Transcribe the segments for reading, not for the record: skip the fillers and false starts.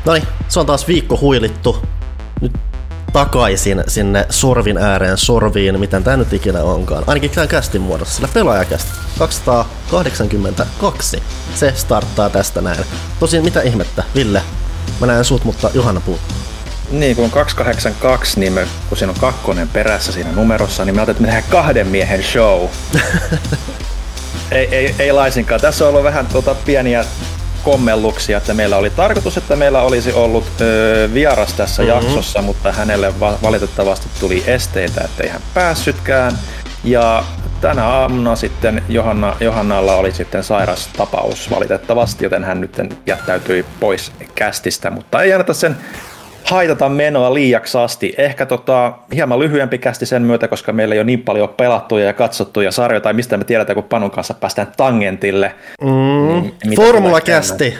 Noniin, se on taas viikko huilittu. Nyt takaisin sinne sorvin ääreen sorviin, miten tää nyt ikinä onkaan. Ainakin tämän kästin muodossa, sillä pelaajakästi 282. Se starttaa tästä näin. Tosin mitä ihmettä, Ville? Mä näen sut, mutta Johanna puuttuu. Niin, kun on 282, niin kun siinä on 2 perässä siinä numerossa, niin mä ajattelin, että me tehdään 2 miehen show. ei laisinkaan. Tässä on ollut vähän pieniä kommelluksia, että meillä oli tarkoitus, että meillä olisi ollut vieras tässä jaksossa, mutta hänelle valitettavasti tuli esteitä, ettei hän päässytkään. Ja tänä aamuna sitten Johannalla oli sitten sairas tapaus valitettavasti, joten hän nyt jättäytyi pois kästistä, mutta ei anneta sen haitata menoa liiaksi asti. Ehkä hieman lyhyempi kästi sen myötä, koska meillä ei ole niin paljon pelattuja ja katsottuja sarjoja, tai mistä me tiedetään, kun Panun kanssa päästään tangentille. Formulakästi.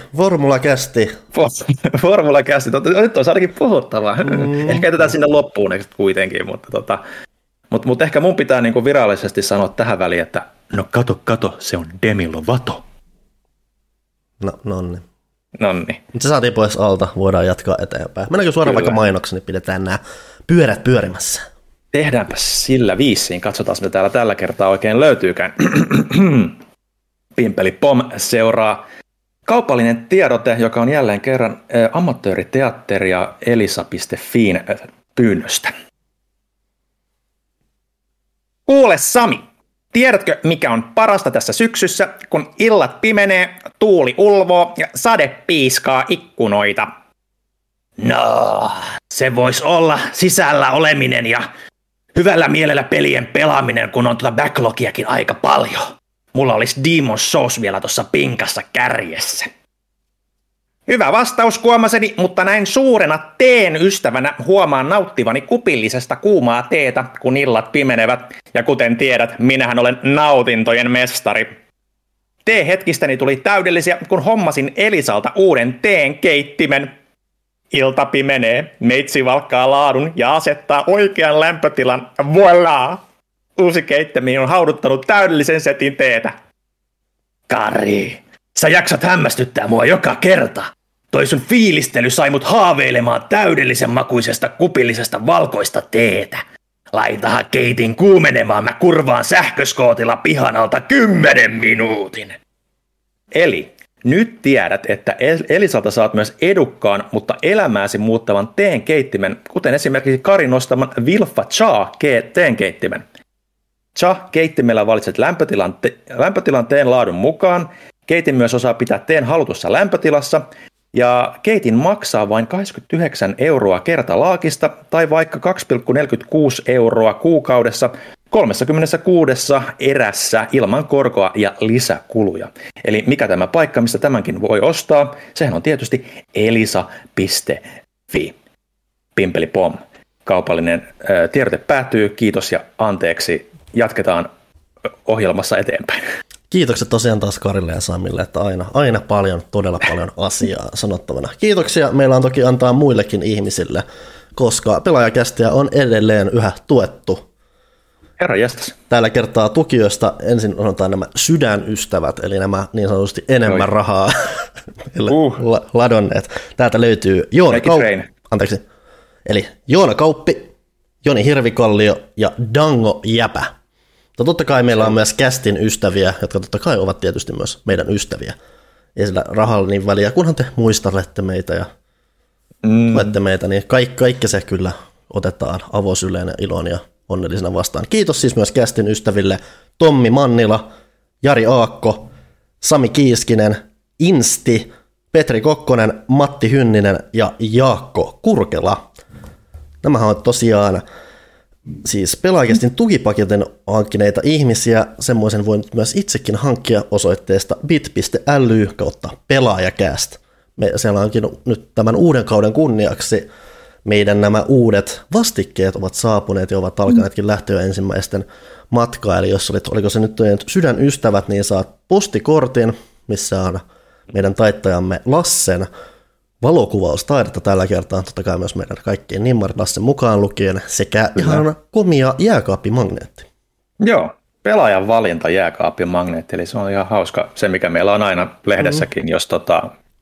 Nyt on ainakin puhuttavaa. Ehkä jätetään sinne loppuun kuitenkin, mutta ehkä mun pitää niinku virallisesti sanoa tähän väliin, että no kato, se on Demi Lovato. Nonni. Nonni. Nyt se saatiin pois alta, voidaan jatkaa eteenpäin. Mennäänkö suoraan vaikka mainoksi, niin pidetään nämä pyörät pyörimässä. Tehdäänpä sillä viisiin. Katsotaan, mitä täällä tällä kertaa oikein löytyykään. Pimpeli Pom seuraa kaupallinen tiedote, joka on jälleen kerran amatööriteatteri ja elisa.fiin pyynnöstä. Kuule Sami, tiedätkö mikä on parasta tässä syksyssä, kun illat pimenee, tuuli ulvoo ja sade piiskaa ikkunoita? No, se voisi olla sisällä oleminen ja hyvällä mielellä pelien pelaaminen, kun on backlogiakin aika paljon. Mulla olisi Demon's Souls vielä tuossa pinkassa kärjessä. Hyvä vastaus kuomaseni, mutta näin suurena teen ystävänä huomaan nauttivani kupillisesta kuumaa teetä, kun illat pimenevät. Ja kuten tiedät, minähän olen nautintojen mestari. Tee-hetkistäni tuli täydellisiä, kun hommasin Elisalta uuden teen keittimen. Ilta pimenee, meitsi valkkaa laadun ja asettaa oikean lämpötilan. Voilà! Uusi keittäminen on hauduttanut täydellisen setin teetä. Kari, sä jaksat hämmästyttää mua joka kerta. Toi sun fiilistely sai mut haaveilemaan täydellisen makuisesta kupillisesta valkoista teetä. Laitahan keitin kuumenemaan, mä kurvaan sähköskootilla pihan alta 10 minuutin. Eli nyt tiedät, että Elisalta saat myös edukkaan, mutta elämääsi muuttavan teen keittimen, kuten esimerkiksi Karin nostaman Wilfa Cha teen keittimen. Cha-keittimellä valitset lämpötilan teen laadun mukaan. Keitin myös osaa pitää teen halutussa lämpötilassa. Ja keitin maksaa vain 29 € kertalaakista tai vaikka 2,46 € kuukaudessa 36 erässä ilman korkoa ja lisäkuluja. Eli mikä tämä paikka, mistä tämänkin voi ostaa? Sehän on tietysti elisa.fi. Pimpeli pom. Kaupallinen tiedote päättyy. Kiitos ja anteeksi. Jatketaan ohjelmassa eteenpäin. Kiitokset tosiaan taas Karille ja Samille, että aina paljon, todella paljon asiaa sanottavana. Kiitoksia meillä on toki antaa muillekin ihmisille, koska pelaajakästiä on edelleen yhä tuettu. Herra jästäs. Tällä kertaa tukijoista ensin otetaan nämä sydänystävät, eli nämä niin sanotusti enemmän rahaa ladonneet. Täältä löytyy Joona Kauppi, Joni Hirvikallio ja Dango Jäpä. Mutta totta kai meillä on myös kästin ystäviä, jotka totta kai ovat tietysti myös meidän ystäviä. Ei sillä rahalla niin väliä, kunhan te muistelette meitä ja tuette meitä, niin kaikki se kyllä otetaan avosyleen ja ilon ja onnellisena vastaan. Kiitos siis myös kästin ystäville Tommi Mannila, Jari Aakko, Sami Kiiskinen, Insti, Petri Kokkonen, Matti Hynninen ja Jaakko Kurkela. Nämähän on tosiaan siis pelaajakästin tukipaketin hankkineita ihmisiä. Semmoisen voi myös itsekin hankkia osoitteesta bit.ly/pelaajakäst. Siellä onkin nyt tämän uuden kauden kunniaksi meidän nämä uudet vastikkeet ovat saapuneet ja ovat alkaneetkin lähteä ensimmäisten matkaa. Eli jos oliko se nyt sydänystävät, niin saat postikortin, missä on meidän taittajamme Lassen valokuvaustaidetta tällä kertaa, totta kai myös meidän kaikkien nimmarit Lassen mukaan lukien, sekä ihan komia jääkaappimagneetti. Joo, pelaajan valinta jääkaappimagneetti, eli se on ihan hauska, se mikä meillä on aina lehdessäkin, jos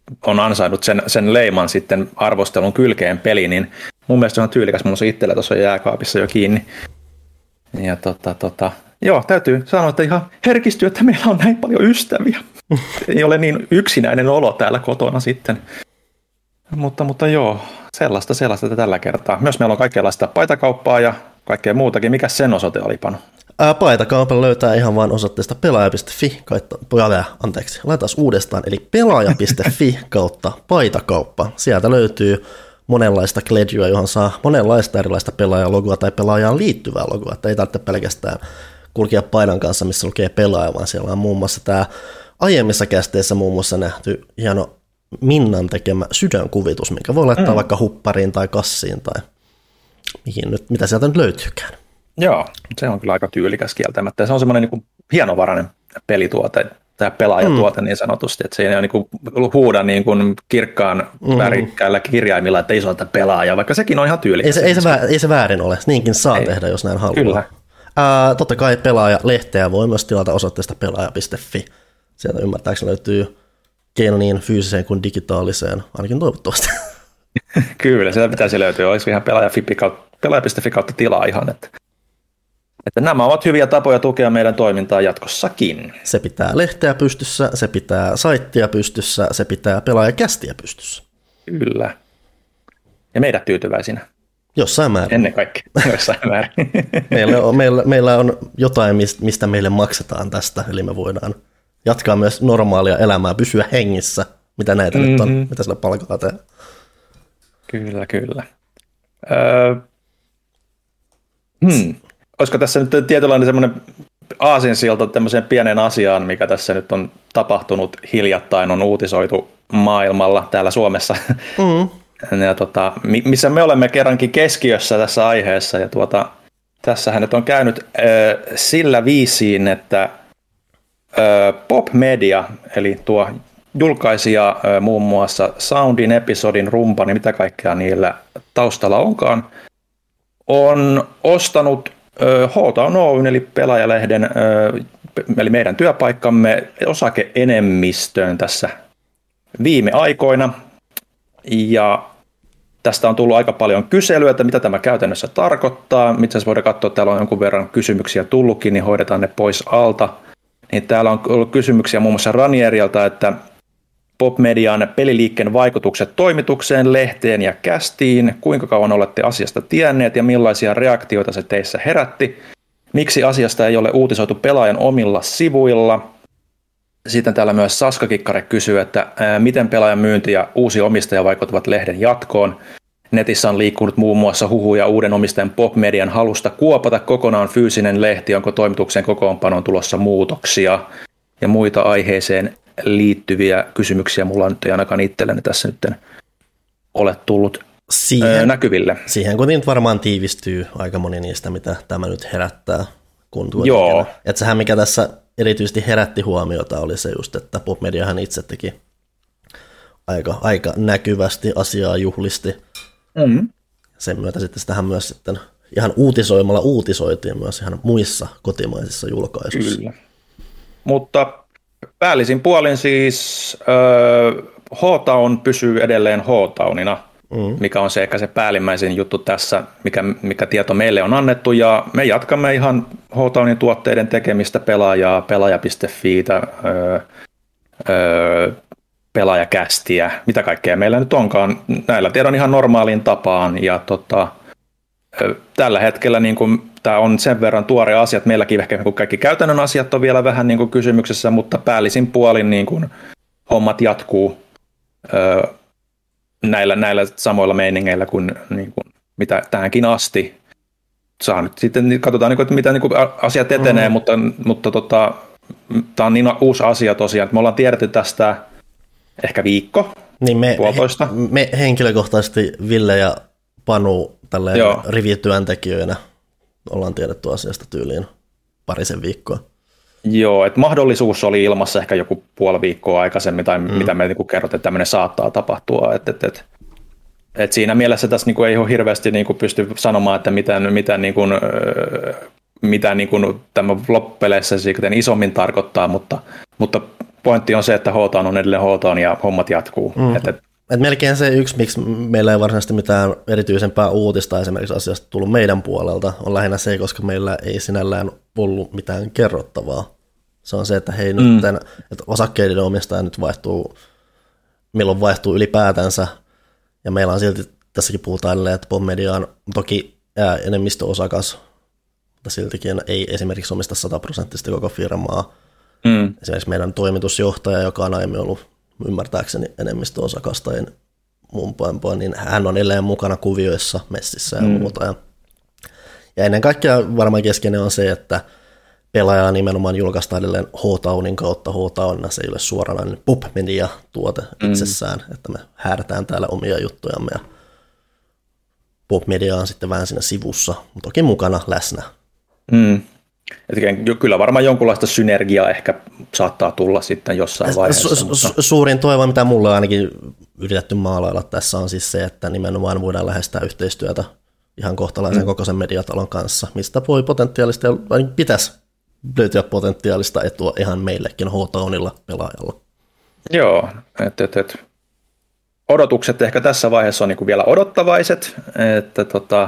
on ansainnut sen leiman sitten arvostelun kylkeen peli, niin mun mielestä se on tyylikäs, mulla se itsellä tuossa jääkaapissa jo kiinni. Ja joo, täytyy sanoa, että ihan herkistyy, että meillä on näin paljon ystäviä. Ei ole niin yksinäinen olo täällä kotona sitten. Mutta joo, sellaista tällä kertaa. Myös meillä on kaikenlaista paitakauppaa ja kaikkea muutakin. Mikä sen osoite oli, Panu? Paitakaupan löytää ihan vain osoitteesta pelaaja.fi, laitetaan uudestaan, eli pelaaja.fi kautta paitakauppa. Sieltä löytyy monenlaista kledjua, johon saa monenlaista erilaista pelaajalogoa tai pelaajaan liittyvää logoa, että ei tarvitse pelkästään kulkea paidan kanssa, missä lukee pelaaja, vaan siellä on muun muassa tämä aiemmissa kästeissä muun muassa nähty hieno Minnan tekemä sydänkuvitus, minkä voi laittaa vaikka huppariin tai kassiin tai mitä sieltä nyt löytyykään. Joo, se on kyllä aika tyylikäs kieltämättä. Se on semmoinen niin hienovarinen pelituote tai pelaajatuote niin sanotusti, että se ei niin huuda niin kuin kirkkaan värikkäällä kirjaimilla, että ei se ole pelaaja, vaikka sekin on ihan tyylikäs. Ei se väärin ole, niinkin saa tehdä, jos näin haluaa. Kyllä. Totta kai pelaaja-lehteä voi myös tilata osoitteesta pelaaja.fi. Sieltä ymmärtääkseni löytyy keino niin fyysiseen kuin digitaaliseen, ainakin toivottavasti. Kyllä, sieltä pitäisi löytyä. Olisi ihan pelaaja.fi kautta tilaa ihan, että nämä ovat hyviä tapoja tukea meidän toimintaa jatkossakin. Se pitää lehteä pystyssä, se pitää saittia pystyssä, se pitää pelaajakästiä pystyssä. Kyllä. Ja meidät tyytyväisinä. Jossain määrin. Ennen kaikkea, jossain määrin. meillä on jotain, mistä meille maksetaan tästä, eli me voidaan jatkaa myös normaalia elämää, pysyä hengissä, mitä näitä nyt on, mitä sillä palkaa tehdä. Kyllä. Olisiko tässä nyt tietynlainen semmoinen aasinsilta tämmöiseen pieneen asiaan, mikä tässä nyt on tapahtunut hiljattain, on uutisoitu maailmalla täällä Suomessa, ja missä me olemme kerrankin keskiössä tässä aiheessa, ja tässähän nyt on käynyt sillä viisiin, että Pop Media, eli tuo julkaisija muun muassa Soundin, Episodin, Rumpan ja mitä kaikkea niillä taustalla onkaan, on ostanut H-Town Oyn, eli pelaajalehden, eli meidän työpaikkamme osake-enemmistöön tässä viime aikoina. Ja tästä on tullut aika paljon kyselyä, että mitä tämä käytännössä tarkoittaa. Itse asiassa voidaan katsoa, että täällä on jonkun verran kysymyksiä tullutkin, niin hoidetaan ne pois alta. Niin täällä on ollut kysymyksiä muun muassa Ranierilta, että Pop-median peliliikkeen vaikutukset toimitukseen, lehteen ja kästiin, kuinka kauan olette asiasta tienneet ja millaisia reaktioita se teissä herätti, miksi asiasta ei ole uutisoitu pelaajan omilla sivuilla. Sitten täällä myös Saska Kikkare kysyy, että miten pelaajan myynti ja uusi omistaja vaikuttavat lehden jatkoon. Netissä on liikkunut muun muassa huhuja uuden omistajan Pop-median halusta kuopata kokonaan fyysinen lehti, onko toimituksen kokoonpanoon tulossa muutoksia ja muita aiheeseen liittyviä kysymyksiä. Mulla nyt ei ainakaan itselleni tässä nyt ole tullut näkyville. Siihen kuitenkin varmaan tiivistyy aika moni niistä, mitä tämä nyt herättää. Joo. Että sehän mikä tässä erityisesti herätti huomiota oli se just, että Pop-mediahan itse teki aika näkyvästi asiaa juhlisti. Sen myötä sitten sitähän myös sitten ihan uutisoimalla uutisoitiin myös ihan muissa kotimaisissa julkaisuissa. Kyllä. Mutta päällisin puolin siis H-Town pysyy edelleen H-Townina, mikä on se ehkä se päällimmäisin juttu tässä, mikä tieto meille on annettu, ja me jatkamme ihan H-Townin tuotteiden tekemistä pelaaja.fiitä, pelaajakästiä, mitä kaikkea meillä nyt onkaan, näillä tiedon ihan normaaliin tapaan, ja tällä hetkellä niin kun, tämä on sen verran tuore asia, että meilläkin ehkä kaikki käytännön asiat on vielä vähän niin kun kysymyksessä, mutta päällisin puolin niin kun hommat jatkuu näillä samoilla meiningeillä kuin mitä tähänkin asti. Saa nyt sitten katsotaan, että mitä asiat etenee, mutta tämä on niin uusi asia tosiaan, että me ollaan tiedetty tästä ehkä viikko, niin puolitoista. Me henkilökohtaisesti Ville ja Panu tälleen rivityöntekijöinä ollaan tiedetty asiasta tyyliin parisen viikkoa. Joo, että mahdollisuus oli ilmassa ehkä joku puoli viikkoa aikaisemmin, tai mitä me kerrottiin, että tämmöinen saattaa tapahtua. Et siinä mielessä tässä ei ole hirveästi pysty sanomaan, että mitä tämä loppupeleissä isommin tarkoittaa, mutta pointti on se, että H-Town on edelleen H-Town ja hommat jatkuu. Et melkein se yksi, miksi meillä ei varsinaisesti mitään erityisempää uutista esimerkiksi asiasta tullut meidän puolelta, on lähinnä se, koska meillä ei sinällään ollut mitään kerrottavaa. Se on se, että hei nyt, että osakkeiden omistaja nyt vaihtuu, milloin vaihtuu ylipäätänsä, ja meillä on silti, tässäkin puhutaan edelleen, että PopMedia on toki enemmistöosakas, mutta siltikin ei esimerkiksi omista 100% koko firmaa. Esimerkiksi meidän toimitusjohtaja, joka on aiemmin ollut ymmärtääkseni enemmistöosakas tai muun päin, niin hän on edelleen mukana kuvioissa, messissä ja muuta. Ja ennen kaikkea varmaan keskeinen on se, että pelaajaa nimenomaan julkaistaan edelleen H-Townin kautta. H-Town se ei ole suoranainen PopMedia-tuote itsessään, että me häädetään täällä omia juttujamme ja PopMedia on sitten vähän siinä sivussa, mutta toki mukana läsnä. Kyllä varmaan jonkunlaista synergiaa ehkä saattaa tulla sitten jossain vaiheessa. Suurin toivo, mitä mulle on ainakin yritetty maalailla tässä on siis se, että nimenomaan voidaan lähestää yhteistyötä ihan kohtalaisen kokoisen mediatalon kanssa, mistä voi potentiaalista, pitäisi löytyä potentiaalista etua ihan meillekin H-Townilla pelaajalla. Joo, odotukset ehkä tässä vaiheessa on niin kuin vielä odottavaiset, että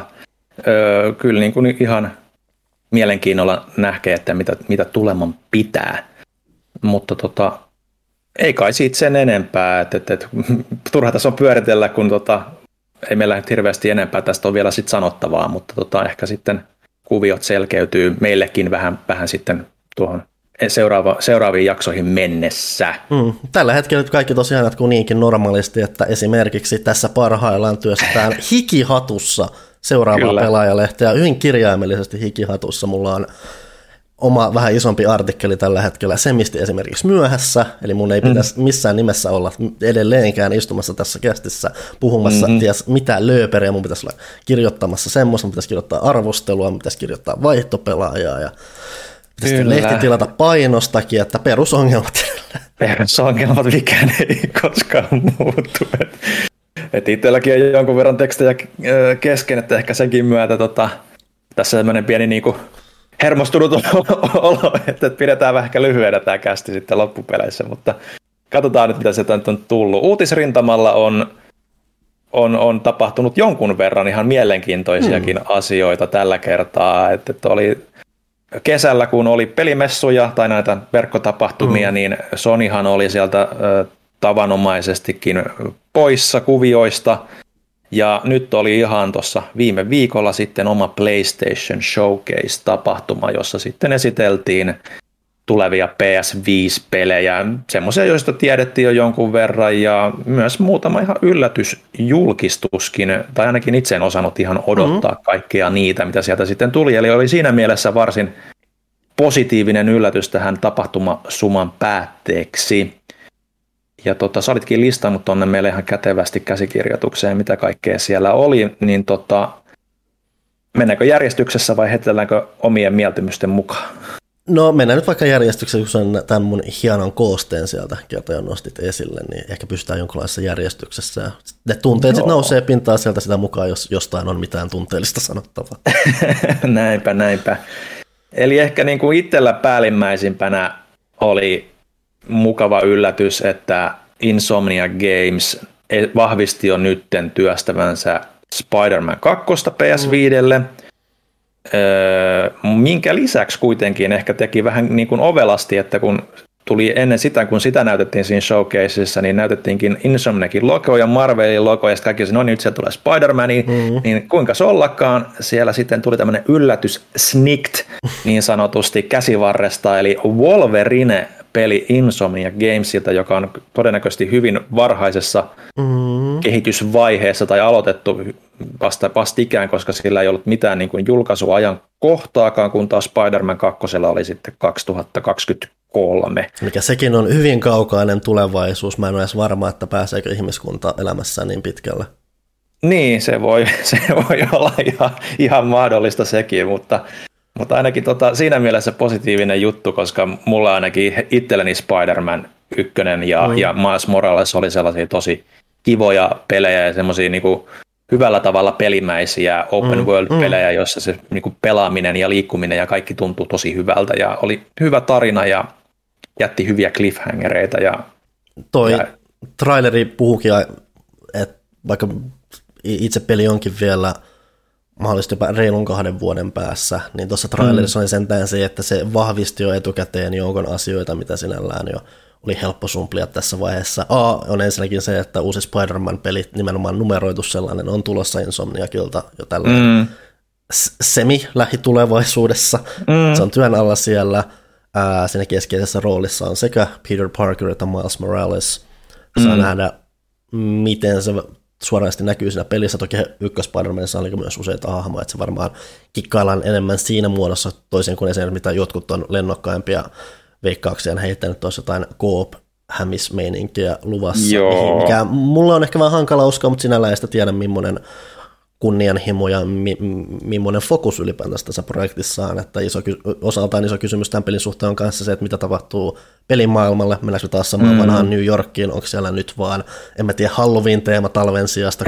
kyllä niin kuin ihan mielenkiinnolla näkee, että mitä tuleman pitää, mutta ei kai siitä sen enempää, että turha tässä on pyöritellä, kun ei meillä nyt hirveästi enempää tästä on vielä sit sanottavaa, mutta ehkä sitten kuviot selkeytyy meillekin vähän sitten tuohon seuraaviin jaksoihin mennessä. Tällä hetkellä kaikki tosiaan jatkuu niinkin normaalisti, että esimerkiksi tässä parhaillaan työstetään hikihatussa seuraavaa pelaajalehteä, hyvin kirjaimellisesti hikihatussa. Mulla on oma vähän isompi artikkeli tällä hetkellä semisti esimerkiksi myöhässä, eli mun ei pitäisi missään nimessä olla edelleenkään istumassa tässä kästissä puhumassa ties mitä lööperiä, mun pitäisi olla kirjoittamassa semmoista, mun pitäisi kirjoittaa arvostelua, mun pitäisi kirjoittaa vaihtopelaajaa ja pitäisi lehti tilata painostakin, että perusongelmat. Perusongelmat, mikään ei koskaan muuttu. Että itselläkin on jonkun verran tekstejä kesken, että ehkä senkin myötä tässä sellainen pieni niinku hermostunut olo, että pidetään vähän ehkä lyhyenä tämä kästi sitten loppupeleissä, mutta katsotaan nyt, mitä se on tullut. Uutisrintamalla on tapahtunut jonkun verran ihan mielenkiintoisiakin asioita tällä kertaa, että oli kesällä, kun oli pelimessuja tai näitä verkkotapahtumia, niin Sonyhan oli sieltä tavanomaisestikin poissa kuvioista, ja nyt oli ihan tuossa viime viikolla sitten oma PlayStation Showcase-tapahtuma, jossa sitten esiteltiin tulevia PS5-pelejä, semmoisia, joista tiedettiin jo jonkun verran, ja myös muutama ihan yllätysjulkistuskin, tai ainakin itse en osannut ihan odottaa kaikkea niitä, mitä sieltä sitten tuli, eli oli siinä mielessä varsin positiivinen yllätys tähän tapahtumasuman päätteeksi. Ja sä olitkin listannut tuonne meille ihan kätevästi käsikirjoitukseen, mitä kaikkea siellä oli, niin mennäänkö järjestyksessä vai heitelläänkö omien mieltymysten mukaan? No mennään nyt vaikka järjestyksessä, kun tämän mun hienon koosteen sieltä kerta jo nostit esille, niin ehkä pystytään jonkinlaisessa järjestyksessä. Ja ne tunteet sitten nousee pintaan sieltä sitä mukaan, jos jostain on mitään tunteellista sanottavaa. Näinpä. Eli ehkä niin kuin itsellä päällimmäisimpänä oli mukava yllätys, että Insomniac Games vahvisti jo nytten työstävänsä Spider-Man 2 PS5:lle, minkä lisäksi kuitenkin ehkä teki vähän niin kuin ovelasti, että kun tuli ennen sitä, kun sitä näytettiin siinä showcaseissa, niin näytettiinkin Insomniacin logo ja Marvelin logo, ja sitten kaikki no niin, nyt siellä tulee Spider-Mani, niin kuinka se ollakaan, siellä sitten tuli tämmöinen yllätys snikt niin sanotusti käsivarresta, eli Wolverine-peli Insomniac Gamesilta, joka on todennäköisesti hyvin varhaisessa kehitysvaiheessa tai aloitettu vastikään, koska sillä ei ollut mitään niin kuin julkaisuajan kohtaakaan, kun taas Spider-Man 2 oli sitten 2023. Mikä sekin on hyvin kaukainen tulevaisuus. Mä en ole edes varma, että pääseekö ihmiskunta elämässään niin pitkälle. Niin, se voi olla ihan mahdollista sekin, mutta ainakin siinä mielessä positiivinen juttu, koska mulla ainakin itselleni Spider-Man 1 ja Miles Morales oli sellaisia tosi kivoja pelejä ja semmoisia niinku hyvällä tavalla pelimäisiä open world-pelejä, joissa se niinku pelaaminen ja liikkuminen ja kaikki tuntui tosi hyvältä ja oli hyvä tarina ja jätti hyviä cliffhangereita. Toi traileri puhukin, että vaikka itse peli onkin vielä mahdollisesti jopa reilun 2 vuoden päässä, niin tuossa trailerissa oli sentään se, että se vahvisti jo etukäteen joukon asioita, mitä sinällään jo oli helppo sumplia tässä vaiheessa. On ensinnäkin se, että uusi Spider-Man-peli, nimenomaan numeroitu sellainen, on tulossa Insomniakilta jo tällä semi-lähitulevaisuudessa. Se on työn alla siellä. Siinä keskeisessä roolissa on sekä Peter Parker että Miles Morales. Saa nähdä, miten se suorasti näkyy siinä pelissä. Toki ykkös-Spider-Manissa on myös useita hahmoja, että se varmaan kikkaillaan enemmän siinä muodossa, toisin kuin esimerkiksi mitä jotkut on lennokkaimpia veikkauksia heittänyt tuossa jotain co-op-hämismeininkiä luvassa, mikä mulla on ehkä vähän hankala uskoa, mutta sinällään ei sitä tiedä, millainen kunnianhimo ja millainen fokus ylipäätään tässä projektissa on, että osaltaan iso kysymys tämän pelin suhteen on kanssa se, että mitä tapahtuu pelimaailmalle, mennäänkö taas samaan vanhaan New Yorkiin, onko siellä nyt vaan, en mä tiedä, Halloween-teema talven sijasta.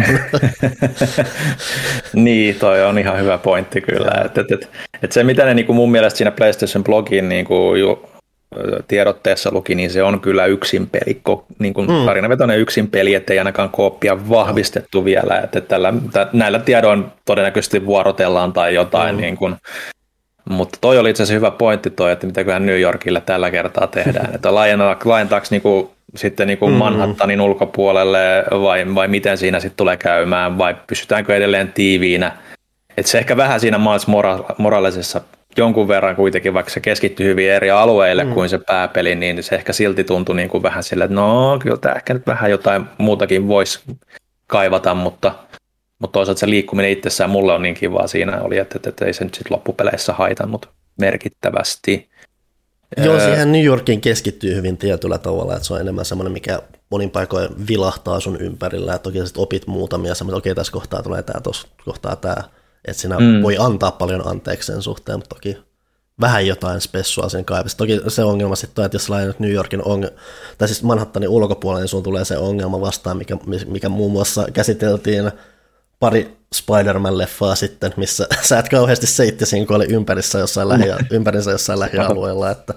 Niin, toi on ihan hyvä pointti kyllä, että se mitä ne niinku mun mielestä siinä PlayStation-blogin niinku tiedotteessa luki, niin se on kyllä yksin peli, niin kuin tarinavetoinen yksin peli, ettei ainakaan kooppia vahvistettu vielä, että näillä tiedoin todennäköisesti vuorotellaan tai jotain, niin kuin, mutta toi oli itse asiassa hyvä pointti toi, että mitäköhän New Yorkille tällä kertaa tehdään, että laajentaako niinku, sitten niinku Manhattanin ulkopuolelle vai miten siinä sitten tulee käymään, vai pysytäänkö edelleen tiiviinä, että se ehkä vähän siinä Miles Moralesissa jonkun verran kuitenkin, vaikka se keskittyi hyvin eri alueille kuin se pääpeli, niin se ehkä silti tuntui niin kuin vähän sille, että no kyllä tämä ehkä nyt vähän jotain muutakin voisi kaivata, mutta toisaalta se liikkuminen itsessään mulle on niin kivaa siinä oli, että ei se nyt sitten loppupeleissä haitannut merkittävästi. Joo, siihen New Yorkin keskittyy hyvin tietyllä tavalla, että se on enemmän semmoinen, mikä monin paikoin vilahtaa sun ympärillä, että toki sitten opit muutamia, että okei, tässä kohtaa tulee tämä, tuossa kohtaa tämä, että siinä voi antaa paljon anteeksi sen suhteen, mutta toki vähän jotain spessua sen kaivassa. Toki se ongelma sitten on, että jos lainat New Yorkin tai siis Manhattanin ulkopuolella, niin sun tulee se ongelma vastaan, mikä muun muassa käsiteltiin pari Spider-Man-leffaa sitten, missä sä et kauheasti seittisin, kun oli ympärissä jossain lähialueella. Että.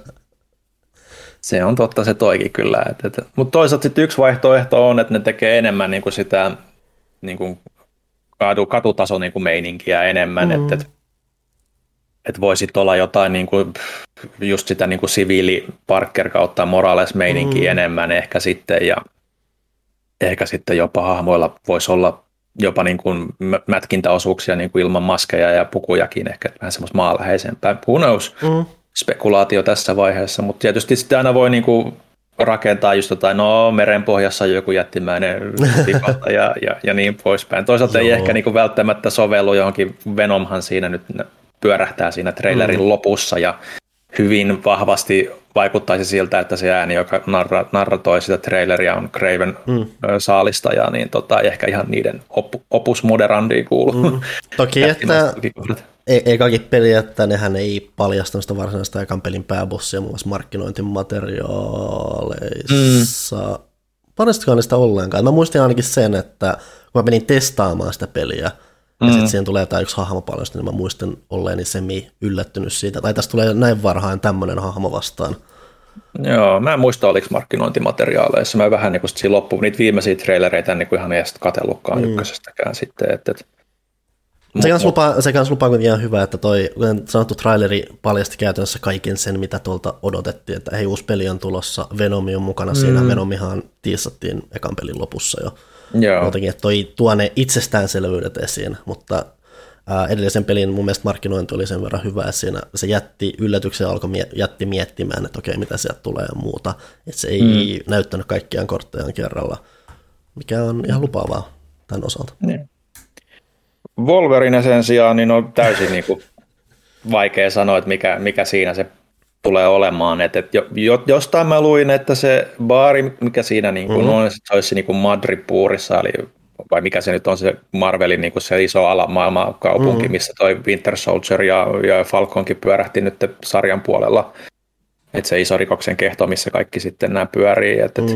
Se on totta, se toikin kyllä. Mutta toisaalta sitten yksi vaihtoehto on, että ne tekee enemmän niin kuin sitä niin kuin katutason niin kuin meininkiä enemmän, että voisi olla jotain niin kuin, just sitä niin kuin siviili Parker kautta Morales-meininkiä enemmän ehkä sitten, ja ehkä sitten jopa hahmoilla voisi olla jopa niin kuin mätkintäosuuksia niin kuin ilman maskeja ja pukujakin, ehkä vähän semmoista maanläheisempää. Who knows? Spekulaatio tässä vaiheessa, mutta tietysti sitten aina voi niin kuin rakentaa just jotain, merenpohjassa joku jättimäinen tipalta ja niin poispäin. Toisaalta ei ehkä niin kuin välttämättä sovellu johonkin, Venomhan siinä nyt pyörähtää siinä trailerin lopussa ja hyvin vahvasti vaikuttaisi siltä, että se ääni, joka narratoi sitä traileria, on Craven saalistaja, niin ehkä ihan niiden opus moderandiin kuuluu. Toki, että ei kaikki peli, että nehän ei paljasta sitä varsinaista ekan pelin pääbossia muun muassa markkinointimateriaaleissa. Paljastikohan niistä ollenkaan? Mä muistin ainakin sen, että kun mä menin testaamaan sitä peliä, ja sitten siihen tulee jotain yksi hahmopaljosta, niin mä muistan olleeni yllättynyt siitä. Tai tässä tulee näin varhain tämmöinen hahmo vastaan. Joo, mä en muista, oliko markkinointimateriaaleissa. Mä vähän niin kuin siinä loppuun, niitä viimeisiä trailereita en niin kuin ihan edes katsellutkaan ykkösestäkään sitten. Se kans lupaa kuitenkin ihan hyvä, että toi, kuten sanottu, traileri paljasti käytännössä kaiken sen, mitä tuolta odotettiin, että hei, uusi peli on tulossa, Venomi on mukana siinä, Venomihan tiissattiin ekan pelin lopussa jo. Jotenkin, että toi tuo ne itsestäänselvyydet esiin, mutta edellisen pelin mun mielestä markkinointi oli sen verran hyvä, siinä se jätti yllätyksen ja jätti miettimään, että okei, mitä sieltä tulee ja muuta, että se ei näyttänyt kaikkiaan korttejaan kerralla, mikä on ihan lupaavaa tämän osalta. Wolverine sen sijaan niin on täysin niin kuin vaikea sanoa, että mikä siinä se tulee olemaan. Et jostain mä luin, että se baari, mikä siinä niin kuin on, se olisi niin kuin Madripoorissa, eli vai mikä se nyt on se Marvelin niin kuin se iso alamaailmakaupunki, missä toi Winter Soldier ja Falconkin pyörähti nyt sarjan puolella. Että se iso rikoksen kehto, missä kaikki sitten nämä pyörii.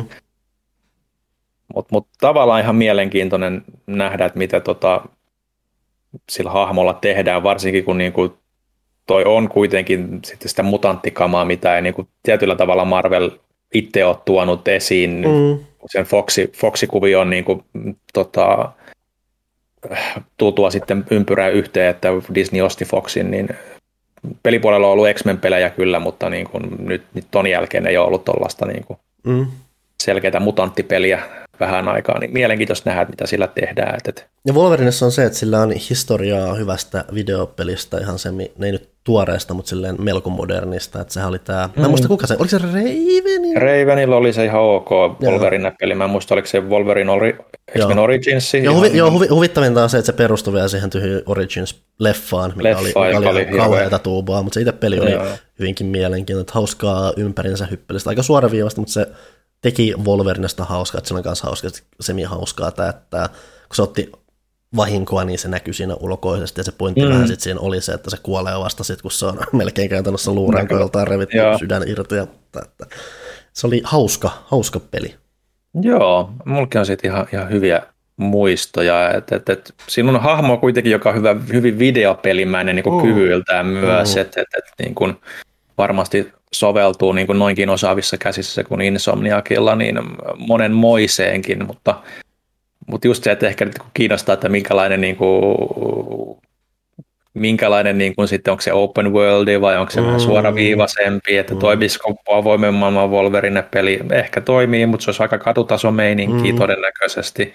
Mutta tavallaan ihan mielenkiintoinen nähdä, että mitä sillä hahmolla tehdään, varsinkin kun niinku toi on kuitenkin sitten sitä mutanttikamaa, mitä ei niinku tietyllä tavalla Marvel itse ole tuonut esiin. Sen Foxi-kuvio on niinku, tultua sitten ympyrää yhteen, että Disney osti Foxin, niin pelipuolella on ollut X-Men-pelejä kyllä, mutta niin kuin nyt ton jälkeen ei ole ollut tuollaista niin selkeää mutanttipeliä vähän aikaa, niin mielenkiintoista nähdä, mitä sillä tehdään. Ja Wolverinessa on se, että sillä on historiaa hyvästä videopelistä, ihan se, ei nyt tuoreesta, mutta silleen melko modernista, että sehän oli tämä, mä en muista kuka se, oliko se Raven? Ravenilla oli se ihan ok Wolverine-peli, mä en muista, oliko se Wolverine X-Men Origins. Huvittavinta on se, että se perustui vielä siihen tyhjyn Origins-leffaan, mikä oli kauheata tuubaa, mutta se itse peli oli hyvinkin mielenkiintoinen, hauskaa ympärinsä hyppelistä, aika suoraviivasta, mutta se teki Wolverinesta hauskaa, että se on myös hauskaa, semi-hauskaa että kun se otti vahinkoa, niin se näkyi siinä ulkoisesti, ja se pointti vähän sitten siinä oli se, että se kuolee vasta sitten, kun se on melkein käytännössä luurankoiltaan revitty sydän irti, että se oli hauska peli. Joo, mullakin on sitten ihan hyviä muistoja, että siinä on hahmo kuitenkin, joka on hyvin videopelimäinen niin kyvyiltään myös, että niin kuin varmasti soveltuu niin kuin noinkin osaavissa käsissä kuin Insomniacilla, niin monenmoiseenkin, mutta just se, että ehkä nyt kiinnostaa, että minkälainen niin kuin sitten, onko se open world vai onko se vähän suoraviivaisempi, että toimisiko avoimen maailman Wolverine-peli, ehkä toimii, mutta se olisi aika katutaso-meininkiä todennäköisesti.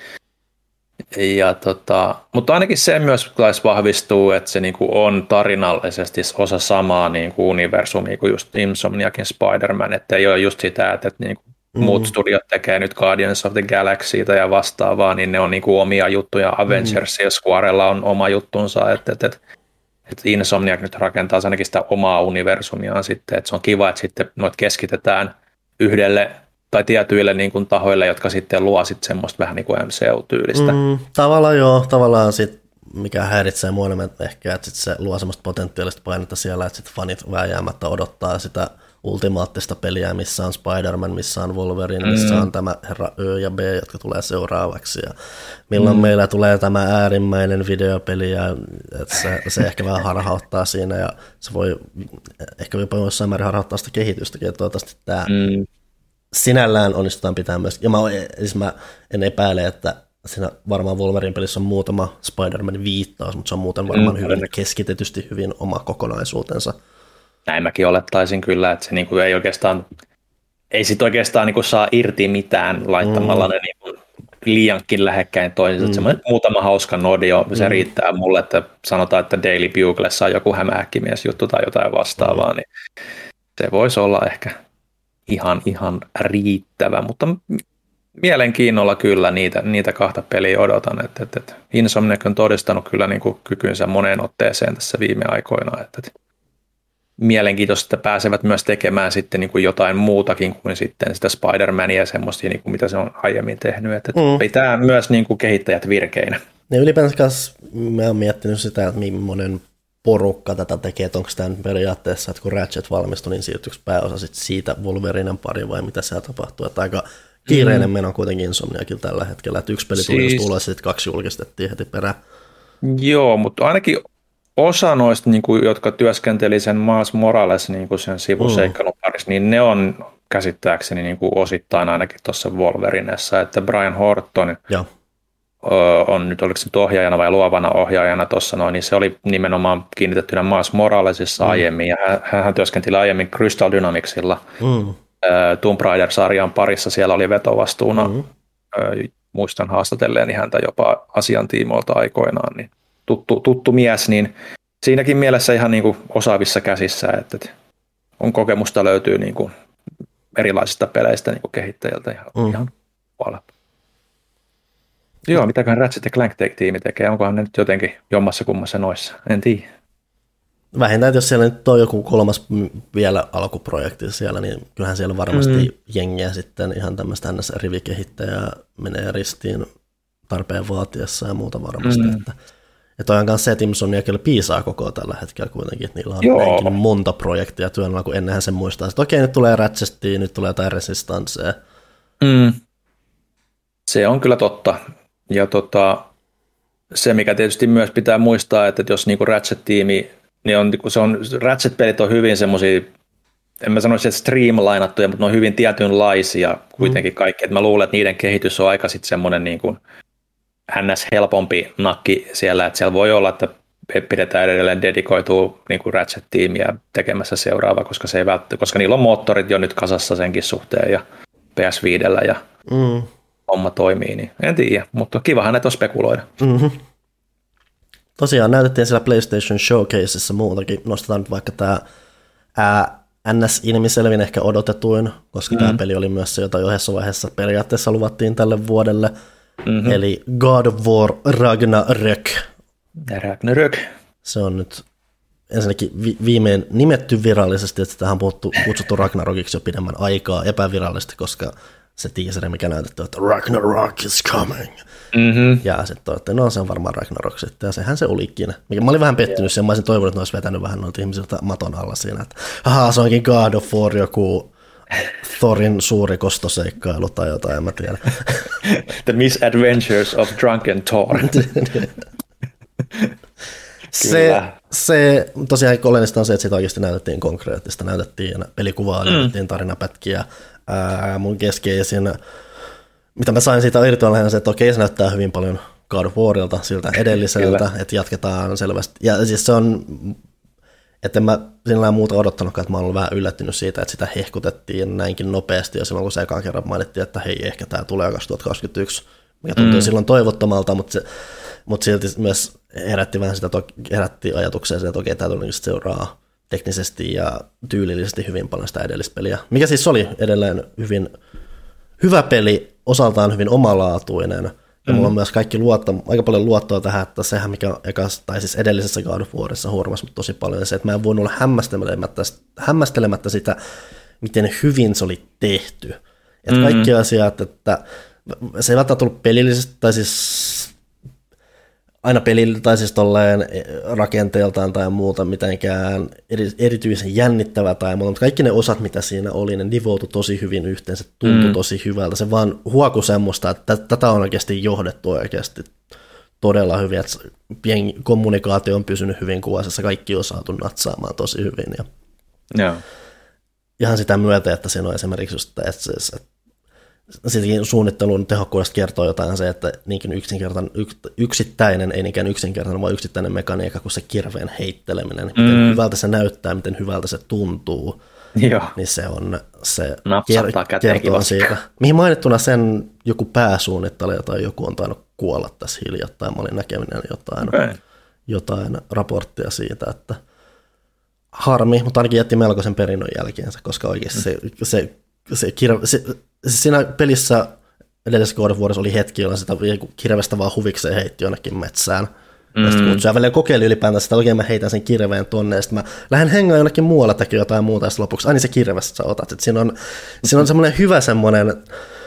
Ja mutta ainakin se myös vahvistuu, että se niinku on tarinallisesti osa samaa niinku universumia kuin just Insomniacin Spider-Man, että ei ole just sitä, että niinku muut studiot tekee nyt Guardians of the Galaxyta ja vastaavaa, niin ne on niinku omia juttuja, Avengers ja Squarella on oma juttunsa, että Insomniac nyt rakentaa ainakin sitä omaa universumiaan sitten, että se on kiva, että sitten noit keskitetään yhdelle tai tietyille niin kuin tahoille, jotka sitten luo sitten semmoista vähän niin kuin MCU-tyylistä. Tavallaan sit, mikä häiritsee mua ehkä, että sit se luo semmoista potentiaalista painetta siellä, että sit fanit vääjäämättä odottaa sitä ultimaattista peliä, missä on Spider-Man, missä on Wolverine, missä on tämä herra Ö ja B, jotka tulee seuraavaksi, ja milloin meillä tulee tämä äärimmäinen videopeli, ja että se ehkä vähän harhauttaa siinä, ja se voi ehkä jopa jossain määrin harhauttaa sitä kehitystäkin, että toivottavasti tämä sinällään onnistutaan pitää myös, ja mä en epäile, että siinä varmaan Wolverine-pelissä on muutama Spider-Man viittaus, mutta se on muuten varmaan hyvin keskitetysti hyvin oma kokonaisuutensa. Näin mäkin olettaisin kyllä, että se niinku ei sit oikeastaan niinku saa irti mitään laittamalla ne niinku liiankin lähekkäin toisensa. Semmoinen muutama hauska nodio, se riittää mulle, että sanotaan, että Daily Buglessa on joku hämähäkkimies juttu tai jotain vastaavaa, niin se voisi olla ehkä ihan riittävä, mutta mielenkiinnolla kyllä niitä kahta peliä odotan, että Insomniac on todistanut kyllä niin kuin kykynsä moneen otteeseen tässä viime aikoina, että mielenkiintoista, että pääsevät myös tekemään sitten niin kuin jotain muutakin kuin sitten sitä Spider-Mania ja semmoista, niin kuin mitä se on aiemmin tehnyt, että pitää myös niin kuin kehittäjät virkeinä. Ja ylipäänsä kanssa mä oon miettinyt sitä, että millainen porukka tätä tekee, että onko tämä periaatteessa, että kun Ratchet valmistui, niin siirtyykö pääosa siitä Wolverinen pari vai mitä siellä tapahtuu, että aika kiireinen meno kuitenkin Insomniacilla tällä hetkellä, että yksi peli tuli just ulos ja sitten 2 julkistettiin heti perään. Joo, mutta ainakin osa noista, niin kuin, jotka työskenteli sen Miles Morales niin kuin sen sivuseikkailun parissa, niin ne on käsittääkseni niin kuin osittain ainakin tuossa Wolverinessa, että Brian Horton on nyt, oliko se nyt ohjaajana vai luovana ohjaajana tuossa, niin se oli nimenomaan kiinnitettynä Miles Moralesissa aiemmin, ja hän työskenteli aiemmin Crystal Dynamicsilla. Tomb Raider-sarjan parissa siellä oli vetovastuuna. Muistan haastatelleeni häntä jopa asiantiimoilta aikoinaan, niin tuttu mies, niin siinäkin mielessä ihan niin kuin osaavissa käsissä, että on kokemusta löytyy niin kuin erilaisista peleistä niin kuin kehittäjältä ihan paljon. Joo, mitäköhän Ratchet & Clank-tiimi tekee, onkohan ne nyt jotenkin jommassa kummassa noissa, en tiedä. Vähintään, jos siellä nyt on joku kolmas vielä alkuprojekti siellä, niin kyllähän siellä varmasti jengiä sitten ihan tämmöistä NS-rivikehittäjää menee ristiin tarpeen vaatiessa ja muuta varmasti. Ja toi on myös se, että Insomniacilla piisaa koko tällä hetkellä kuitenkin, että niillä on näinkin monta projektia työnä, kun ennenhän sen muistaa, että okei, nyt tulee Ratchetia, nyt tulee jotain Resistancea. Se on kyllä totta. Ja se, mikä tietysti myös pitää muistaa, että jos niinku Ratchet-tiimi se on Ratchet-pelit on hyvin semmoisia, en mä sanoisi, että streamlinattuja, mutta ne on hyvin tietynlaisia kuitenkin kaikki. Et mä luulen, että niiden kehitys on aika sitten semmoinen niin kuin ns. Helpompi nakki siellä, että siellä voi olla, että pidetään edelleen dedikoituu niin kuin Ratchet-tiimiä tekemässä seuraava, koska niillä on moottorit jo nyt kasassa senkin suhteen ja PS5 ja homma toimii, niin en tiedä, mutta kivahan näitä on spekuloida. Mm-hmm. Tosiaan näytettiin siellä PlayStation Showcaseissa muutakin, nostetaan nyt vaikka tämä NS-ilmiselvin ehkä odotetuin, koska tämä peli oli myös se, jota yhdessä vaiheessa periaatteessa luvattiin tälle vuodelle, eli God of War Ragnarök. Se on nyt ensinnäkin viimein nimetty virallisesti, että tähän on kutsuttu Ragnarokiksi jo pidemmän aikaa epävirallisesti, koska se teaseri, mikä näytetty, että Ragnarok is coming. Ja sitten että no se on varmaan Ragnarok sitten, ja sehän se olikin. Mä olin vähän pettynyt sen, mä olisin toivonut, että ne olisi vetänyt vähän noilta ihmisiltä maton alla siinä, että se onkin God of War joku Thorin suuri kostoseikkailu tai jotain, en mä tiedä. The Misadventures of Drunken Thor. Se tosiaan oleellista on se, että siitä oikeasti näytettiin konkreettista, näytettiin pelikuvaa, näytettiin tarinapätkiä. Mun keskeisin, mitä mä sain siitä irti, on se, että okei, se näyttää hyvin paljon God of Warilta, siltä edelliseltä, että jatketaan selvästi. Ja siis se on, että en mä sinällään muuta odottanutkaan, että mä oon ollut vähän yllättynyt siitä, että sitä hehkutettiin näinkin nopeasti, ja silloin kun se ekaan kerran mainittiin, että hei, ehkä tämä tulee 2021, mikä tuntui silloin toivottomalta, mutta silti myös herätti ajatuksia siitä, että okei, tämä tuli seuraa teknisesti ja tyylillisesti hyvin paljon sitä edellispeliä, mikä siis oli edelleen hyvin hyvä peli, osaltaan hyvin omalaatuinen, ja mulla on myös aika paljon luottoa tähän, että sehän mikä tai siis edellisessä God of Warissa huomasi tosi paljon, se, että mä en voinut olla hämmästelemättä sitä, miten hyvin se oli tehty. Että kaikki asiat, että se ei välttämättä tullut pelillisesti, tai siis aina pelillä tai siis tolleen rakenteeltaan tai muuta mitenkään erityisen jännittävä tai muuta, mutta kaikki ne osat, mitä siinä oli, ne nivoutui tosi hyvin yhteen, se tuntui tosi hyvältä, se vaan huokui semmoista, että tätä on oikeasti johdettu oikeasti todella hyvin, että pieni kommunikaatio on pysynyt hyvin kuvassa, kaikki on saatu natsaamaan tosi hyvin ja ihan sitä myötä, että siinä on esimerkiksi just, että sittenkin suunnittelun tehokkuudesta kertoo jotain se, että niinkin yksittäinen, ei niinkään yksinkertainen, vaan yksittäinen mekaniikka kuin se kirveen heitteleminen, miten hyvältä se näyttää, miten hyvältä se tuntuu, niin se kertoo siitä. Mihin mainittuna sen joku pääsuunnittelija tai joku on tainnut kuolla tässä hiljattain, mä olin näkeminen jotain raporttia siitä, että harmi, mutta ainakin jätti melkoisen perinnön jälkeensä, koska oikeasti siinä pelissä edellisessä God of Warissa oli hetki, jolloin sitä kirvestä vaan huvikseen heitti jonnekin metsään. Ja sitten kun sä välillä kokeili ylipäätään sitä, oikein mä heitän sen kirveen tonne, ja sitten mä lähden hengaan jonnekin muualla tekee jotain muuta, ja sitten lopuksi, niin se kirvestä sä otat. Et siinä on semmoinen hyvä semmoinen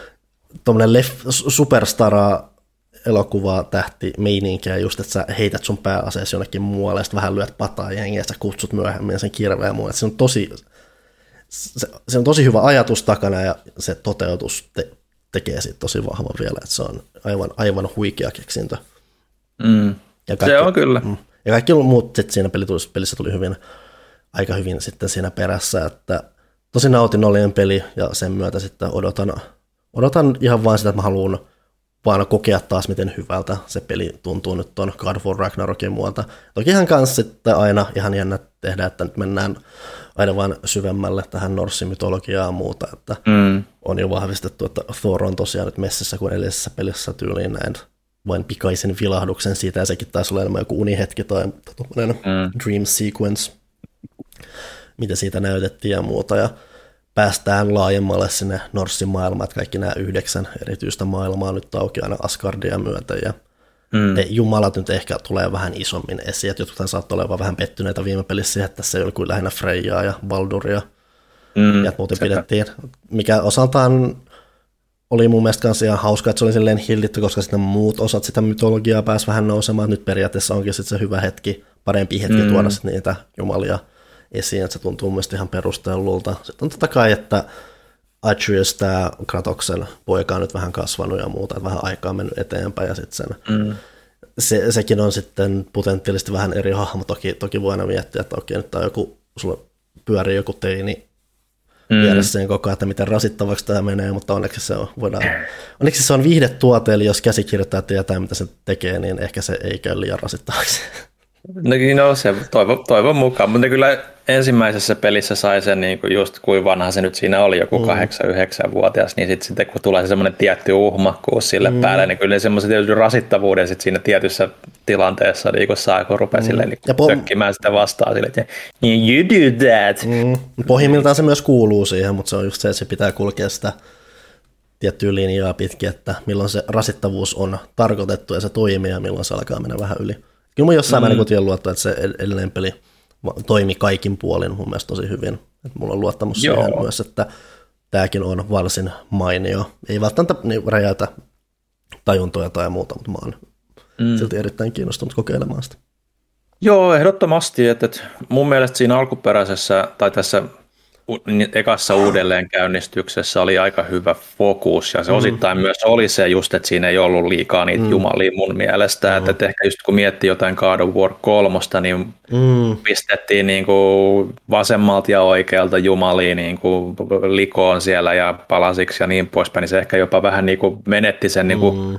superstara elokuva tähti meininkiä just, että sä heität sun pääaseesi jonnekin muualle, ja sitten vähän lyöt pataa jengiä, ja sä kutsut myöhemmin sen kirveen ja muuta. Se on tosi hyvä ajatus takana ja se toteutus tekee siitä tosi vahvan vielä, että se on aivan huikea keksintö. Ja kaikki, se on kyllä. Ja kaikki muut sitten siinä pelissä tuli aika hyvin sitten siinä perässä, että tosi nautinnollinen peli ja sen myötä sitten odotan ihan vaan sitä, että mä haluan vaan kokea taas, miten hyvältä se peli tuntuu nyt tuon God of War Ragnarokin muualta. Tokihan kanssa sitten aina ihan jännä tehdä, että nyt mennään aina vaan syvemmälle tähän norssimytologiaan ja muuta, että on jo vahvistettu, että Thor on tosiaan nyt messissä kuin edellisessä pelissä tyyliin näin vain pikaisen vilahduksen siitä, ja sekin taisi olla enemmän joku unihetki tai dream sequence, mitä siitä näytettiin ja muuta, ja päästään laajemmalle sinne norssimaailmaan, että kaikki nämä 9 erityistä maailmaa nyt auki aina Asgardia myöten, ja jumalat nyt ehkä tulee vähän isommin esiin, että jotkut saattoi olla vähän pettyneitä viime pelissä siihen, että tässä ei ole kuin lähinnä Freyjaa ja Balduria, ja muuten pidettiin, mikä osaltaan oli mun mielestä kanssa ihan hauska, että se oli silleen hillitty, koska sitten muut osat sitä mytologiaa pääsi vähän nousemaan, nyt periaatteessa onkin sitten se hyvä hetki, parempi hetki tuoda sitten niitä jumalia esiin, että se tuntuu mun mielestä ihan perustellulta. Sitten on totta kai, että Atreus, tämä Kratoksen poika on nyt vähän kasvanut ja muuta, että vähän aikaa mennyt eteenpäin ja sitten sen sekin on sitten potentiaalisesti vähän eri hahmo. Toki voi aina miettiä, että okei, nyt tämä sulla pyörii joku teini vieressä sen koko ajan, että miten rasittavaksi tämä menee, mutta onneksi se on viihdetuote, eli jos käsikirjoittaja tietää, mitä se tekee, niin ehkä se ei käy liian rasittavaksi. No se toivon mukaan, mutta kyllä ensimmäisessä pelissä sai sen niin kuin just kuin vanha se nyt siinä oli, joku 8-9-vuotias, niin sitten kun tulee se semmoinen tietty uhmakkuus sille päälle, niin kyllä semmoisen tietyn rasittavuuden sitten siinä tietyssä tilanteessa niin kun saa, kun rupeaa silleen niin tökkimään sitä vastaan sille, että you do that. Pohjimmiltaan se myös kuuluu siihen, mutta se on just se, että se pitää kulkea sitä tiettyä linjaa pitkin, että milloin se rasittavuus on tarkoitettu ja se toimii ja milloin se alkaa mennä vähän yli. Kyllä mun jossain määrin kotien luotto, että se edellinen peli toimi kaikin puolin mun mielestä tosi hyvin. Että mulla on luottamus siihen myös, että tämäkin on varsin mainio. Ei välttämättä räjäytä tajuntoja tai muuta, mutta mä oon silti erittäin kiinnostunut kokeilemaan sitä. Joo, ehdottomasti. Että mun mielestä siinä alkuperäisessä tai tässä ekassa uudelleenkäynnistyksessä oli aika hyvä fokus, ja se osittain myös oli se just, että siinä ei ollut liikaa niitä jumalia mun mielestä, että ehkä just kun miettii jotain God of War 3, niin pistettiin niinku vasemmalta ja oikealta jumalia niinku likoon siellä ja palasiksi ja niin poispäin, niin se ehkä jopa vähän niinku menetti sen niinku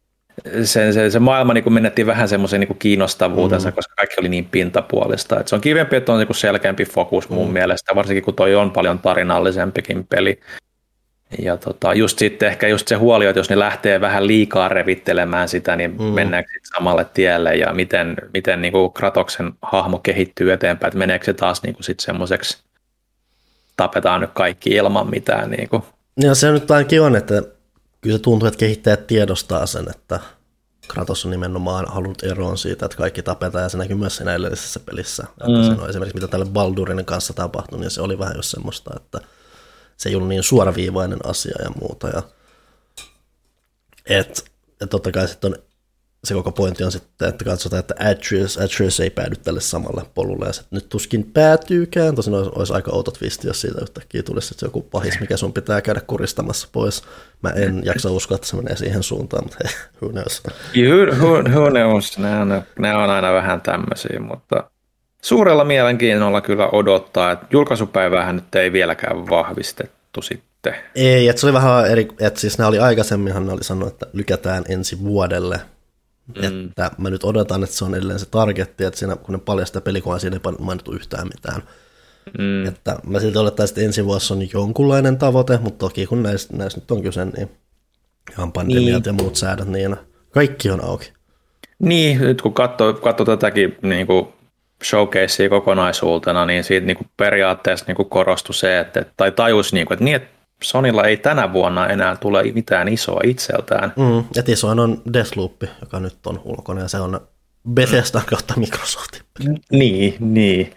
se maailma niin menetti vähän semmoisen niin kiinnostavuutensa, koska kaikki oli niin pintapuolista. Se on kivempi, että on niin selkeämpi fokus mun mielestä, varsinkin kun toi on paljon tarinallisempikin peli. Ja just sitten ehkä just se huoli, että jos ne lähtee vähän liikaa revittelemään sitä, niin mennäänkö sitten samalle tielle ja miten niin kuin Kratoksen hahmo kehittyy eteenpäin, että meneekö se taas niin sitten semmoiseksi, tapetaan nyt kaikki ilman mitään. Niin kuin. Ja se nyt ainakin on, että kyllä se tuntuu, että kehittäjät tiedostaa sen, että Kratos on nimenomaan halunnut eroon siitä, että kaikki tapetaan, ja se näkyy myös siinä edellisessä pelissä. Että se on esimerkiksi mitä tälle Baldurin kanssa tapahtui, niin se oli vähän jos semmoista, että se ei ollut niin suoraviivainen asia ja muuta. Ja totta kai sitten on, se koko pointti on sitten, että katsotaan, että Atreus ei päädy tälle samalle polulle, ja se nyt tuskin päätyykään. Tosin olisi aika outo twisti, jos siitä yhtäkkiä tulisi se joku pahis, mikä sun pitää käydä kuristamassa pois. Mä en jaksa uskoa, että se menee siihen suuntaan, mutta hei, who knows. Who knows, nämä on aina vähän tämmöisiä, mutta suurella mielenkiinnolla kyllä odottaa, että julkaisupäivähän nyt ei vieläkään vahvistettu sitten. Ei, että se oli vähän eri, että siis ne oli sanonut, että lykätään ensi vuodelle. Että mä nyt odotan, että se on edelleen se targetti, että siinä, kun ne paljastaa pelikoa, siinä ei mainittu yhtään mitään. Että mä silti olettaisin, että ensi vuosi on jonkunlainen tavoite, mutta toki kun näistä nyt on kyse, niin ihan pandemiat ja muut säädöt, niin kaikki on auki. Niin, nyt kun katsoo tätäkin niin kuin showcasea kokonaisuutena, niin siitä niin kuin periaatteessa niin kuin korostui se, tai tajus, niin kuin, että Sonylla ei tänä vuonna enää tule mitään isoa itseltään. Et isoin on Deathloop, joka nyt on ulkona, ja se on Bethesdan kautta Microsoftin. Niin.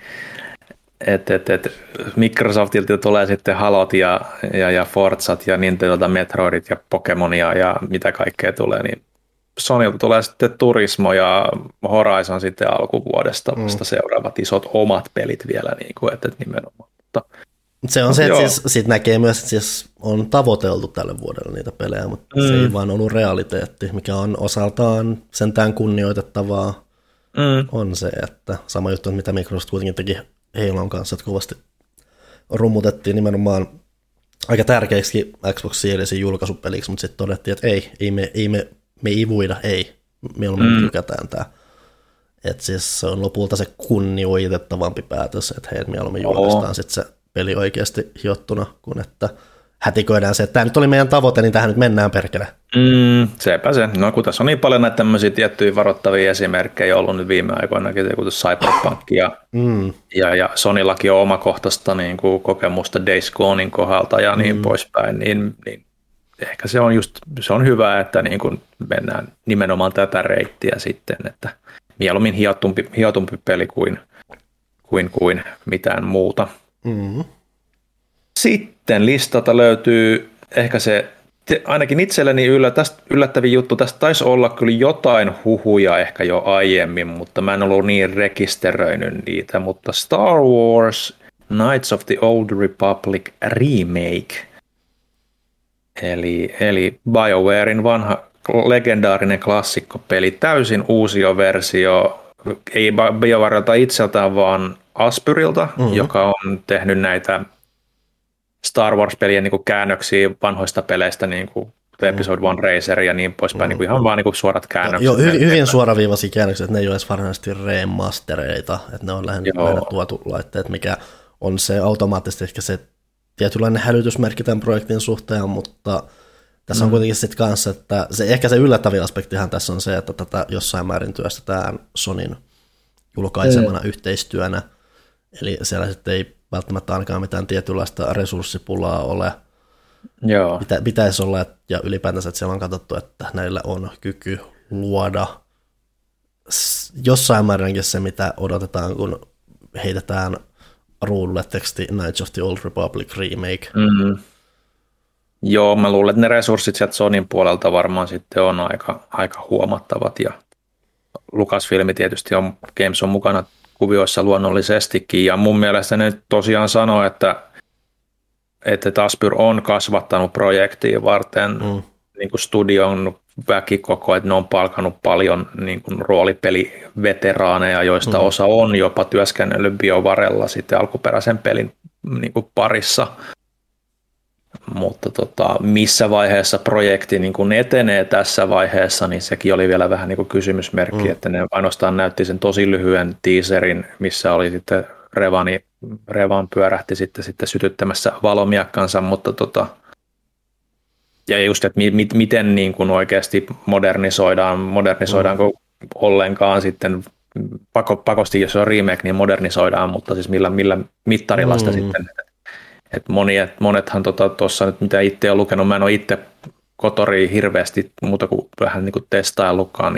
Microsoftilta tulee sitten Halot ja Forzat ja Nintendolta Metroidit ja Pokemonia ja mitä kaikkea tulee, niin Sonylta tulee sitten Turismo ja Horizon sitten alkuvuodesta vasta seuraavat isot omat pelit vielä, niin kuin, että nimenomaan. Se on se, että siis, siitä näkee myös, että siis on tavoiteltu tälle vuodelle niitä pelejä, mutta se ei vaan ollut realiteetti, mikä on osaltaan sentään kunnioitettavaa. On se, että sama juttu, mitä Microsoft kuitenkin teki Halon kanssa, että kovasti rummutettiin nimenomaan aika tärkeäksi Xbox Seriesin julkaisupeliksi, mutta sitten todettiin, että me ei voida, mieluummin lykätään tämä. Että siis se on lopulta se kunnioitettavampi päätös, että hei, mieluummin julkaistaan sitten se peli oikeasti hiottuna, kun että hätiköidään se, että tämä nyt oli meidän tavoite, niin tähän nyt mennään perkele. Sepä se. No kun tässä on niin paljon näitä tämmöisiä tiettyjä varoittavia esimerkkejä ollut nyt viime aikoinakin, kuten Cyberpunk ja Sonyllakin on omakohtaista niin kuin kokemusta Days Gonein kohdalta ja niin poispäin, niin ehkä se on hyvä, että niin kuin mennään nimenomaan tätä reittiä sitten, että mieluummin hiotumpi peli kuin mitään muuta. Sitten listalta löytyy ehkä se, ainakin itselleni yllättävin juttu, tästä taisi olla kyllä jotain huhuja ehkä jo aiemmin, mutta mä en ollut niin rekisteröinyt niitä, mutta Star Wars Knights of the Old Republic remake, eli BioWarein vanha legendaarinen klassikkopeli, täysin uusi versio, ei BioWarelta itseltään, vaan Aspyrilta, joka on tehnyt näitä Star Wars-pelien niin kuin käännöksiä vanhoista peleistä, niin kuin Episode 1 Racer ja niin poispäin, niin kuin ihan vaan niin kuin suorat käännökset. Joo, hyvin suoraviivaisia käännöksiä, että ne ei ole edes varsinaisesti remastereita, että ne on lähinnä tuotu laitteet, mikä on se automaattisesti ehkä se tietynlainen hälytysmerkki tämän projektin suhteen, mutta tässä on kuitenkin sitten kanssa, että ehkä se yllättävin aspektihan tässä on se, että tätä jossain määrin työstetään Sonyn julkaisemana yhteistyönä, eli siellä sitten ei välttämättä ainakaan mitään tietynlaista resurssipulaa ole. Joo. Pitäisi olla, ja ylipäätänsä, että siellä on katsottu, että näillä on kyky luoda jossain määrinkin se, mitä odotetaan, kun heitetään ruudulle teksti Knights of the Old Republic remake. Joo, mä luulen, että ne resurssit sieltä Sonyn puolelta varmaan sitten on aika huomattavat, ja Lucasfilm tietysti Games on mukana kuvioissa luonnollisestikin, ja mun mielestä ne tosiaan sanoo, että Aspyr on kasvattanut projektia varten niin kuin studion väkikoko, että ne on palkannut paljon niin kuin roolipeliveteraaneja, joista osa on jopa työskennellyt BioWarella sitten alkuperäisen pelin niin kuin parissa. Mutta missä vaiheessa projekti niin kuin etenee tässä vaiheessa, niin sekin oli vielä vähän niin kuin kysymysmerkki, että ne ainoastaan näytti sen tosi lyhyen teaserin, missä oli sitten Revan pyörähti sitten sytyttämässä valomiakkansa, mutta ja just, että miten niin kuin oikeasti modernisoidaanko ollenkaan sitten, pakosti jos on remake, niin modernisoidaan, mutta siis millä mittarilla sitä sitten, että monethan tuossa nyt mitä itse olen lukenut, mä en ole itse Kotoria hirveästi muuta kuin vähän niin kuin testaillutkaan,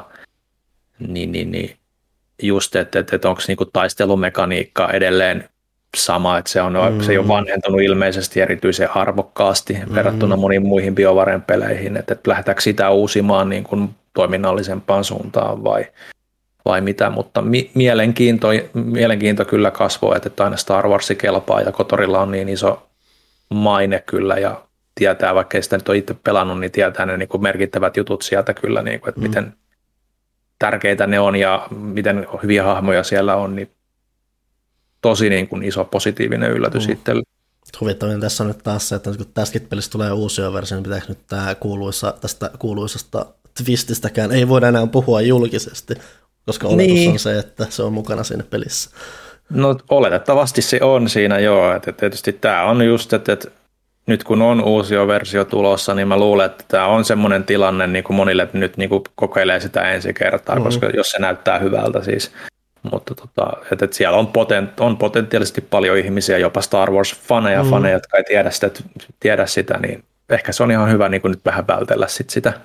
niin just, että onko niinku taistelumekaniikka edelleen sama, että se ei ole vanhentunut ilmeisesti erityisen arvokkaasti verrattuna moniin muihin BioWaren peleihin, että lähdetäänkö sitä uusimaan niin kuin toiminnallisempaan suuntaan vai mitä, mutta mielenkiinto kyllä kasvoi, että aina Star Wars kelpaa ja Kotorilla on niin iso maine kyllä ja tietää, vaikka ei sitä nyt ole itse pelannut, niin tietää ne niin kuin merkittävät jutut sieltä kyllä, niin kuin, että miten tärkeitä ne on ja miten hyviä hahmoja siellä on, niin tosi niin kuin iso positiivinen yllätys itselle. Huvittavin tässä on nyt taas se, että kun tästäkin pelistä tulee uusia versio, niin pitääkö nyt tästä kuuluisasta twististäkään ei voida enää puhua julkisesti, koska oletus on se, että se on mukana siinä pelissä. No oletettavasti se on siinä joo, että tietysti tämä on just, että nyt kun on uusi versio tulossa, niin mä luulen, että tämä on semmoinen tilanne niin kuin monille, että nyt niin kuin kokeilee sitä ensi kertaa, koska jos se näyttää hyvältä siis. Mutta että siellä on potentiaalisesti paljon ihmisiä, jopa Star Wars-faneja, jotka ei tiedä sitä, niin ehkä se on ihan hyvä niin kuin nyt vähän vältellä sitä.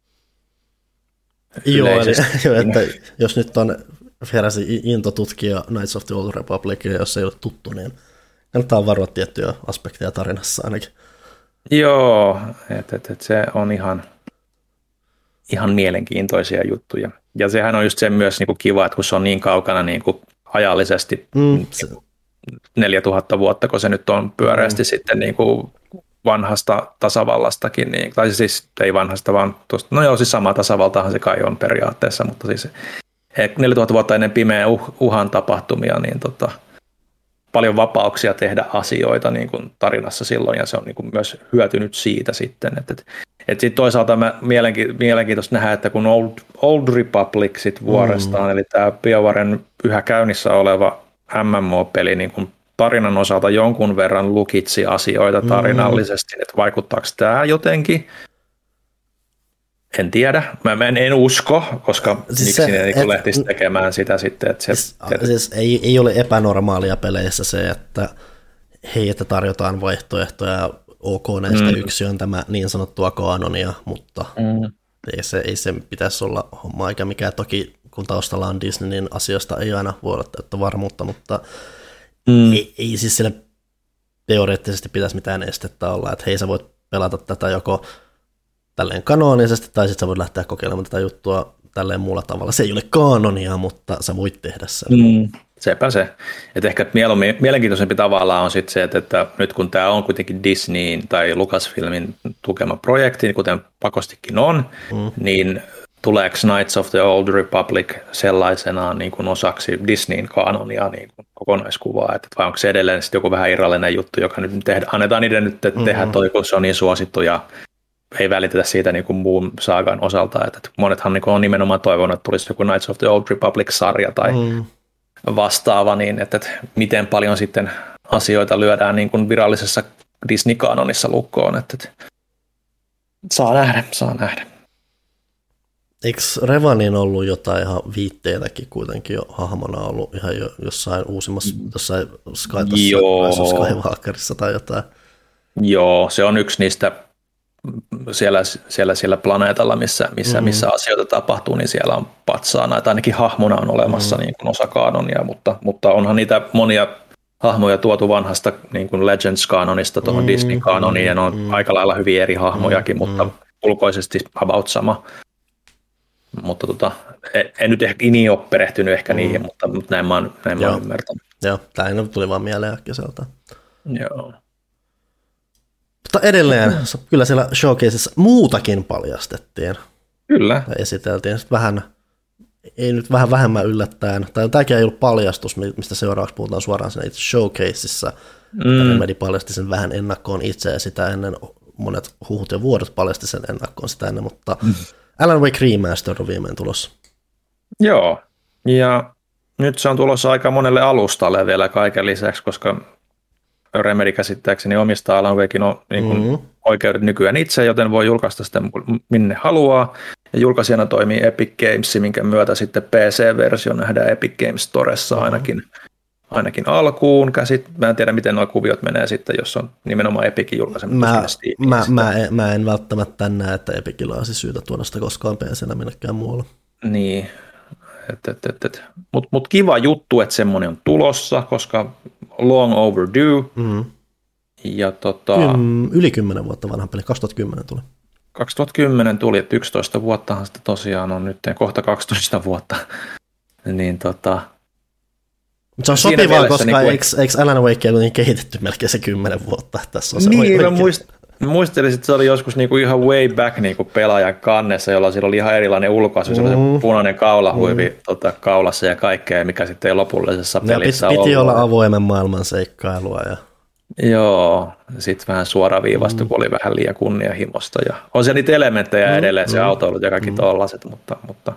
Joo, että jos nyt on heräsi into tutkia Knights of the Old Republic, ja jos ei ole tuttu, niin kannattaa varoa tiettyjä aspekteja tarinassa ainakin. Joo, että se on ihan mielenkiintoisia juttuja. Ja sehän on just se myös niin kuin kiva, että kun se on niin kaukana niin kuin ajallisesti, 4000 vuotta, kun se nyt on pyöreästi sitten niin kuin vanhasta tasavallastakin, niin, tai siis ei vanhasta, vaan tuosta, no joo, siis sama tasavaltahan se kai on periaatteessa, mutta siis 4000 vuotta ennen pimeän uhan tapahtumia, niin paljon vapauksia tehdä asioita niin kuin tarinassa silloin, ja se on niin kuin myös hyötynyt siitä sitten. Että sitten toisaalta mielenkiintoista nähdä, että kun Old Republic sit vuorestaan, eli tämä BioWaren yhä käynnissä oleva MMO-peli niin kuin tarinan osalta jonkun verran lukitsi asioita tarinallisesti, että vaikuttaako tämä jotenkin? En tiedä. Mä en usko, koska siis miksi ne lähtisi tekemään sitä sitten. Että siis ei ole epänormaalia peleissä se, että hei, että tarjotaan vaihtoehtoja, ok, näistä yksi on tämä niin sanottua kaanonia, mutta ei se pitäisi olla homma, eikä mikään toki, kun taustalla on Disney, niin asioista ei aina voi olla täyttä varmuutta, mutta ei siis sille teoreettisesti pitäisi mitään estettä olla, että hei, sä voit pelata tätä joko tälleen kanonisesti, tai sitten sä voit lähteä kokeilemaan tätä juttua tälleen muulla tavalla. Se ei ole kaanonia, mutta sä voit tehdä sen. Sepä se. Että ehkä mielenkiintoisempi tavallaan on sitten se, että nyt kun tämä on kuitenkin Disneyin tai Lucasfilmin tukema projekti, kuten pakostikin on, niin tuleeko Knights of the Old Republic sellaisenaan niin kuin osaksi Disneyn kanonia niin kuin kokonaiskuvaa, että vai onko se edelleen sitten joku vähän irrallinen juttu, joka nyt annetaan niiden nyt tehdä toi, kun se on niin suosittu ja ei välitetä siitä niin kuin muun saagan osalta, että monethan niin kuin on nimenomaan toivonut, että tulisi joku Knights of the Old Republic-sarja tai vastaava, niin että miten paljon sitten asioita lyödään niin kuin virallisessa Disney-kanonissa lukkoon, että saa nähdä. Eikö Revanin ollut jotain ihan viitteitäkin kuitenkin jo hahmona ollut ihan jo jossain uusimmassa, jossain Skywalkerissa tai jotain? Joo, se on yksi niistä siellä planeetalla, missä asioita tapahtuu, niin siellä on patsaana, tai ainakin hahmona on olemassa niin kuin osa kanonia, mutta onhan niitä monia hahmoja tuotu vanhasta niin kuin Legends-kanonista tuohon Disney-kanoniin, ja ne on aika lailla hyvin eri hahmojakin, mutta ulkoisesti about sama. Mutta en nyt ehkä niin ole perehtynyt ehkä niihin, mutta näin mä oon ymmärtänyt. Joo, tämä tuli vaan mieleen äkkiseltä. Joo. Mutta edelleen, kyllä siellä showcaseissa muutakin paljastettiin. Kyllä. Ja esiteltiin. Ei nyt vähän vähemmän yllättäen. Tämäkin ei ollut paljastus, mistä seuraavaksi puhutaan suoraan siinä itse showcaseissa. Remedy paljasti sen vähän ennakkoon itse, ja sitä ennen monet huhut ja vuodot paljasti sen ennakkoon sitä ennen, mutta Alan Wake Remaster on viimein tulossa. Joo, ja nyt se on tulossa aika monelle alustalle vielä kaiken lisäksi, koska Remedy käsittääkseni omistaa Alan Wakein niin oikeudet nykyään itse, joten voi julkaista sitä minne haluaa. Ja julkaisijana toimii Epic Games, minkä myötä sitten PC-versio nähdään Epic Games Storessa ainakin alkuun. Mä en tiedä, miten nuo kuviot menee sitten, jos on nimenomaan Epicin julkaisemista. Mä en välttämättä näe, että Epicillä olisi syytä tuoda sitä koskaan PC:nä minnekään muualla. Niin, Mutta kiva juttu, että semmoinen on tulossa, koska long overdue. Ja yli 10 vuotta vanha peli, 2010 tuli. 2010 tuli, että 11 vuottahan sitä tosiaan on nyt, kohta 12 vuotta. Niin se on sopivaa, koska niin eikö Alan Wakea niin kehitetty melkein se 10 vuotta? Tässä on se niin, muistelin, että se oli joskus niinku ihan way back niinku pelaajan kannessa, jolla sillä oli ihan erilainen ulkoasu, se punainen kaulahuivi kaulassa ja kaikkea, mikä sitten ei lopullisessa pelissä ollut. Piti olla avoimen maailman seikkailua. Joo, sitten vähän suoraviivasta, kun oli vähän liian kunnianhimosta. Ja on se niitä elementtejä edelleen, se autoilut ja kaikki tollaset, mutta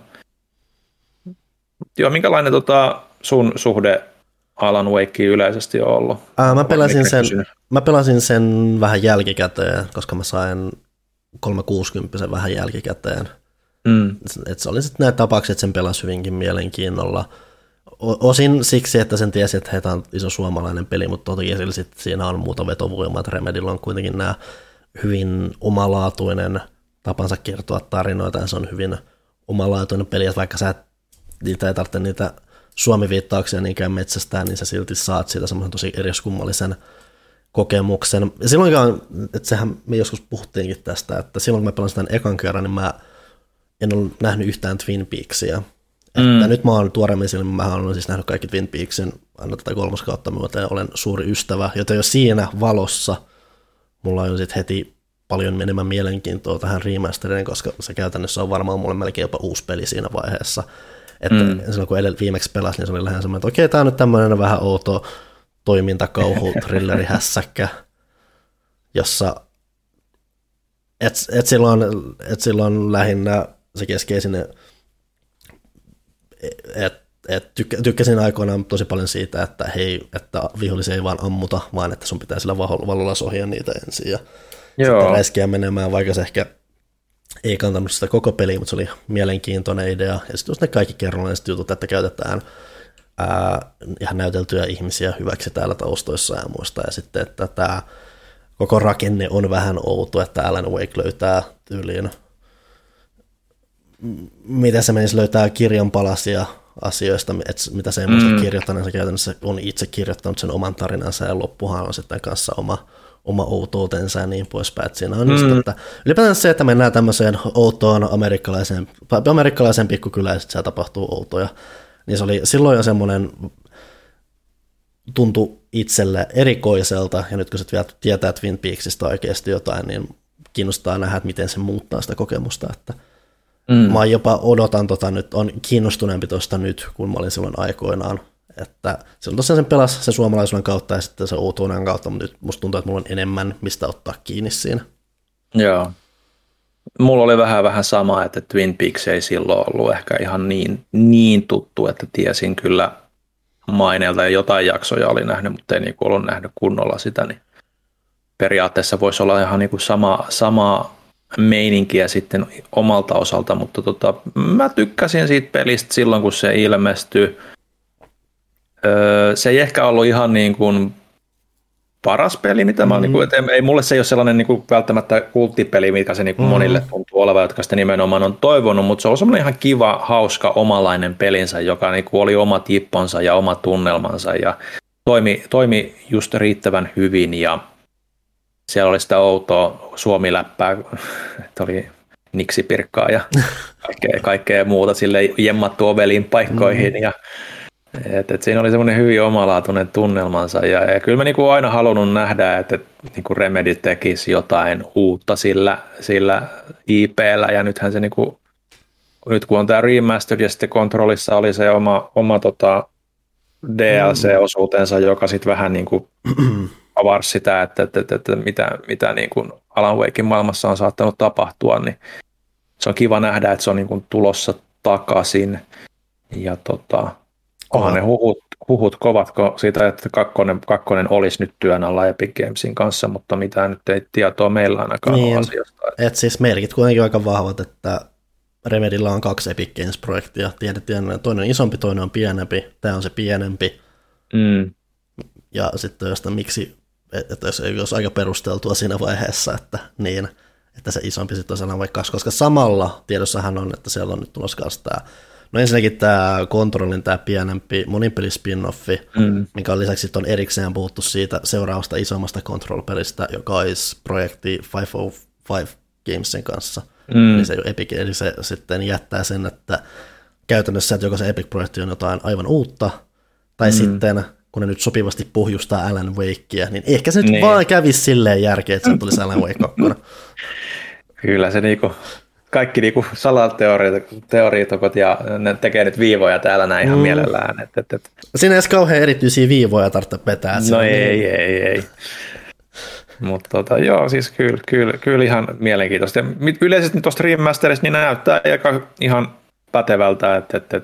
joo, minkälainen sun suhde Alan Wakeen yleisesti on ollut? Mä pelasin sen vähän jälkikäteen, koska mä sain 360 vähän jälkikäteen. Et se oli sitten näitä tapauksia, että sen pelasi hyvinkin mielenkiinnolla. Osin siksi, että sen tiesi, että heitä on iso suomalainen peli, mutta toki siinä on muuta vetovoimaa, että Remedyllä on kuitenkin nämä hyvin omalaatuinen tapansa kertoa tarinoita, ja se on hyvin omalaatuinen peli, että vaikka sä niitä ei tarvitse niitä suomiviittauksia niinkään metsästään, niin sä silti saat siitä semmoisen tosi eriskummallisen kokemuksen. Ja silloinkaan, että sehän me joskus puhuttiinkin tästä, että silloin kun mä pelasin tämän ekan kerran, niin mä en ole nähnyt yhtään Twin Peaksia. Että nyt mä oon tuoreemmin silloin, mä oon siis nähnyt kaikki Twin Peaksin aina tätä 3 kautta myötä ja olen suuri ystävä, joten jo siinä valossa mulla on sitten heti paljon enemmän mielenkiintoa tähän remasteriin, koska se käytännössä on varmaan mulle melkein jopa uusi peli siinä vaiheessa. Että silloin kun viimeksi pelasin, niin se oli lähinnä semmoinen, että okei, tää on nyt tämmöinen vähän outo toimintakauhu-thrilleri-hässäkkä, jossa silloin lähinnä se keskeinen, tykkäsin aikoinaan tosi paljon siitä, että vihollisia ei vaan ammuta, vaan että sun pitää sillä valolla sohia niitä ensin ja sitten räiskiä menemään, vaikka se ehkä ei kantanut sitä koko peliä, mutta se oli mielenkiintoinen idea. Ja sitten ne kaikki kerralliset jutut, että käytetään ihan näyteltyjä ihmisiä hyväksi täällä taustoissa ja muista. Ja sitten, että tämä koko rakenne on vähän outo, että Alan Wake löytää tyyliin, miten se menisi löytää kirjan palasia asioista, mitä se ei muista kirjoittaneen. Se käytännössä on itse kirjoittanut sen oman tarinansa ja loppuhan on sitten kanssa oma outoutensa ja niin poispäin. Siinä on just, että ylipäätään se, että mennään tämmöiseen outoon amerikkalaiseen pikkukylään ja sitten siellä tapahtuu outoja, niin se oli silloin jo semmoinen tuntui itselle erikoiselta, ja nyt kun sä vielä tietää Twin Peaksista oikeasti jotain, niin kiinnostaa nähdä, että miten se muuttaa sitä kokemusta, että mä jopa odotan nyt, on kiinnostuneempi tuosta nyt, kun mä olin silloin aikoinaan, että silloin tosiaan sen pelasi sen suomalaisuuden kautta ja sitten se uutuuden kautta, mutta nyt musta tuntuu, että mulla on enemmän, mistä ottaa kiinni siinä. Joo. Mulla oli vähän sama, että Twin Peaks ei silloin ollut ehkä ihan niin tuttu, että tiesin kyllä maineelta ja jotain jaksoja oli nähnyt, mutta ei niinku ollut nähnyt kunnolla sitä, niin periaatteessa voisi olla ihan niinku sama meininkiä sitten omalta osalta, mutta mä tykkäsin siitä pelistä silloin, kun se ilmestyi. Se ei ehkä ollut ihan niin kuin paras peli, mitä mä ei mulle se ei ole sellainen niin kuin välttämättä kulttipeli, mikä se niin kuin monille tuntuu olevan, jotka sitä nimenomaan on toivonut, mutta se on semmoinen ihan kiva, hauska, omalainen pelinsä, joka niin kuin oli oma tipponsa ja oma tunnelmansa ja toimi just riittävän hyvin ja siellä oli sitä outoa suomiläppää, että oli niksipirkkaa ja kaikkea muuta sille jemmattu oveliin paikkoihin ja et siinä oli semmoinen hyvin omalaatuinen tunnelmansa ja kyllä mä niinku aina halunnut nähdä, että niinku Remedy tekisi jotain uutta sillä IP:llä ja nythän se niinku, nyt kun on tämä remastered ja sitten Controlissa oli se oma DLC-osuutensa, joka sitten vähän niinku avarsi sitä, että mitä niinku Alan Waken maailmassa on saattanut tapahtua, niin se on kiva nähdä, että se on niinku tulossa takaisin ja onhan ne huhut kovatko siitä, että kakkonen olisi nyt työn alla Epic Gamesin kanssa, mutta mitään nyt ei tietoa meillä ainakaan ole asiasta. Et siis merkit kuitenkin aika vahvat, että Remedyllä on 2 Epic Games-projektia. Tiedetään, toinen on isompi, toinen on pienempi. Tämä on se pienempi. Ja sitten josta miksi, että jos aika perusteltua siinä vaiheessa, että se isompi sitten on sellainen vaikka 2, koska samalla tiedossahan on, että siellä on nyt tulossa tämä. No ensinnäkin tämä Controlin tämä pienempi monipeli-spin-offi, mikä on lisäksi on erikseen puhuttu siitä seuraavasta isommasta Control-pelistä, joka olisi projekti 505 Gamesin kanssa. Eli se, Epic, eli se sitten jättää sen, että käytännössä, että joko se Epic-projekti on jotain aivan uutta, tai sitten kun ne nyt sopivasti pohjustaa Alan Wakea, niin ehkä se nyt vaan kävisi silleen järkeä, että se tulisi Alan Wake 2. Kyllä se niinku kaikki niinku salateoriitikot ja ne tekee nyt viivoja täällä näin ihan mielellään. Siinä ei edes kauhean erityisiä viivoja tarvitse vetää. No ei. Mutta joo, siis kyllä ihan mielenkiintoista. Ja yleisesti tuosta remasterista niin näyttää ihan pätevältä.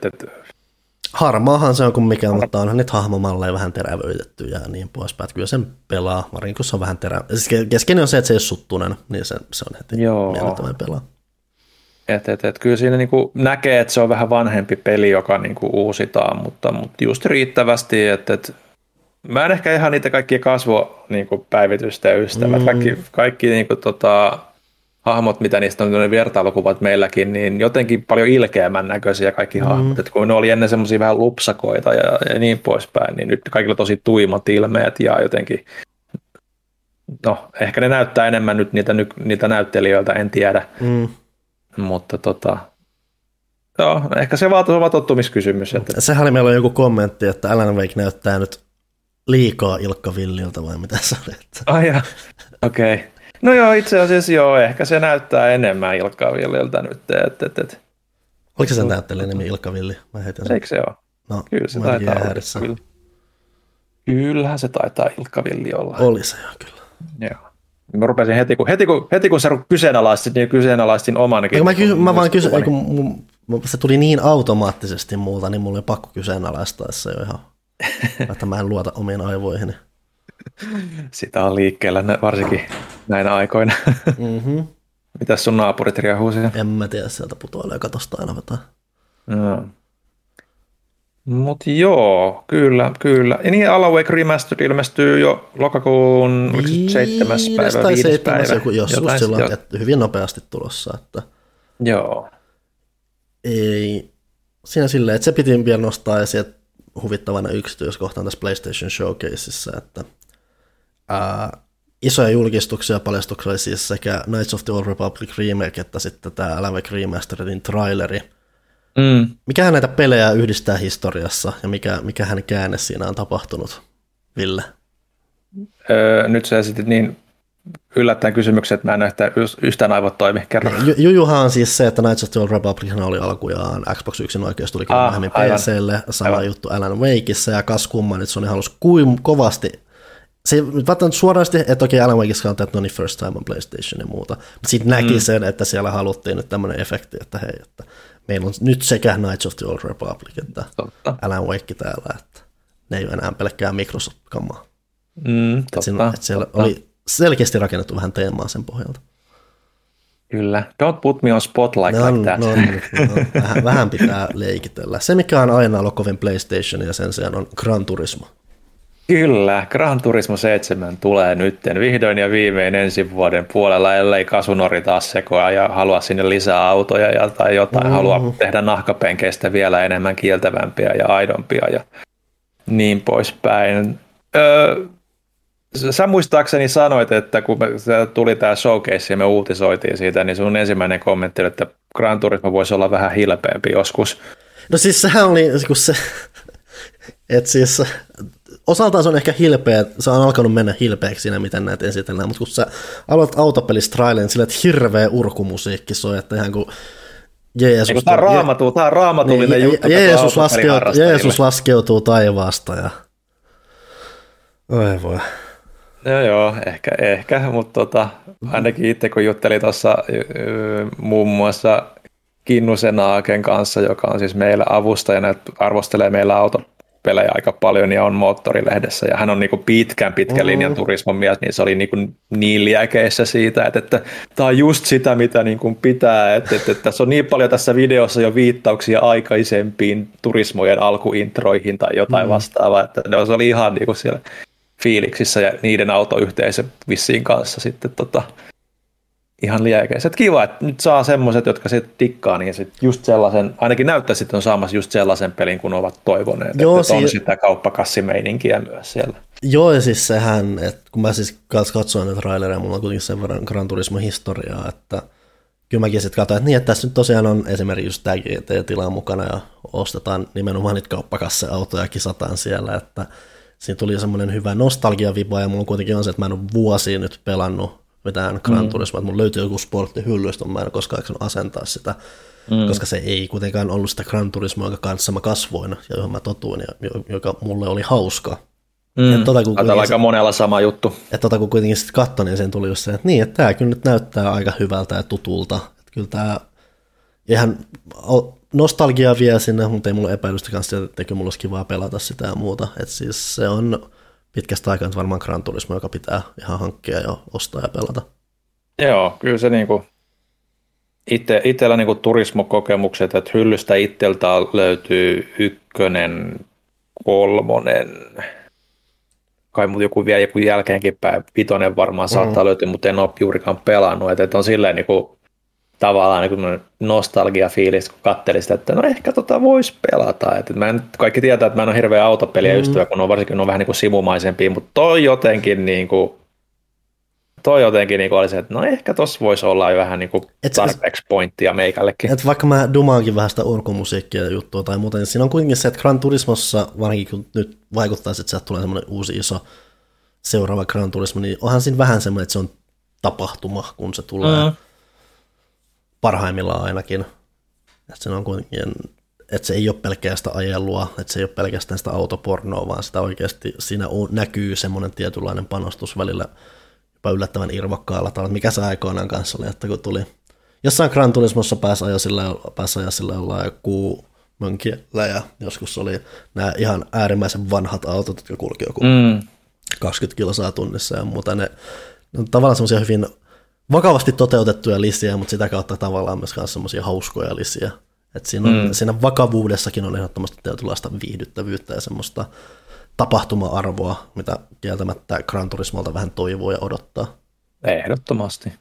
Harmaahan se on kuin mikä, mutta onhan nyt hahmomalleja vähän terävöitetty ja niin poispäin. Kyllä sen pelaa, varsinkin kun se on vähän siis keskeinen on se, että se ei ole suttunen, niin se on heti mielettömän pelaa. Kyllä siinä niinku näkee, että se on vähän vanhempi peli, joka niinku uusitaan, mutta just riittävästi, että mä en ehkä ihan niitä kaikkia kasvopäivitysten ystävät. Kaikki niinku hahmot, mitä niistä on ne vertailukuvat meilläkin, niin jotenkin paljon ilkeämmän näköisiä kaikki hahmot. Et kun ne oli ennen semmoisia vähän lupsakoita ja niin poispäin, niin nyt kaikilla tosi tuimat ilmeet ja jotenkin, no ehkä ne näyttää enemmän nyt niitä näyttelijöiltä, en tiedä. Mutta joo, ehkä se on tottumiskysymys. Sehän oli, meillä on joku kommentti, että Alan Wake näyttää nyt liikaa Ilkka Villiltä vai mitä sä olet? Okei. No joo, itse asiassa joo, ehkä se näyttää enemmän Ilkka Villiltä nyt. Oliko se sen näyttelijän nimi Ilkka Villi? Eikö se ole? No, kyllä se taitaa olla. Kyllähän se taitaa Ilkka Villi olla. Oli se joo, kyllä. Joo. Mä rupesin heti kun sä kyseenalaistit, niin kyseenalaistin omanakin. Mä vaan kysyin, kun se tuli niin automaattisesti multa, niin mulla oli pakko kyseenalaistaa se jo ihan, että mä en luota omiin aivoihini. Sitä on liikkeellä varsinkin näinä aikoina. Mitäs sun naapurit riehuu siellä? En mä tiedä, sieltä putoilee katosta aina vetaa. No. Mutta joo, kyllä. Ja niin Alan Wake Remastered ilmestyy jo lokakuun 7. päivä, 5. päivä. Joskus silloin, että hyvin nopeasti tulossa. Että joo. Ei, siinä silleen, että se piti vielä nostaa esiin huvittavana yksityiskohtana tässä PlayStation Showcaseissa, että isoja julkistuksia ja paljastuksia oli siis sekä Knights of the Old Republic remake, että sitten tämä Alan Wake Remasteredin traileri. Mikähän näitä pelejä yhdistää historiassa ja mikähän käänne siinä on tapahtunut? Ville? Nyt sä esitit niin yllättäen kysymyksen, että mä en ehkä yhtään aivot toimi. Kerro. Jujuhan on siis se, että Knights of the Old Republic oli alkujaan Xbox 1 oikeus, tuli kyllä myöhemmin PC:lle, sama juttu Alan Wakeissa, ja kas kumman, että Sony halusi kovasti. Se ei välttämättä suorasti, että toki Alan Wakeissa on että niin first time on PlayStation ja muuta, mutta siitä näki sen, että siellä haluttiin nyt tämmöinen efekti, että hei, että meillä on nyt sekä Knights of the Old Republic että Alan Wake täällä, että ne ei ole enää pelkkää Microsoft-kamaa. Että siellä oli selkeästi rakennettu vähän teemaa sen pohjalta. Kyllä. Don't put me on spotlight like that. Vähän pitää leikitellä. Se, mikä on aina ollut kovin PlayStation ja sen sijaan on Gran Turismo. Kyllä, Gran Turismo 7 tulee nyt vihdoin ja viimein ensi vuoden puolella, ellei Kasunori taas sekoa ja halua sinne lisää autoja tai jotain, haluaa tehdä nahkapenkeistä vielä enemmän kieltävämpiä ja aidompia ja niin poispäin. Sä muistaakseni sanoit, että kun tuli tämä showcase ja me uutisoitiin siitä, niin sun ensimmäinen kommentti oli, että Gran Turismo voisi olla vähän hilpeämpi joskus. No siis sehän oli, kun se, että siis osaltaan se on ehkä hilpeä, se on alkanut mennä hilpeäksi siinä, miten näitä esitellään, mutta kun sä aloit autopelissä trailen sillä, että hirveä urkumusiikki soi, että ihan kuin Jeesus, tämä on raamatullinen juttu. Jeesus laskeutuu taivaasta ja oi voi. Joo, ehkä, mutta ainakin itse kun juttelin tuossa muun muassa Kinnusen Aaken kanssa, joka on siis meillä avustajana, että arvostelee meillä autopelejä aika paljon ja on Moottorilehdessä ja hän on niinku pitkän linjan turismon mies, niin se oli niin liäkeissä siitä, että tämä on just sitä, mitä niinku pitää, että tässä on niin paljon tässä videossa jo viittauksia aikaisempiin turismojen alkuintroihin tai jotain vastaavaa, että se oli ihan niinku siellä fiiliksissä ja niiden autoyhteisö vissiin kanssa sitten ihan liäkeiset. Kiva, että nyt saa semmoiset, jotka sitten tikkaa, niin sitten just sellaisen, ainakin näyttää sitten on saamassa just sellaisen pelin, kun ovat toivoneet, joo, että on sitä kauppakassimeininkiä myös siellä. Joo, ja siis sehän, että kun mä siis katsoin näitä trailereja, mulla on kuitenkin sen verran Gran Turismo-historiaa, että kyllä mäkin sitten katsoin, että niin, että tässä nyt tosiaan on esimerkiksi just tämä GT-tila mukana ja ostetaan nimenomaan niitä kauppakasseautoja ja kisataan siellä, että siinä tuli semmoinen hyvä nostalgia-viba, ja mulla kuitenkin on se, että mä en ole vuosiin nyt pelannut mitään Gran Turismoa, että mulla löytyy joku sporttihyllystä, mutta mä en ole koskaan asentaa sitä, koska se ei kuitenkaan ollut sitä Gran Turismoa, jonka kanssa mä kasvoin ja johon mä totuin, ja joka mulle oli hauska. Aika monella sama juttu. Että kun kuitenkin sitten katsoin, niin sen tuli just se, että niin, että tämä kyllä nyt näyttää aika hyvältä ja tutulta. Että kyllä tämä ihan nostalgia vie sinne, mutta ei mulla epäilystä kanssa, että mulla olisi kivaa pelata sitä ja muuta. Että siis se on pitkästä aikaa varmaan Gran Turismo, joka pitää ihan hankkia ja ostaa ja pelata. Joo, kyllä se niinku itsellä niinku turismokokemukset, että hyllystä itseltä löytyy 1, 3, kai joku vielä joku jälkeenkin päin, 5 varmaan saattaa löytyä, mutta en ole juurikaan pelannut, että on silleen niinku tavallaan niin nostalgia-fiilis, kun katselin sitä, että no ehkä voisi pelata. Että mä en, kaikki tietää, että mä en ole hirveä autopeliä ystävä, kun on varsinkin vähän niin kuin simumaisempia, mutta toi jotenkin oli se, että no ehkä tossa voisi olla vähän niin kuin tarpeeksi pointtia meikällekin. Et vaikka mä dumaankin vähän sitä urkumusiikkia ja juttua tai muuta, niin siinä on kuitenkin se, että Gran Turismossa, varsinkin kun nyt vaikuttaa, että sieltä tulee semmoinen uusi iso seuraava Gran Turismo, niin onhan siinä vähän semmoinen, että se on tapahtuma, kun se tulee. Parhaimmillaan ainakin, että se on kuitenkin, että se ei ole pelkkää sitä ajelua, että se ei ole pelkästään sitä autopornoa, vaan sitä oikeasti siinä näkyy semmoinen tietynlainen panostus välillä jopa yllättävän irvokkaalla tavalla, mikä se aikoinaan kanssa oli, että kun tuli jossain Gran Turismossa pääsi ajaa sillä jollain kuumönkiellä ja joskus oli nämä ihan äärimmäisen vanhat autot, jotka kulki joku 20 kilsaa tunnissa ja muuta, ne on tavallaan semmoisia hyvin vakavasti toteutettuja lisiä, mutta sitä kautta tavallaan myös semmoisia hauskoja lisiä. Että siinä vakavuudessakin on ehdottomasti tietynlaista viihdyttävyyttä ja semmoista tapahtuma-arvoa, mitä kieltämättä Gran Turismolta vähän toivoo ja odottaa. Ehdottomasti.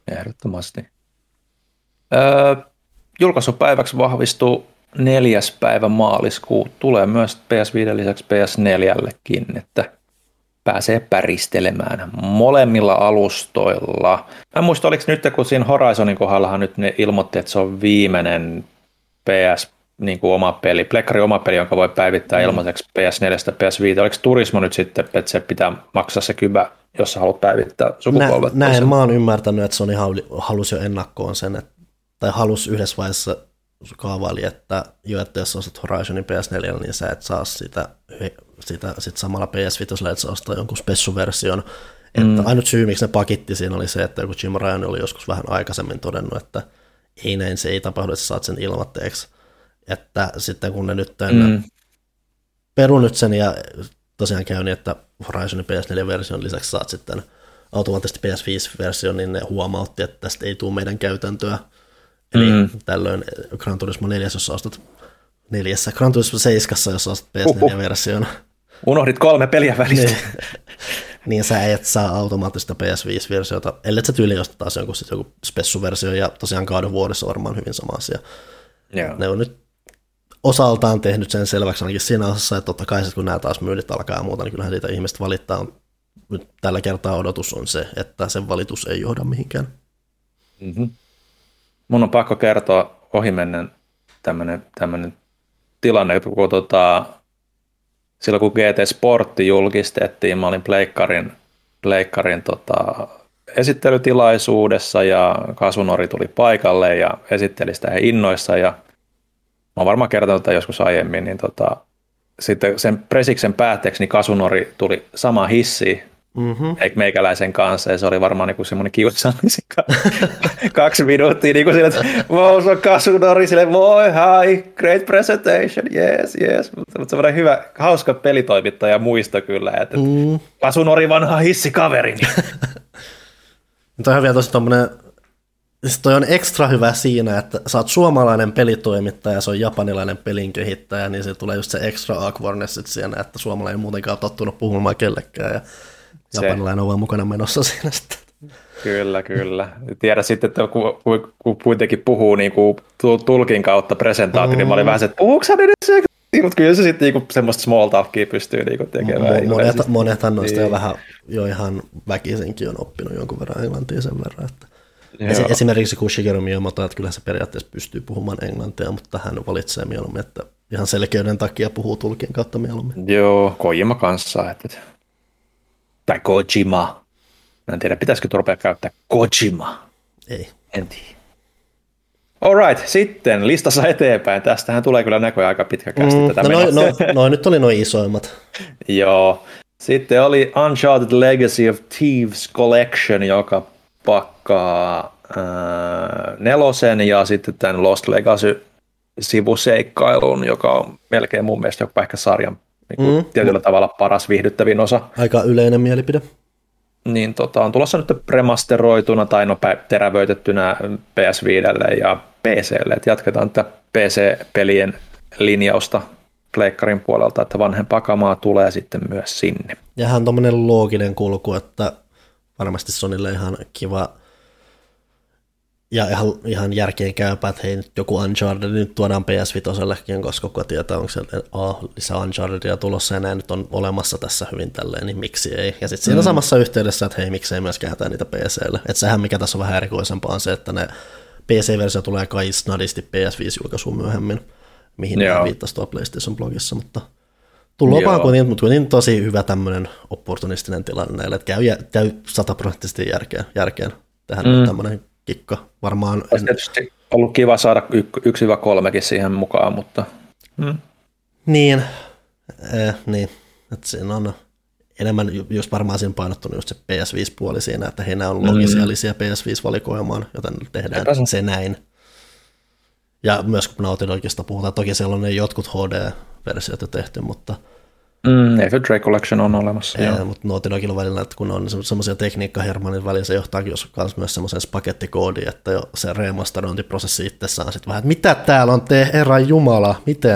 Julkaisupäiväksi vahvistuu 4. päivä maaliskuuta. Tulee myös PS5 lisäksi PS4-llekin, että pääsee päristelemään molemmilla alustoilla. Mä en muista, oliko nyt, kun siinä Horizonin kohdallahan nyt ne ilmoitti, että se on viimeinen PS niin kuin oma peli, Plekkari oma peli, jonka voi päivittää ilmaiseksi PS4 PS5. Oliko Turismo nyt sitten, että se pitää maksaa se kybä, jos sä haluat päivittää sukupolvet? Näin mä oon ymmärtänyt, että Sony halusi jo ennakkoon sen, tai halusi yhdessä vaiheessa kaavaili, että jos ostat Horizonin PS4, niin sä et saa sitä sit samalla PS5, että sä ostaa jonkun spessuversion. Että ainut syy, miksi ne pakitti siinä oli se, että joku Jim Ryan oli joskus vähän aikaisemmin todennut, että ei näin, se ei tapahdu, että sä saat sen ilmatteeksi. Että sitten kun ne nyt perunut sen ja tosiaan käy niin, että Horizonin PS4-version lisäksi saat sitten automaattisesti PS5-version, niin ne huomautti, että tästä ei tule meidän käytäntöä. Eli tällöin Gran Turismo 4, jos ostat Gran Turismo 7, jos ostat PS4-version. Unohdit 3 peliä välistä. Niin sä et saa automaattista PS5-versiota, ellei sä tyyli ostat taas joku spessuversio, ja tosiaan God of Warissa on varmaan hyvin sama asia. Joo. Ne on nyt osaltaan tehnyt sen selväksi ainakin siinä osassa, että totta kai kun nämä taas myynnit alkaa ja muuta, niin kyllähän siitä ihmiset valittaa. Nyt tällä kertaa odotus on se, että sen valitus ei johda mihinkään. Mm-hmm. Mun on pakko kertoa ohimennen tämmöinen tilanne, kun silloin kun GT Sportti julkistettiin, mä olin Pleikkarin esittelytilaisuudessa ja Kasunori tuli paikalle ja esitteli sitä innoissa ja mä oon varmaan kertonut tätä joskus aiemmin, niin sitten sen presiksen päätteeksi niin Kasunori tuli sama hissiin meikäläisen kanssa ja se oli varmaan niin semmoinen kiusallisi 2 minuuttia niin kuin sille, että wow, se on Kasunori, sille voi, hi, great presentation, yes, mutta semmoinen hyvä, hauska pelitoimittaja muisto kyllä, että Kasunori vanha hissikaveri. Toi on vielä tosi tommoinen, siis toi on ekstra hyvä siinä, että sä oot suomalainen pelitoimittaja ja se on japanilainen pelin kehittäjä, niin se tulee just se extra awkwardness siinä, että suomalainen ei muutenkaan ole tottunut puhumaan kellekään ja japanilainen on vaan mukana menossa siinä sitten. Kyllä. Tiedä sitten, että kun kuitenkin puhuu niin kuin tulkin kautta presentaatio, niin mä olin vähän se, että puhuuko hän edes? Mutta kyllä se sitten niin semmoista small talkia pystyy niin tekemään. Monethan noista jo vähän jo ihan väkisinkin on oppinut jonkun verran englantia sen verran. Että esimerkiksi kun Shigeru Miyamoto, että kyllä se periaatteessa pystyy puhumaan englantia, mutta hän valitsee mieluummin, että ihan selkeyden takia puhuu tulkin kautta mieluummin. Joo, Kojima kanssa. Tai Kojima. Mä en tiedä, pitäisikö rupea käyttää Kojima. Ei. En tiedä. Alright, sitten listassa eteenpäin. Tästähän tulee kyllä näköjään aika pitkä kästi tätä nyt oli noin isoimmat. Joo. Sitten oli Uncharted Legacy of Thieves Collection, joka pakkaa 4 ja sitten tämän Lost Legacy-sivuseikkailun, joka on melkein mun mielestä jopa ehkä sarjan niin tietyllä tavalla paras viihdyttävin osa. Aika yleinen mielipide. Niin on tulossa nyt remasteroituna tai terävöitettynä PS5 ja PClle. Et jatketaan tätä PC-pelien linjausta Pleikkarin puolelta, että vanhempaa kamaa tulee sitten myös sinne. Ja hän on tommoinen looginen kulku, että varmasti Sonylle ihan kiva ja ihan järkeen käypä, että hei nyt joku Uncharted nyt tuodaan PS5-osellekin, koska kuka tietää, onko siellä lisää Unchartedia tulossa ja nämä nyt on olemassa tässä hyvin tälleen, niin miksi ei. Ja sitten siinä samassa yhteydessä, että hei, miksei myös kääntää niitä PClle. Että sehän mikä tässä on vähän erikoisempaa on se, että ne PC-versio tulee kai snadisti PS5-julkaisuun myöhemmin, mihin ne viittasi tuolla PlayStation-blogissa, mutta tullaan vaan kuitenkin tosi hyvä tämmöinen opportunistinen tilanne näille, että käy 100% järkeen tehdä tämmöinen kikka. Varmaan olisi tietysti ollut kiva saada 1-3kin siihen mukaan, mutta Niin, että siinä on enemmän just varmaan siinä painottunut just se PS5-puoli siinä, että heillä on logisia lisiä PS5-valikoimaan, joten tehdään se näin. Ja myös kun Naughty Dogista puhutaan, toki siellä on ne jotkut HD-versiot jo tehty, mutta Ape Drake Collection on olemassa. Mutta Naughty Dogilla välillä, että kun on semmoisia tekniikkahermoja, niin välillä se johtaakin myös semmoisen spagettikoodiin, että jo se remasterointiprosessi itsessään sitten vähän, että mitä täällä on herran jumala,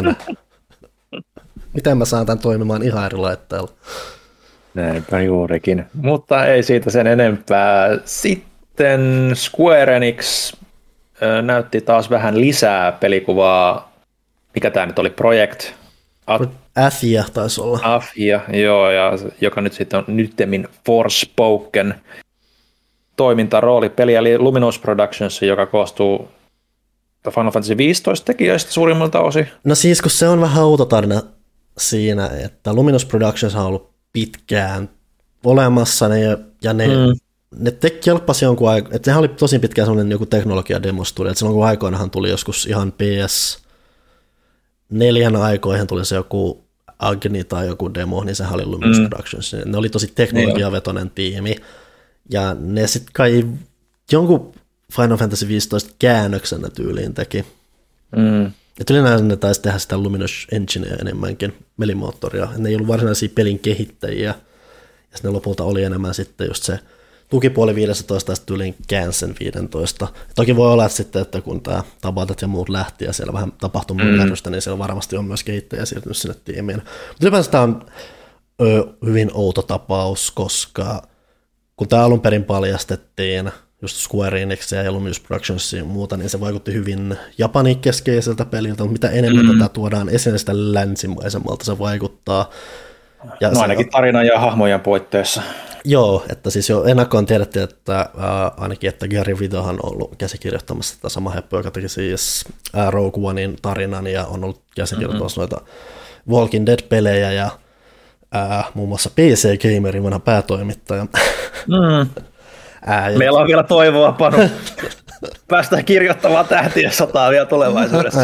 miten mä saan tämän toimimaan ihan eri laitteella. Näinpä juurikin, mutta ei siitä sen enempää. Sitten Square Enix näytti taas vähän lisää pelikuvaa. Mikä tämä nyt oli? Project Athia taisi olla. Athia, joo, ja joka nyt sitten on nyttemmin Forspoken toimintaroolipeli, eli Luminous Productions, joka koostuu Final Fantasy 15 tekijöistä suurimmalta osin. No siis, kun se on vähän autotarina siinä, että Luminous Productions on ollut pitkään olemassa, ja ne kelppasi jonkun aikaa, että sehän oli tosi pitkään sellainen joku teknologia-demostudio, että silloin kun aikoinahan tuli joskus ihan PS4 aikoihin tuli se joku Agni tai joku demo, niin sehän oli Luminous Productions. Ne oli tosi teknologiavetoinen tiimi, ja ne sitten kai jonkun Final Fantasy 15 käännöksen ne tyyliin teki. Ja yleensä ne taisi tehdä sitä Luminous Enginea enemmänkin, pelimoottoria. Ne ei ollut varsinaisia pelin kehittäjiä, ja sitten lopulta oli enemmän sitten just se tukipuoli 15 ja sitten tyyliin käänsen 15. Toki voi olla että sitten, että kun tämä Tabatat ja muut lähti ja siellä vähän tapahtui myllerrystä, niin siellä varmasti on myös kehittäjä siirtynyt sinne tiimiin. Mutta ylipäänsä tämä on hyvin outo tapaus, koska kun tämä alun perin paljastettiin just Square Enixia ja Luminous Productionsia ja muuta, niin se vaikutti hyvin japanikeskeiseltä peliltä, mutta mitä enemmän tätä tuodaan esiin, sitä länsimaisemmalta se vaikuttaa. Ja no ainakin tarinan ja hahmojen puitteissa. Joo, että siis jo ennakkoon tiedettiin, että ainakin, että Gary Vitohan on ollut käsikirjoittamassa tätä samaa heppoa, joka teki siis Rogue Onein tarinan ja on ollut käsikirjoittamassa noita Walking Dead-pelejä ja muun muassa PC Gamerin vanha päätoimittaja. Meillä on vielä toivoa, Panu. Päästään kirjoittamaan Tähtien sotaa vielä tulevaisuudessa.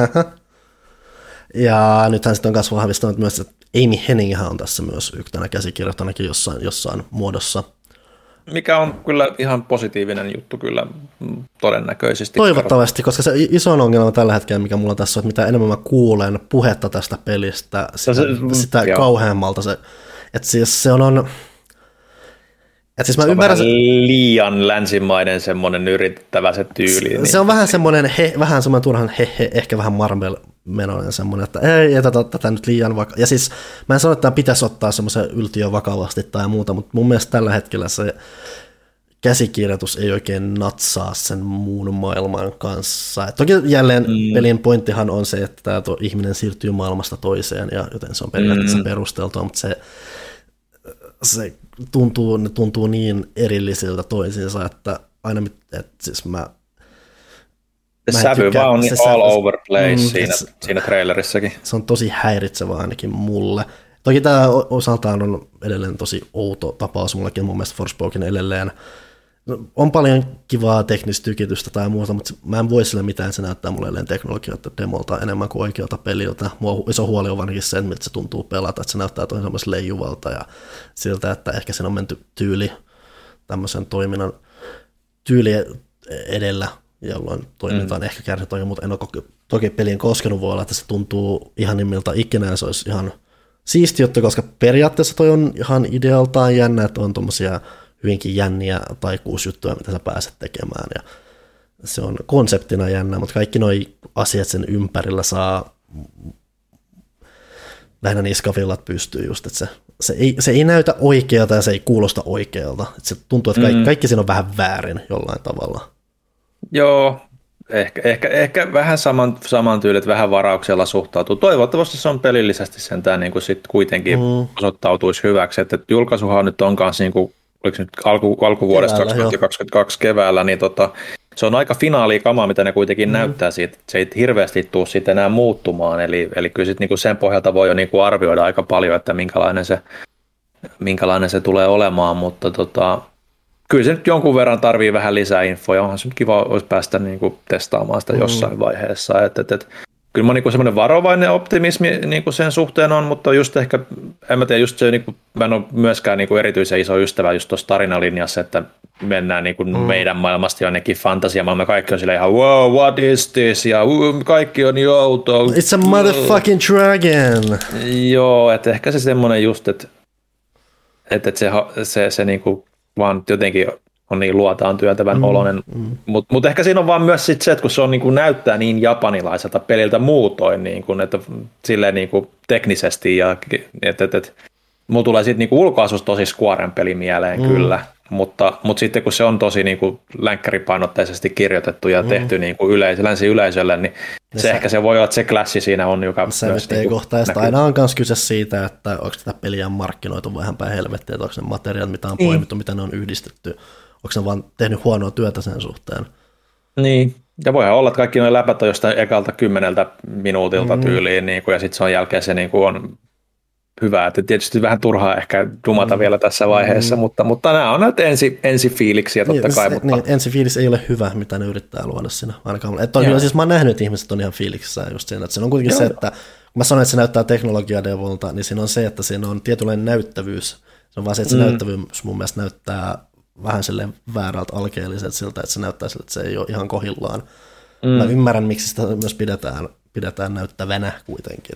Ja nythän sitten on myös vahvistanut myös, että Amy Henninghän on tässä myös yhtenä käsikirjoittanakin jossain muodossa. Mikä on kyllä ihan positiivinen juttu kyllä todennäköisesti. Toivottavasti, koska se iso ongelma tällä hetkellä, mikä mulla tässä on, että mitä enemmän mä kuulen puhetta tästä pelistä, sitä kauheammalta se, että siis se on että siis mä ymmärrän, liian länsimainen semmoinen yrittävä se tyyli. Niin. Se on vähän semmoinen turhan ehkä vähän Marvel-menoinen semmoinen, että ei tätä nyt liian ja siis mä en sano, että tämä pitäisi ottaa semmoisen yltiön vakavasti tai muuta, mutta mun mielestä tällä hetkellä se käsikirjoitus ei oikein natsaa sen muun maailman kanssa. Et toki jälleen pelin pointtihan on se, että tämä ihminen siirtyy maailmasta toiseen, ja joten se on periaatteessa perusteltua, mutta se tuntuu niin erillisiltä toisiinsa, että aina siis sävy vaan on all over place siinä trailerissakin. Se on tosi häiritsevä ainakin mulle. Toki tämä osaltaan on edelleen tosi outo tapaus mullakin, mun mielestä Forspoken edelleen. On paljon kivaa teknistä tykitystä tai muuta, mutta mä en voi sille mitään, se näyttää mulle edelleen teknologioita demolta enemmän kuin oikealta peliltä. Mua iso huoli on varsinkin se, miltä se tuntuu pelata, että se näyttää toinen semmoisen leijuvalta ja siltä, että ehkä siinä on menty tämmöisen toiminnan tyyli edellä, jolloin toiminta on ehkä kärsinyt, mutta en ole toki peliin koskenut, voi olla, että se tuntuu ihanimmilta ikinä, se olisi ihan siisti juttu, koska periaatteessa toi on ihan idealtaan jännä, että on tommosia hyvinkin jänniä taikuusjuttuja, mitä sä pääset tekemään, ja se on konseptina jännä, mutta kaikki nuo asiat sen ympärillä saa lähinnä niskavillat pystyy just, että se ei näytä oikealta ja se ei kuulosta oikealta, että se tuntuu, että kaikki siinä on vähän väärin jollain tavalla. Joo, ehkä vähän saman tyylit, vähän varauksella suhtautuu. Toivottavasti se on pelillisesti sentään niin kuin sit kuitenkin osoittautuisi hyväksi, että julkaisuhan nyt on kanssa niin kuin, oliko nyt alkuvuodesta 2022 keväällä, niin se on aika finaalia kamaa, mitä ne kuitenkin näyttää siitä, se ei hirveästi tule sitten enää muuttumaan, eli kyllä sit niin kuin sen pohjalta voi jo niin kuin arvioida aika paljon, että minkälainen se tulee olemaan, mutta kyllä se nyt jonkun verran tarvii vähän lisää infoa, ja onhan se nyt kiva olisi päästä niin kuin testaamaan sitä jossain vaiheessa. Kyllä mä niin semmoinen varovainen optimismi niin kuin sen suhteen on, mutta just ehkä, en mä tiedä, just se, niin kuin, mä en ole myöskään niin kuin erityisen iso ystävä just tuossa tarinalinjassa, että mennään niin kuin meidän maailmasta jonnekin fantasiamaailma, kaikki on silleen ihan wow, what is this, ja kaikki on niin outoa. It's a motherfucking dragon! Joo, että ehkä se semmoinen just, että se niin kuin vaan jotenkin on niin luotaan työntävän oloinen, mutta ehkä siinä on vaan myös sit se, että kun se on, niin kuin näyttää niin japanilaiselta peliltä muutoin, niin kuin, että silleen niin kuin teknisesti, ja että mulla tulee sitten niin ulkoasusta tosi Squaren peli mieleen kyllä, mutta sitten kun se on tosi niin kuin länkkäripainotteisesti kirjoitettu ja tehty niin kuin länsi-yleisölle, niin ehkä se voi olla, että se klassi siinä on, joka myös niin kohtaista. Aina on myös kyse siitä, että onko tätä peliä markkinoitu vähän päin helvettiä, että onko ne materiaalit, mitä on poimittu, mitä ne on yhdistetty, onko ne vaan tehnyt huonoa työtä sen suhteen. Niin, Ja voihan olla, että kaikki nuo läpät on jostain ekalta 10 minuutilta tyyliin, niin kuin, ja sitten se on jälkeen se niin kuin on hyvä. Että tietysti vähän turhaa ehkä dumata vielä tässä vaiheessa, mutta nämä on näitä ensifiiliksiä totta kai. Mutta... Niin, ensifiilis ei ole hyvä, mitä ne yrittää luoda siinä ainakaan. Että on kyllä, siis mä oon nähnyt, että ihmiset on ihan fiiliksissä just siinä. Että siinä on kuitenkin se, että kun mä sanoin, että se näyttää teknologiadevolta, niin siinä on se, että siinä on tietynlainen näyttävyys. Se on vaan se, että se näyttävyys mun mielestä näyttää vähän silleen väärältä alkeelliselta siltä, että se näyttää siltä, että se ei ole ihan kohillaan. Mä ymmärrän, miksi sitä myös pidetään näyttävänä kuitenkin.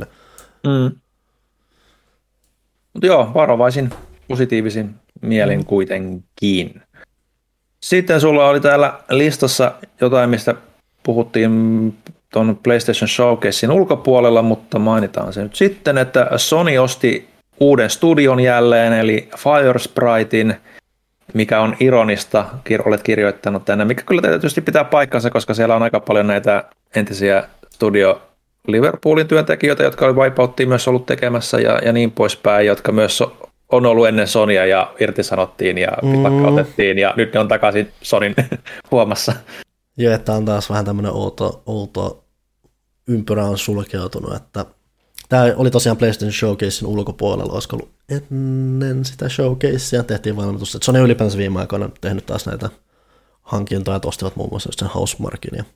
Mutta joo, varovaisin, positiivisin mielin kuitenkin. Sitten sulla oli täällä listassa jotain, mistä puhuttiin tuon PlayStation Showcasein ulkopuolella, mutta mainitaan se nyt sitten, että Sony osti uuden studion jälleen, eli Firespritein, mikä on ironista, olet kirjoittanut tänne, mikä kyllä tietysti pitää paikkansa, koska siellä on aika paljon näitä entisiä studio Liverpoolin työntekijöitä, jotka oli Wipeouttia myös ollut tekemässä ja niin poispäin, jotka myös on ollut ennen Sonya ja irtisanottiin ja lakkautettiin ja nyt ne on takaisin Sonyn huomassa. Joo, että on taas vähän tämmöinen outo ympyrä on sulkeutunut, että tämä oli tosiaan PlayStation Showcasein ulkopuolella, olisiko ollut ennen sitä showcasea, tehtiin valmitus, että Sony ylipäänsä viime aikoina tehnyt taas näitä hankintoja, että ostivat muun muassa sen Housemarquin ja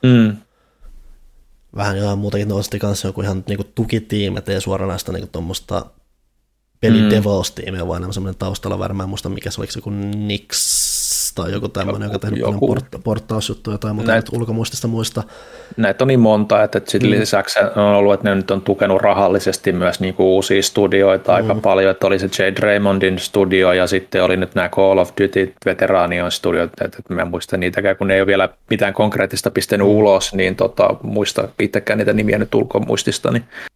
vähän jotain muutakin, ne osti kanssa joku ihan niinku tukitiimi, ettei suoranaista niinku tuommoista pelidevaus-tiimiä, vaan semmoinen taustalla varmaan muista, mikä se oliko joku Nix tai joku tämmöinen, joka tehnyt paljon porttausjuttuja tai muuta ulkomuistista muista. Näitä on niin monta, että sitten lisäksi on ollut, että ne nyt on tukenut rahallisesti myös niinku uusia studioita aika paljon, että oli se Jade Raymondin studio ja sitten oli nyt nämä Call of Duty veteraanion studiot, että mä en muista niitäkään, kun ne ei ole vielä mitään konkreettista pistänyt ulos, niin muista itsekään niitä nimiä nyt ulkomuistista,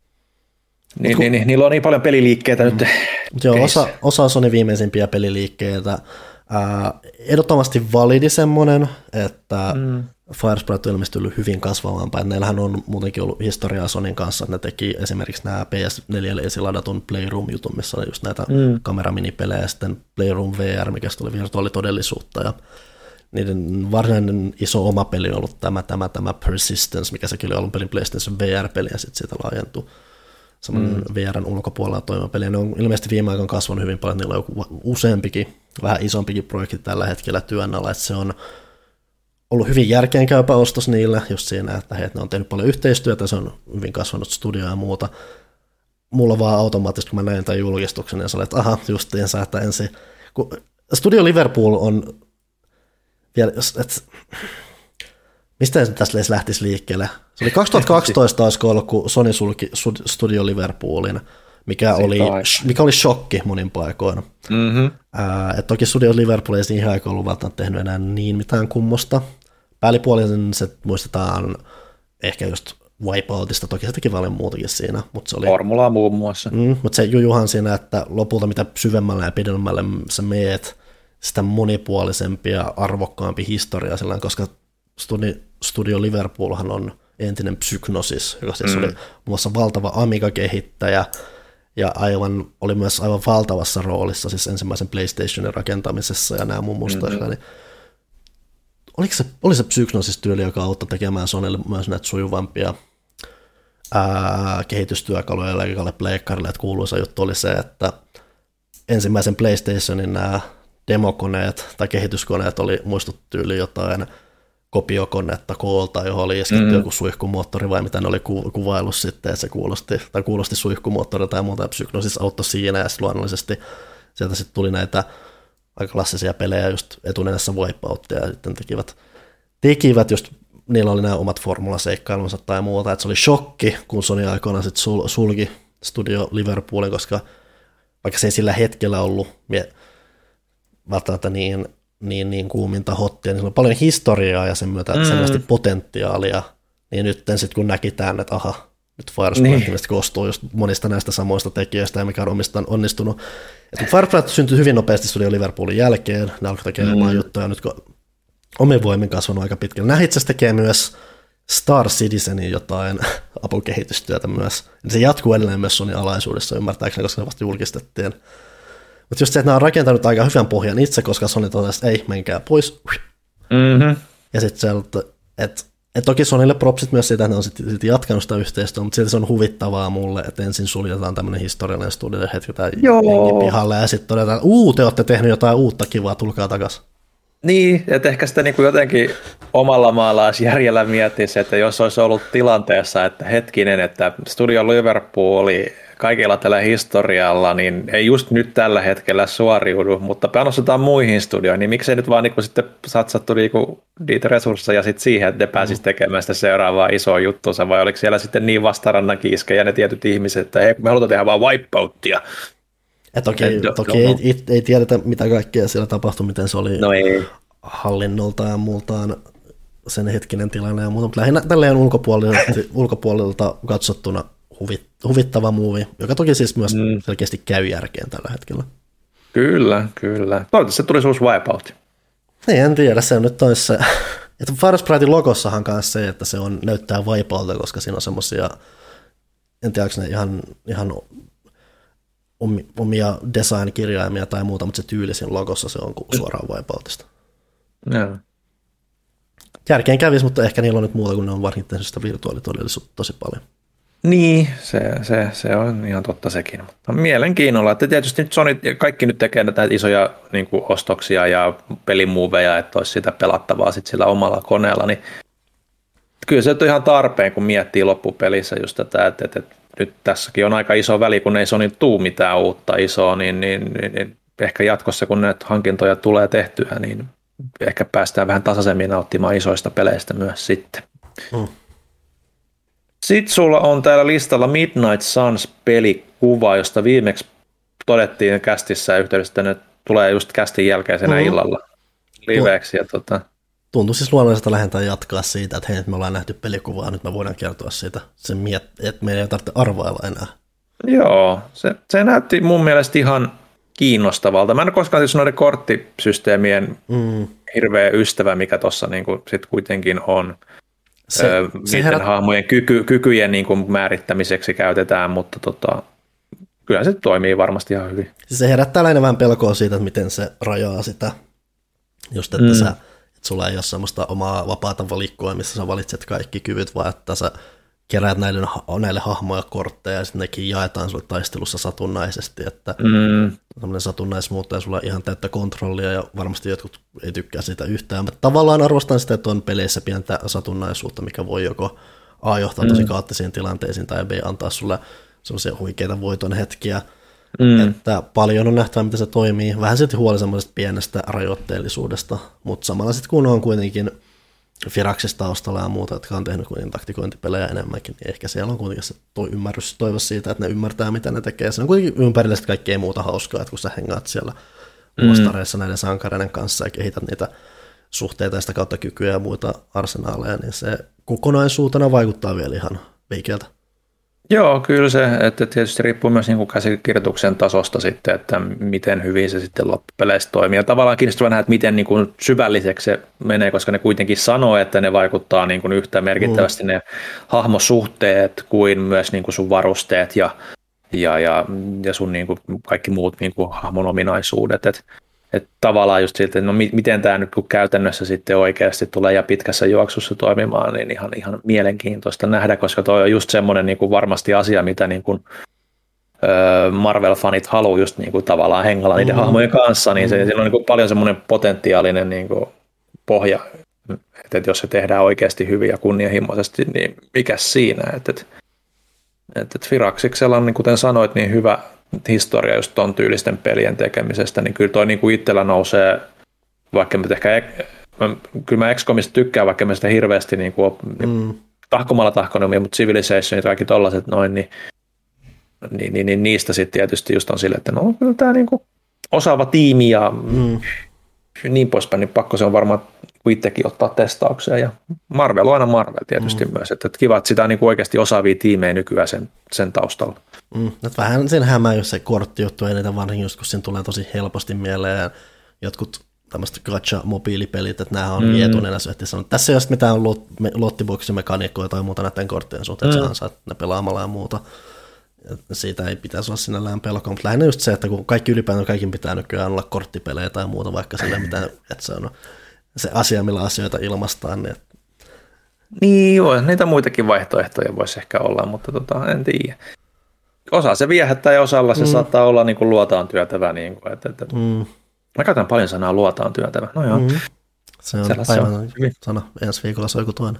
niin niillä on niin paljon peliliikkeitä nyt. Joo, osa Sony viimeisimpiä peliliikkeitä. Ehdottomasti validi semmoinen, että Firesprite on ilmestynyt hyvin kasvamaan päin. Neillähän on muutenkin ollut historiaa Sonyn kanssa, että ne teki esimerkiksi nämä PS4 esiladatun Playroom-jutun, missä oli just näitä kameraminipelejä, ja sitten Playroom VR, mikä oli virtuaalitodellisuutta, ja niiden varsinainen iso oma peli on ollut tämä Persistence, mikä sekin oli alun pelin PlayStation VR-peli, ja sitten siitä laajentui semmoinen VRn ulkopuolella toimiva peli. Ne on ilmeisesti viime aikoina kasvanut hyvin paljon, niillä on joku useampikin, vähän isompikin projekti tällä hetkellä työn alla, että se on ollut hyvin järkeenkäypä ostos niille, just siinä, että ne on tehnyt paljon yhteistyötä, se on hyvin kasvanut studioa ja muuta. Mulla vaan automaattisesti, kun mä näin tämän julkistuksen, niin se oli, että aha, justiinsa, että ensin, kun Studio Liverpool on vielä, että mistä tässä edes lähtisi liikkeelle? Se oli 2012 olisiko ollut, kun Sony sulki Studio Liverpoolin, mikä oli shokki monin paikoin. Toki Studio Liverpool ei siihen aikaan ollut välttämättä tehnyt enää niin mitään kummosta. Päällipuolisen se muistetaan ehkä just Wipeoutista, toki se teki paljon muutakin siinä. Mutta se oli, Formulaa muun muassa. Mutta se jujuhan siinä, että lopulta mitä syvemmälle ja pidemmälle sä meet, sitä monipuolisempi ja arvokkaampi historia sillä, koska Studio Liverpoolhan on entinen Psygnosis, joka siis oli muun muassa valtava Amiga-kehittäjä ja oli myös aivan valtavassa roolissa siis ensimmäisen PlayStationin rakentamisessa ja nämä muun muista. Niin, oli se Psygnosis-tyyli, joka auttoi tekemään Sonylle myös näitä sujuvampia kehitystyökaluja ekalle pleikkarille, että kuuluisa juttu oli se, että ensimmäisen PlayStationin nämä demokoneet tai kehityskoneet muistutti yli jotain kopiokonetta koolta, johon oli isketty joku suihkumoottori vai mitä ne oli kuvaillut sitten, että se kuulosti suihkumoottorilta ja muuta, ja Psygnosis auttoi siinä, ja luonnollisesti sieltä sitten tuli näitä aika klassisia pelejä, just etunenässä Wipeouttia, ja sitten tekivät just, niillä oli nämä omat formulaseikkailunsa tai muuta, että se oli shokki, kun Sony aikoinaan sitten sulki Studio Liverpoolin, koska vaikka se ei sillä hetkellä ollut välttämättä niin kuuminta hottia, niin sillä on paljon historiaa ja sen myötä selvästi potentiaalia, niin nyt sitten kun näki tämän, että aha, nyt Firesprite koostuu just monista näistä samoista tekijöistä ja mikä on onnistunut. Et kun Firesprite syntyi hyvin nopeasti Studio Liverpoolin jälkeen, ne alkoi tekemään omaa juttuja, nyt kun omin voimin kasvanut aika pitkälle. Nämä itse asiassa tekee myös Star Citizenin jotain apukehitystyötä myös. Se jatkuu edelleen myös Sonyn alaisuudessa ymmärtääkseni, koska se vasta julkistettiin. Mutta just se, että nämä on rakentanut aika hyvän pohjan itse, koska Sony totesi, että ei, menkää pois. Ja sitten se, että Et toki Sonylle propsit myös siitä, että ne on sit jatkanut sitä yhteistyötä, mutta silti se on huvittavaa mulle, että ensin suljetaan tämmöinen historiallinen studio hetki tai jengi pihalle ja sitten todetaan, että te olette tehnyt jotain uutta kivaa, tulkaa takaisin. Niin, että ehkä sitä niin kuin jotenkin omalla maalaisjärjellä miettisi, että jos olisi ollut tilanteessa, että hetkinen, että Studio Liverpool oli kaikilla tällä historialla, niin ei just nyt tällä hetkellä suoriudu, mutta panostetaan muihin studioihin, niin miksei nyt vaan niin sitten satsattu niitä resursseja sit siihen, että ne pääsisi tekemään sitä seuraavaa isoa juttuunsa, vai oliko siellä sitten niin vastarannan kiiskejä ne tietyt ihmiset, että hei, me halutaan tehdä vaan wipeouttia. Ja toki ei tiedetä, mitä kaikkea siellä tapahtui, miten se oli hallinnoltaan ja muultaan sen hetkinen tilanne ja muuta, mutta lähinnä tälleen ulkopuolelta katsottuna huvittava movie, joka toki siis myös selkeästi käy järkeen tällä hetkellä. Kyllä. Toivottavasti se tulisi uusi Wipeout. Ei, en tiedä, se on nyt toissa. Fire Spritein logossahan kanssa se, että se näyttää Wipeoutilta, koska siinä on semmosia, en tiedä, onko ne ihan omia design-kirjaimia tai muuta, mutta se tyyli siinä logossa se on suoraan Wipeoutista. Joo. Järkeen kävisi, mutta ehkä niillä on nyt muuta, kun ne on varsinkin tehnyt sitä virtuaalitodellisuutta tosi paljon. Niin, se on ihan totta sekin. Mutta mielenkiinnolla, että tietysti nyt Sony kaikki nyt tekee näitä isoja niin kuin ostoksia ja pelimuoveja, että olisi sitä pelattavaa sit sillä omalla koneella, niin kyllä se on ihan tarpeen, kun miettii loppupelissä just tätä, että nyt tässäkin on aika iso väli, kun ei Sony tuu mitään uutta isoa, niin ehkä jatkossa, kun näitä hankintoja tulee tehtyä, niin ehkä päästään vähän tasaisemmin nauttimaan isoista peleistä myös sitten. Sitten sulla on täällä listalla Midnight Suns-pelikuva, josta viimeksi todettiin kästissä yhteydessä, että ne tulee just kästin jälkeisenä illalla liveksi. Tuntuu siis luonnolliselta lähentää jatkaa siitä, että hei, me ollaan nähty pelikuvaa, nyt me voidaan kertoa siitä, että meidän ei tarvitse arvailla enää. Joo, se näytti mun mielestä ihan kiinnostavalta. Mä en ole koskaan tietysti noiden korttisysteemien hirveä ystävä, mikä tuossa niinku sit kuitenkin on. Miten hahmojen kykyjen niin kuin määrittämiseksi käytetään, mutta kyllä se toimii varmasti ihan hyvin. Se herättää aina vähän pelkoa siitä, että miten se rajaa sitä, just että että sulla ei ole semmoista omaa vapaata valikkoa, missä sä valitset kaikki kyvyt, vaan että sä keräät näille hahmoja kortteja ja sitten nekin jaetaan sulle taistelussa satunnaisesti, että semmoinen satunnaismuutta ja sulla on ihan täyttä kontrollia ja varmasti jotkut ei tykkää sitä yhtään, mutta tavallaan arvostan sitä, että on peleissä pientä satunnaisuutta, mikä voi joko A johtaa tosi kaoottisiin tilanteisiin tai B antaa sulle semmoisia huikeita voiton hetkiä, että paljon on nähtävä, miten se toimii, vähän silti huoli semmoisesta pienestä rajoitteellisuudesta, mutta samalla sitten kun on kuitenkin Firaxista taustalla ja muuta, jotka on tehnyt kuitenkin taktikointipelejä enemmänkin, niin ehkä siellä on kuitenkin se ymmärrys toivossa siitä, että ne ymmärtää, mitä ne tekee. Se on kuitenkin ympärillä sitten kaikkea muuta hauskaa, että kun sä hengaat siellä vuostareissa näiden sankareiden kanssa ja kehität niitä suhteita ja sitä kautta kykyjä ja muita arsenaaleja, niin se kokonaisuutena vaikuttaa vielä ihan veikeältä. Joo, kyllä se, että tietysti riippuu myös niin kuin käsikirjoituksen tasosta sitten, että miten hyvin se sitten loppupeleissä toimii. Ja tavallaan kiinnostavaa nähdä, että miten niin kuin syvälliseksi se menee, koska ne kuitenkin sanoo, että ne vaikuttaa niin kuin yhtä merkittävästi ne hahmosuhteet kuin myös niin kuin sun varusteet ja sun niin kuin kaikki muut niin kuin hahmon ominaisuudet. Että tavallaan just siltä, että no miten tämä nyt kun käytännössä sitten oikeasti tulee ja pitkässä juoksussa toimimaan, niin ihan mielenkiintoista nähdä, koska toi on just semmoinen niin kuin varmasti asia, mitä niin kuin Marvel-fanit haluaa just niin kuin tavallaan hengalla niiden hahmojen kanssa, niin siinä on niin kuin paljon semmoinen potentiaalinen niin kuin pohja, että jos se tehdään oikeasti hyvin ja kunnianhimoisesti, niin mikäs siinä, että Firaxiksella on, niin kuten sanoit, niin hyvä historia just ton tyylisten pelien tekemisestä, niin kyllä toi niinku itsellä nousee, vaikka kyllä mä XCOMista tykkään, vaikka mä sitä hirveästi niinku tahkomalla tahkonomia, mutta Civilization ja kaikki tollaset noin, niin niistä sitten tietysti just on silleen, että no kyllä tää niinku osaava tiimi ja niin poispäin, niin pakko se on varmaan itsekin ottaa testaukseen ja Marvel on aina Marvel tietysti myös, että kiva, että sitä on niinku oikeasti osaavia tiimejä nykyään sen taustalla. Vähän siinä hämää, jos se korttijuttu eniten varsinkin just, kun siinä tulee tosi helposti mieleen jotkut tämmöiset gacha-mobiilipelit, että nämä on vietunenässä, että tässä ei ole mitään lottiboximekaniikkoja tai muuta näiden korttien suhteen, että sä saat ne pelaamalla ja muuta. Siitä ei pitäisi olla sinällään pelkoa, mutta lähinnä just se, että kun kaikin pitää nykyään olla korttipelejä tai muuta, vaikka sillä mitään, että se on se asia, millä asioita ilmaistaan, niin Niin joo, niitä muitakin vaihtoehtoja voisi ehkä olla, mutta en tiedä. Osa se viehättää ja osalla se saattaa olla niin kuin luotaan työtävä. Niin kuin, Mä käytän paljon sanaa luotaan työtävä. No joo. Se on päivän sana. Ensi viikolla se on joku toinen.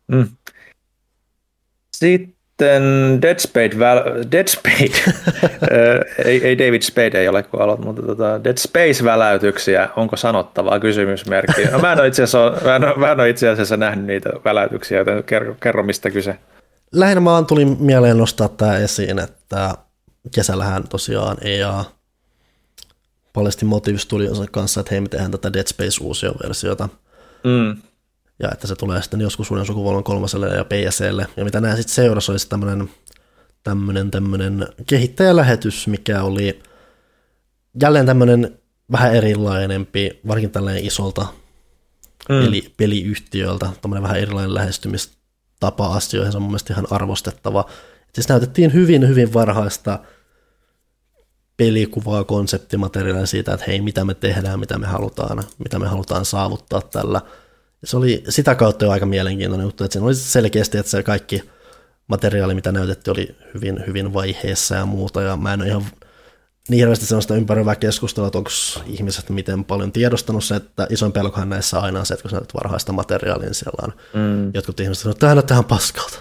Sitten Dead Spade ei David Spade ei ole kun aloit, mutta Dead Space-väläytyksiä, onko sanottavaa kysymysmerkki? No, mä en ole itse asiassa nähnyt niitä väläytyksiä, joten kerro mistä kyse. Lähinnä vaan tuli mieleen nostaa tämä esiin, että kesällähän tosiaan EA paljasti Motive Studionsa kanssa, että hei, me tehdään tätä Dead Space-uusioversiota. Ja että se tulee sitten joskus uuden sukupolven 3 ja PC:lle. Ja mitä nämä sitten seurasi, olisi tämmöinen kehittäjälähetys, mikä oli jälleen tämmöinen vähän erilainempi, varsinkin tällainen isolta peliyhtiöltä, tämmöinen vähän erilainen lähestymistapa asioihin, se on mun mielestä ihan arvostettava. Siis näytettiin hyvin, hyvin varhaista pelikuvaa, konseptimateriaalia siitä, että hei, mitä me tehdään, mitä me halutaan saavuttaa tällä. Se oli sitä kautta jo aika mielenkiintoinen juttu, että siinä oli selkeästi, että se kaikki materiaali, mitä näytettiin, oli hyvin, hyvin vaiheessa ja muuta, ja mä en ole ihan niin hirveästi sellaista ympäröivää keskustelua, että onko ihmiset miten paljon tiedostanut se, että isoin pelkohan näissä aina on se, että kun sä näytät varhaista materiaalia, niin siellä on jotkut ihmiset sanoo, että tämä näyttää ihan paskalta.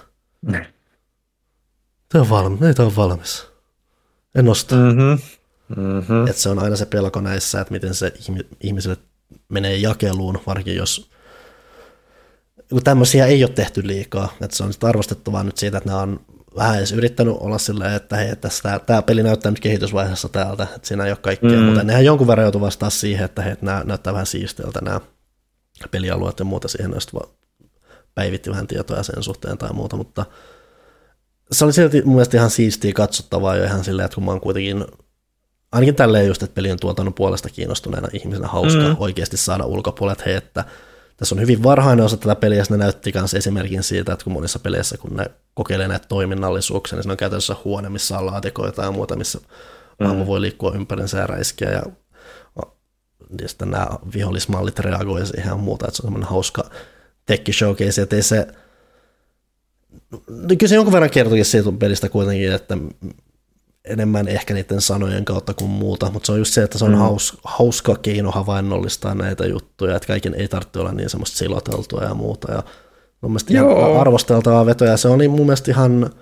Tämä on valmis. En osta. Että se on aina se pelko näissä, että miten se ihmisille menee jakeluun, varsinkin jos kun tämmöisiä ei ole tehty liikaa, että se on sitten arvostettavaa nyt siitä, että nämä on vähän edes yrittänyt olla silleen, että hei, tämä peli näyttää nyt kehitysvaiheessa täältä, että siinä ei ole kaikkea, mutta nehän jonkun verran joutuu vastaan siihen, että hei, nämä näyttää vähän siistiltä nämä pelialueet ja muuta siihen, josta päivitti vähän tietoja sen suhteen tai muuta, mutta se oli silti mun mielestä ihan siistiä katsottavaa jo ihan silleen, että kun mä oon kuitenkin ainakin tälleen just, että pelien tuotannon puolesta kiinnostuneena ihmisenä hauska oikeasti saada ulkopuolelle, että hei, että tässä on hyvin varhainen osa tätä peliä, ja ne näytti myös esimerkin siitä, että kun monissa peleissä, kun ne kokeilee näitä toiminnallisuuksia, niin siinä on käytännössä huone, missä on laatikoita ja muuta, missä aamu voi liikkua ympärinsä ja räiskiä, ja sitten nämä vihollismallit reagoi siihen ja muuta, että se on semmoinen hauska tech showcase, että ei se, kyllä se jonkun verran kertokin siitä pelistä kuitenkin, että enemmän ehkä niiden sanojen kautta kuin muuta, mutta se on just se, että se on hauska keino havainnollistaa näitä juttuja, että kaiken ei tarvitse olla niin semmoista siloteltua ja muuta, ja mun mielestä ihan arvosteltavaa vetoja, se oli mun mielestä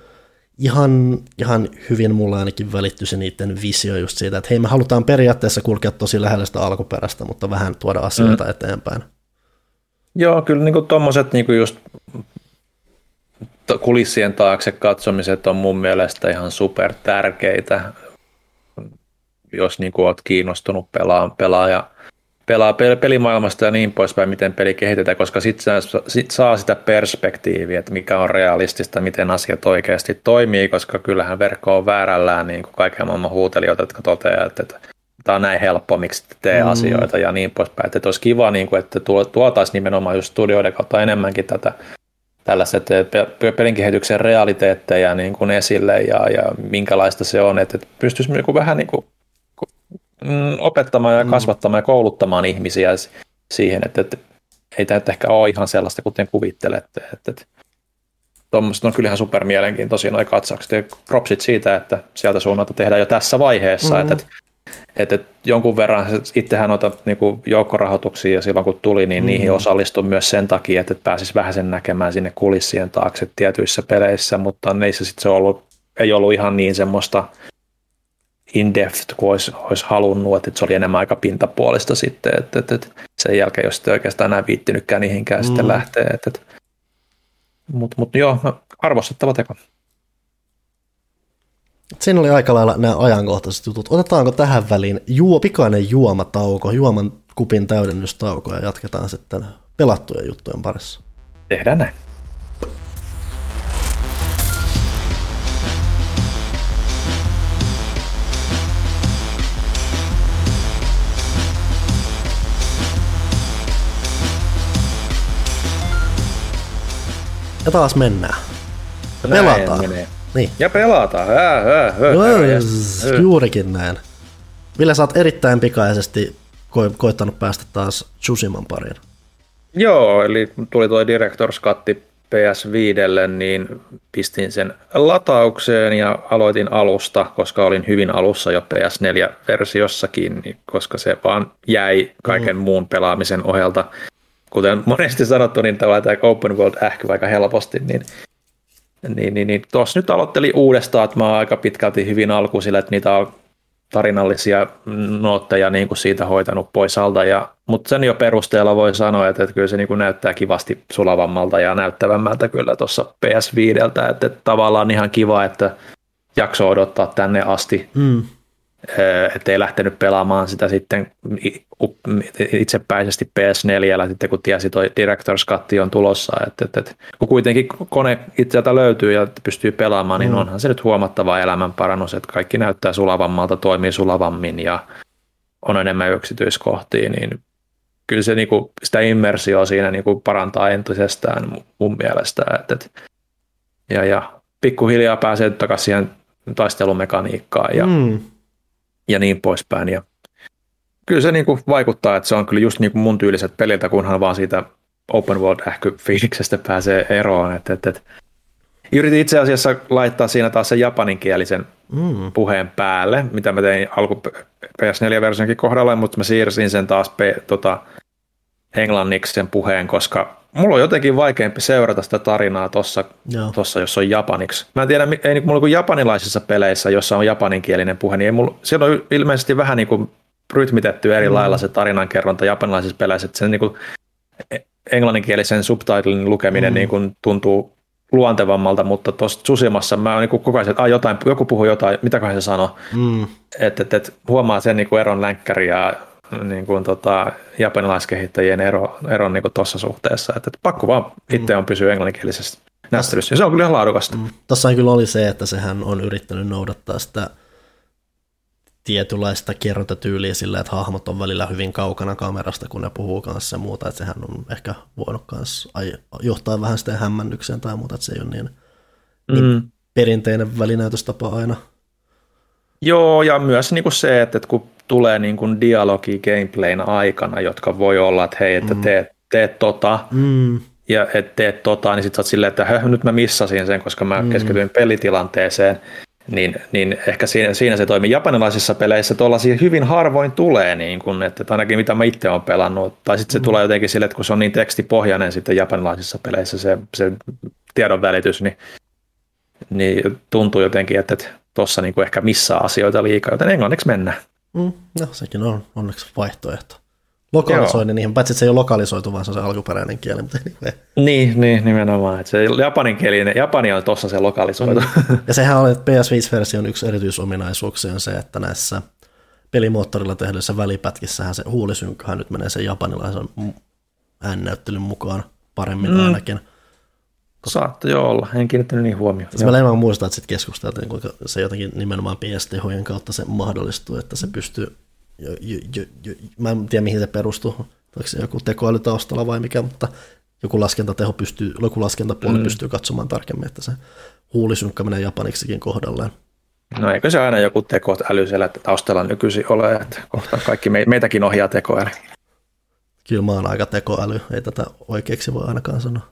ihan hyvin mulla ainakin välitty se niiden visio just siitä, että hei, me halutaan periaatteessa kulkea tosi lähellä sitä alkuperäistä, mutta vähän tuoda asioita eteenpäin. Joo, kyllä niin tuommoiset niin just kulissien taakse katsomiset on mun mielestä ihan super tärkeitä, jos niin kuin olet kiinnostunut pelaa pelimaailmasta ja niin poispäin, miten peli kehitetään, koska sitten saa sitä perspektiiviä, että mikä on realistista, miten asiat oikeasti toimii, koska kyllähän verkko on väärällään niin kuin kaiken maailman huutelijoita, jotka toteaa, että tämä on näin helppo, miksi tee asioita ja niin poispäin. Että olisi kiva, niin kuin, että tuotaisiin nimenomaan just studioiden kautta enemmänkin tällaiset pelin kehityksen realiteetteja niin kuin esille ja minkälaista se on, että pystyisi vähän niin kuin opettamaan ja kasvattamaan ja kouluttamaan ihmisiä siihen, että ei tämä ehkä ole ihan sellaista, kuten kuvittelette. Tuommoiset on kyllä ihan super mielenkiintoisia nuo katsaukset ja propsit siitä, että sieltä suunnalta tehdään jo tässä vaiheessa, että jonkun verran itsehän otat niinku joukkorahoituksia ja silloin kun tuli, niin niihin osallistui myös sen takia, että pääsisi vähän sen näkemään sinne kulissien taakse tietyissä peleissä, mutta neissä sitten se ei ollut ihan niin semmoista in-depth kuin olisi halunnut, että se oli enemmän aika pintapuolista sitten, että sen jälkeen jos sitten oikeastaan enää viittinytkään niihinkään sitten lähtee. Mutta joo, arvostettava teko. Siinä oli aika lailla nämä ajankohtaiset jutut. Otetaanko tähän väliin pikainen juomatauko, juoman kupin täydennystauko ja jatketaan sitten pelattujen juttujen parissa. Tehdään näin. Ja taas mennään. Ja pelataan. Niin. Ja pelataan. Juurikin näin. Ville, sä oot erittäin pikaisesti koittanut päästä taas Tsushiman pariin. Joo, eli tuli tuo Director's Cut PS5, niin pistin sen lataukseen ja aloitin alusta, koska olin hyvin alussa jo PS4-versiossakin, niin koska se vaan jäi kaiken muun pelaamisen ohjelta. Kuten monesti sanottu, niin tämä open world ähky aika helposti, niin tuossa nyt aloitteli uudestaan, että mä oon aika pitkälti hyvin alkuun sillä, että niitä on tarinallisia nootteja niin kuin siitä hoitanut pois alta, mutta sen jo perusteella voi sanoa, että kyllä se niin kuin näyttää kivasti sulavammalta ja näyttävämmältä kyllä tuossa PS5, että tavallaan ihan kiva, että jakso odottaa tänne asti, ettei lähtenyt pelaamaan sitä sitten itsepäisesti PS4, sitten kun tiesi toi Director's Cut on tulossa, että kun kuitenkin kone itseltä löytyy ja pystyy pelaamaan, niin onhan se nyt huomattava elämänparannus, että kaikki näyttää sulavammalta, toimii sulavammin ja on enemmän yksityiskohtia, niin kyllä se niinku, sitä immersioa siinä niinku parantaa entisestään mun mielestä, ja pikkuhiljaa pääsee takaisin siihen taistelumekaniikkaan ja niin poispäin, ja kyllä se niinku vaikuttaa, että se on kyllä just niinku mun tyyliset peliltä, kunhan vaan siitä open world -fiiliksestä pääsee eroon. Yritin itse asiassa laittaa siinä taas sen japaninkielisen puheen päälle, mitä mä tein alku PS4-versionkin kohdalla, mutta mä siirsin sen taas englanniksi sen puheen, koska mulla on jotenkin vaikeampi seurata sitä tarinaa tossa jos on japaniksi. Mä en tiedä, ei mulla kuin japanilaisissa peleissä, jossa on japaninkielinen puhe, niin siellä on ilmeisesti vähän niin kuin rytmitetty eri lailla se tarinankerronta japanilaisissa peleissä, että sen niin kuin englanninkielisen subtitlen lukeminen niin kuin tuntuu luontevammalta, mutta tuossa Tsushimassa mä oon niin koko ajan, että joku puhuu jotain, mitäköhän se sanoo, että huomaa sen niin kuin eron länkkäri ja niin kuin japanilaiskehittäjien eron niin kuin tuossa suhteessa, että pakko vaan itse on pysyä englanninkielisessä näyttelyssä, ja se on kyllä ihan laadukasta. Tossain kyllä oli se, että sehän on yrittänyt noudattaa sitä tietynlaista kerrontatyyliä sillä, että hahmot on välillä hyvin kaukana kamerasta, kun ne puhuu kanssa ja muuta, että sehän on ehkä voinut kanssa johtaa vähän sitä hämmennykseen tai muuta, että se ei ole niin perinteinen välinäytöstapa aina. Joo, ja myös niin kuin se, että kun tulee niin kuin dialogi gameplayn aikana, jotka voi olla, että hei, että teet ja et teet niin sit sä oot silleen, että nyt mä missasin sen, koska mä keskityin pelitilanteeseen, niin ehkä siinä se toimii. Japanilaisissa peleissä tuollaisia hyvin harvoin tulee, niin kun, että ainakin mitä mä itse olen pelannut, tai sitten se tulee jotenkin sille, että kun se on niin tekstipohjainen sitten japanilaisissa peleissä se tiedon välitys, niin tuntuu jotenkin, että tuossa niin ehkä missaa asioita liikaa, joten englanniksi mennään. No sekin on onneksi vaihtoehto. Lokalisoinnin niihin, paitsi että se ei ole lokalisoitu, vaan se on se alkuperäinen kieli. Mutta niin, nimenomaan. Että se Japani on tuossa se lokalisoitu. Ja sehän on, että PS5-version yksi erityisominaisuuksia on se, että näissä pelimoottorilla tehdyissä välipätkissähän se huulisynkkähän nyt menee sen japanilaisen äännäyttelyn mukaan paremmin ainakin. Saattoi jo olla, en kiinnittänyt niin huomioon. Mä enemmän muistaa, että sitten keskusteltiin, kuinka se jotenkin nimenomaan PS-tehojen kautta se mahdollistuu, että se pystyy, mä en tiedä mihin se perustuu, onko se joku tekoäly taustalla vai mikä, mutta joku laskentapuoli pystyy katsomaan tarkemmin, että se huulisynkkä menee japaniksikin kohdalleen. No eikö se aina joku tekoäly siellä taustalla nykyisin ole, että kohta kaikki meitäkin ohjaa tekoäly. Kyllä mä oon aika tekoäly, ei tätä oikeaksi voi ainakaan sanoa.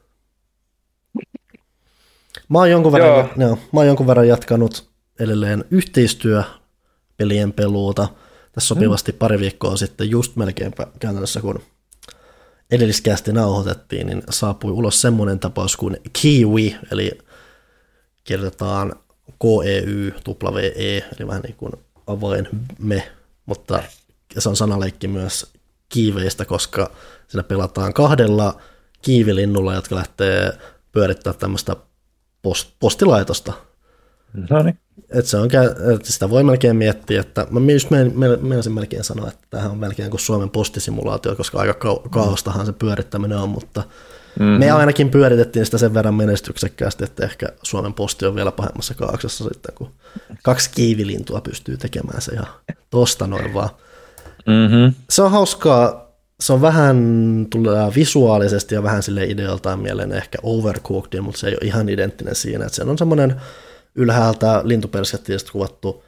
Mä oon jonkun verran jatkanut edelleen yhteistyöpelien peluuta. Tässä sopivasti pari viikkoa sitten, just melkeinpä käytännössä kun edelliskästi nauhoitettiin, niin saapui ulos semmoinen tapaus kuin Kiwi, eli kirjoitetaan KEYWE, eli vähän niin kuin avain me, mutta se on sanaleikki myös kiiveistä, koska siinä pelataan 2 kiivilinnulla, jotka lähtee pyörittämään tämmöistä postilaitosta. No niin. Että sitä voi melkein miettiä, että mä just menisin melkein sanoa, että tämähän on melkein kuin Suomen postisimulaatio, koska aika kaaostahan se pyörittäminen on, mutta me ainakin pyöritettiin sitä sen verran menestyksekkäästi, että ehkä Suomen posti on vielä pahemmassa kaauksessa sitten, kun 2 kiivilintua pystyy tekemään se ihan tosta noin vaan. Se on hauskaa, se on vähän tulee visuaalisesti ja vähän sille idealtaan mieleen ehkä Overcooked, mutta se ei ole ihan identtinen siinä, että se on semmoinen ylhäältä lintuperspektiivistä kuvattu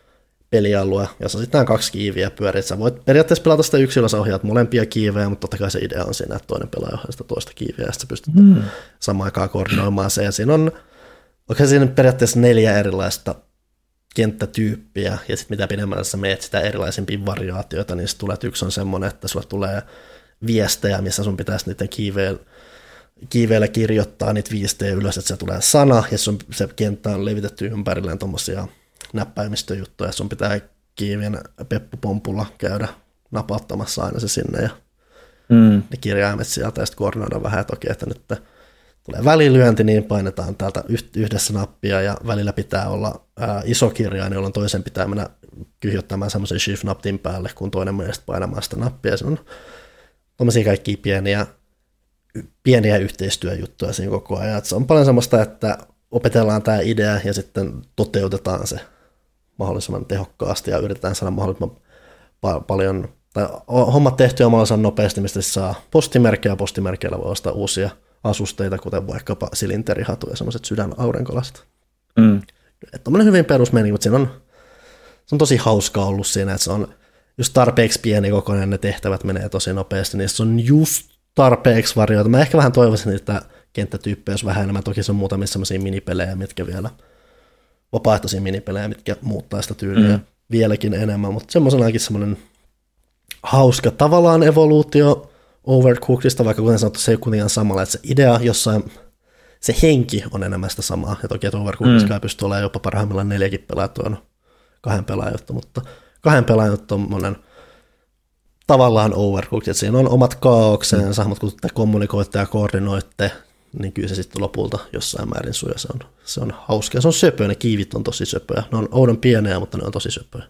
pelialue, jossa sitten nämä 2 kiiviä pyörii. Sä voit periaatteessa pelata sitä yksilöllä, sä ohjaat molempia kiivejä, mutta totta kai se idea on siinä, että toinen pelaaja ohjaa sitä toista kiiviä, ja sitten sä pystyt samaan aikaan koordinoimaan se. Ja siinä on periaatteessa 4 erilaista kenttätyyppiä, ja sitten mitä pidemmällä sä meet sitä erilaisimpia variaatioita, niin tulee, että yksi on semmoinen, että sulla tulee viestejä, missä sun pitäisi niiden kiiveillä kirjoittaa niitä viestejä ylös, että se tulee sana, ja se kenttä on levitetty ympärilleen tuommoisia näppäimistöjuttuja, ja sun pitää kiivien peppupompulla käydä napauttamassa aina se sinne, ja ne kirjaimet sieltä, ja sitten koordinoida vähän, että okei, että nyt tulee välilyönti, niin painetaan täältä yhdessä nappia, ja välillä pitää olla iso kirjain, jolloin toisen pitää mennä kyhjottamaan semmoisen shift-naptin päälle, kun toinen menee painamaan sitä nappia, ja se on tuommoisia kaikkia pieniä yhteistyöjuttuja siinä koko ajan. Et se on paljon semmoista, että opetellaan tämä idea ja sitten toteutetaan se mahdollisimman tehokkaasti ja yritetään saada mahdollisimman paljon, tai hommat tehtyä mahdollisimman nopeasti, mistä saa postimerkkejä, postimerkeillä voi ostaa uusia asusteita, kuten vaikkapa silinterihatu ja semmoiset sydänaurinkolastat. Että tommoinen hyvin perusmeni, mutta se on tosi hauskaa ollut siinä, että se on just tarpeeksi pieni kokoinen, ne tehtävät menee tosi nopeasti, niin se on just tarpeeksi varjoita. Mä ehkä vähän toivoisin, että kenttätyyppejä olisi vähän enemmän. Toki se on muutamia sellaisia minipelejä, mitkä vielä, vapaaehtoisia minipelejä, mitkä muuttaa sitä tyyliä vieläkin enemmän, mutta semmoisenakin semmoinen hauska tavallaan evoluutio Overcookedista, vaikka kuten sanottu, se ei ole ihan samalla, että se idea jossain, se henki on enemmän sitä samaa, ja toki, että Overcookedista ei pysty olemaan jopa parhaimmillaan 4 pelaajat, on 2 pelaajat, mutta 2 pelaajat on monen tavallaan Overcooked, että siinä on omat kaaoksensa, mutta kun te kommunikoitte ja koordinoitte, niin kyllä se sitten lopulta jossain määrin suja. Se on hauska. Se on söpöä, ne kiivit on tosi söpöä. Ne on oudon pieniä, mutta ne on tosi söpöä.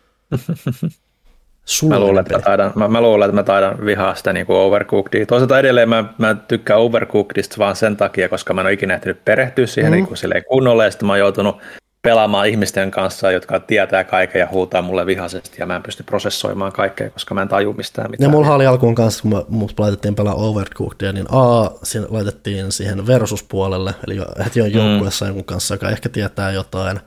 Mä luulen, että mä taidan vihaa sitä niin kuin Overcookedia. Toisaalta edelleen mä tykkään Overcookedista vaan sen takia, koska mä en ole ikinä ehtinyt perehtyä siihen niin kuin silleen kunnolla, ja sitten mä oon joutunut pelaamaan ihmisten kanssa, jotka tietää kaiken ja huutaa mulle vihaisesti, ja mä en pysty prosessoimaan kaikkea, koska mä en taju mistään mitään. Ja mulla oli alkuun kanssa, kun mut laitettiin pelaa Overcookedia, niin siinä laitettiin siihen versus-puolelle, eli heti on joukkueessa jonkun kanssa, joka ehkä tietää jotain,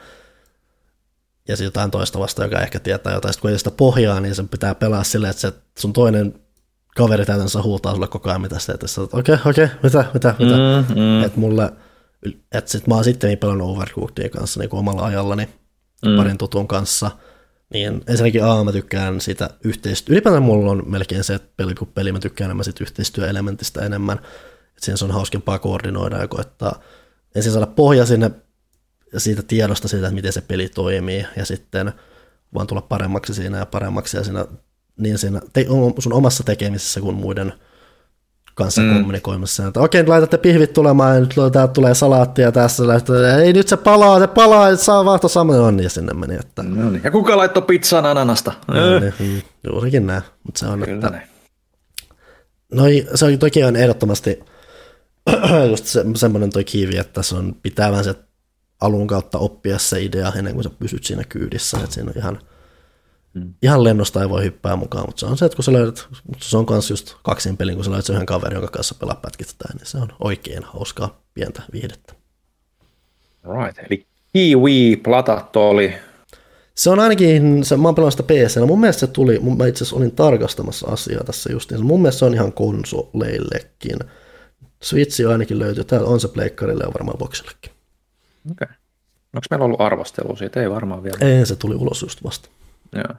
ja sitten jotain toista vasta, joka ehkä tietää jotain. Sitten kun ei sitä pohjaa, niin sen pitää pelaa silleen, että se sun toinen kaveri täytänsä huutaa sulle koko ajan, mitä sä teet. Okei, mitä. Että mulle, että sit mä oon sitten pelannut Overcookedin kanssa niin kuin omalla ajallani parin tutun kanssa, niin ensinnäkin mä tykkään sitä yhteistyötä. Ylipäätään mulla on melkein se, että peli mä tykkään enemmän sit yhteistyöelementistä enemmän, että siinä se on hauskempaa koordinoida ja koettaa ensin saada pohja sinne siitä tiedosta siitä, että miten se peli toimii, ja sitten vaan tulla paremmaksi siinä ja siinä sun omassa tekemisessä kuin muiden kanssa kommunikoimassa. Että okei, laitatte pihvit tulemaan, ja nyt täältä tulee salaattia tässä, ei nyt se palaa, että saa vahto saman, ja sinne meni. Että no niin. Ja kuka laittoi pizzan ananasta? Juurikin näin, mutta se on, että se on toki on ehdottomasti just semmoinen toi kiivi, että se on pitää vähän se alun kautta oppia se idea ennen kuin sä pysyt siinä kyydissä, että siinä on ihan lennosta ei voi hyppää mukaan, mutta se on se, että kun sä löydät, se on myös just kaksin pelin, kun sä löydät sen yhden kaverin, jonka kanssa pelaa pätkitetään, niin se on oikein hauskaa pientä viihdettä. Right, eli Kiwi-platat oli. Se on ainakin, mä oon pelannut sitä PC-nä, mun mielestä se tuli, mä itse asiassa olin tarkastamassa asiaa tässä justiin, mun mielestä se on ihan konsoleillekin. Switchi ainakin löytyy, täällä on se pleikkarille ja varmaan boxillekin. Okei. Onko meillä ollut arvostelua siitä? Ei varmaan vielä. Ei, se tuli ulos just vasta. Joo.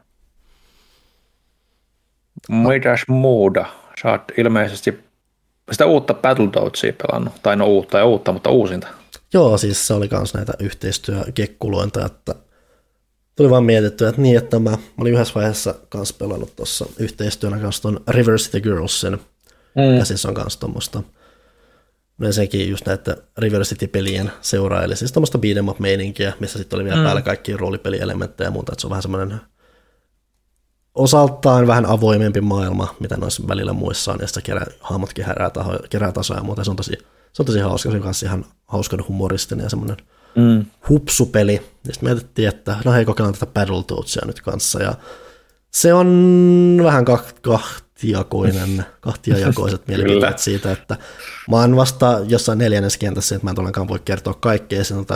Mitäs muuta? Sä oot ilmeisesti sitä uutta Battletoadsia pelannut. Tai no uutta, mutta uusinta. Joo, siis se oli kans näitä yhteistyökekkulointa, että tuli vaan mietitty, että niin, että mä olin yhdessä vaiheessa kans pelannut tuossa yhteistyönä kanssa ton River City Girlsin. Käsissä on kans tommoista. Sekin just näitä River City-pelien seuraili, siis tämmöistä beat'em up-meininkiä, missä sitten oli vielä päällä kaikki roolipelielementtejä ja muuta, että se on vähän semmoinen osaltaan vähän avoimempi maailma, mitä noissa välillä muissa on, ja sitten hahmotkin kerää tasoja ja muuta, se on tosi hauska, se on kanssa ihan hauskan humoristinen ja semmoinen hupsupeli, ja sitten mietittiin, että no hei, kokeillaan tätä Battletoadsia nyt kanssa, ja se on vähän kahtiajakoiset mielipiteet siitä, että mä oon vasta jossain 4. kentässä, että mä en todellakaan voi kertoa kaikkea sinulta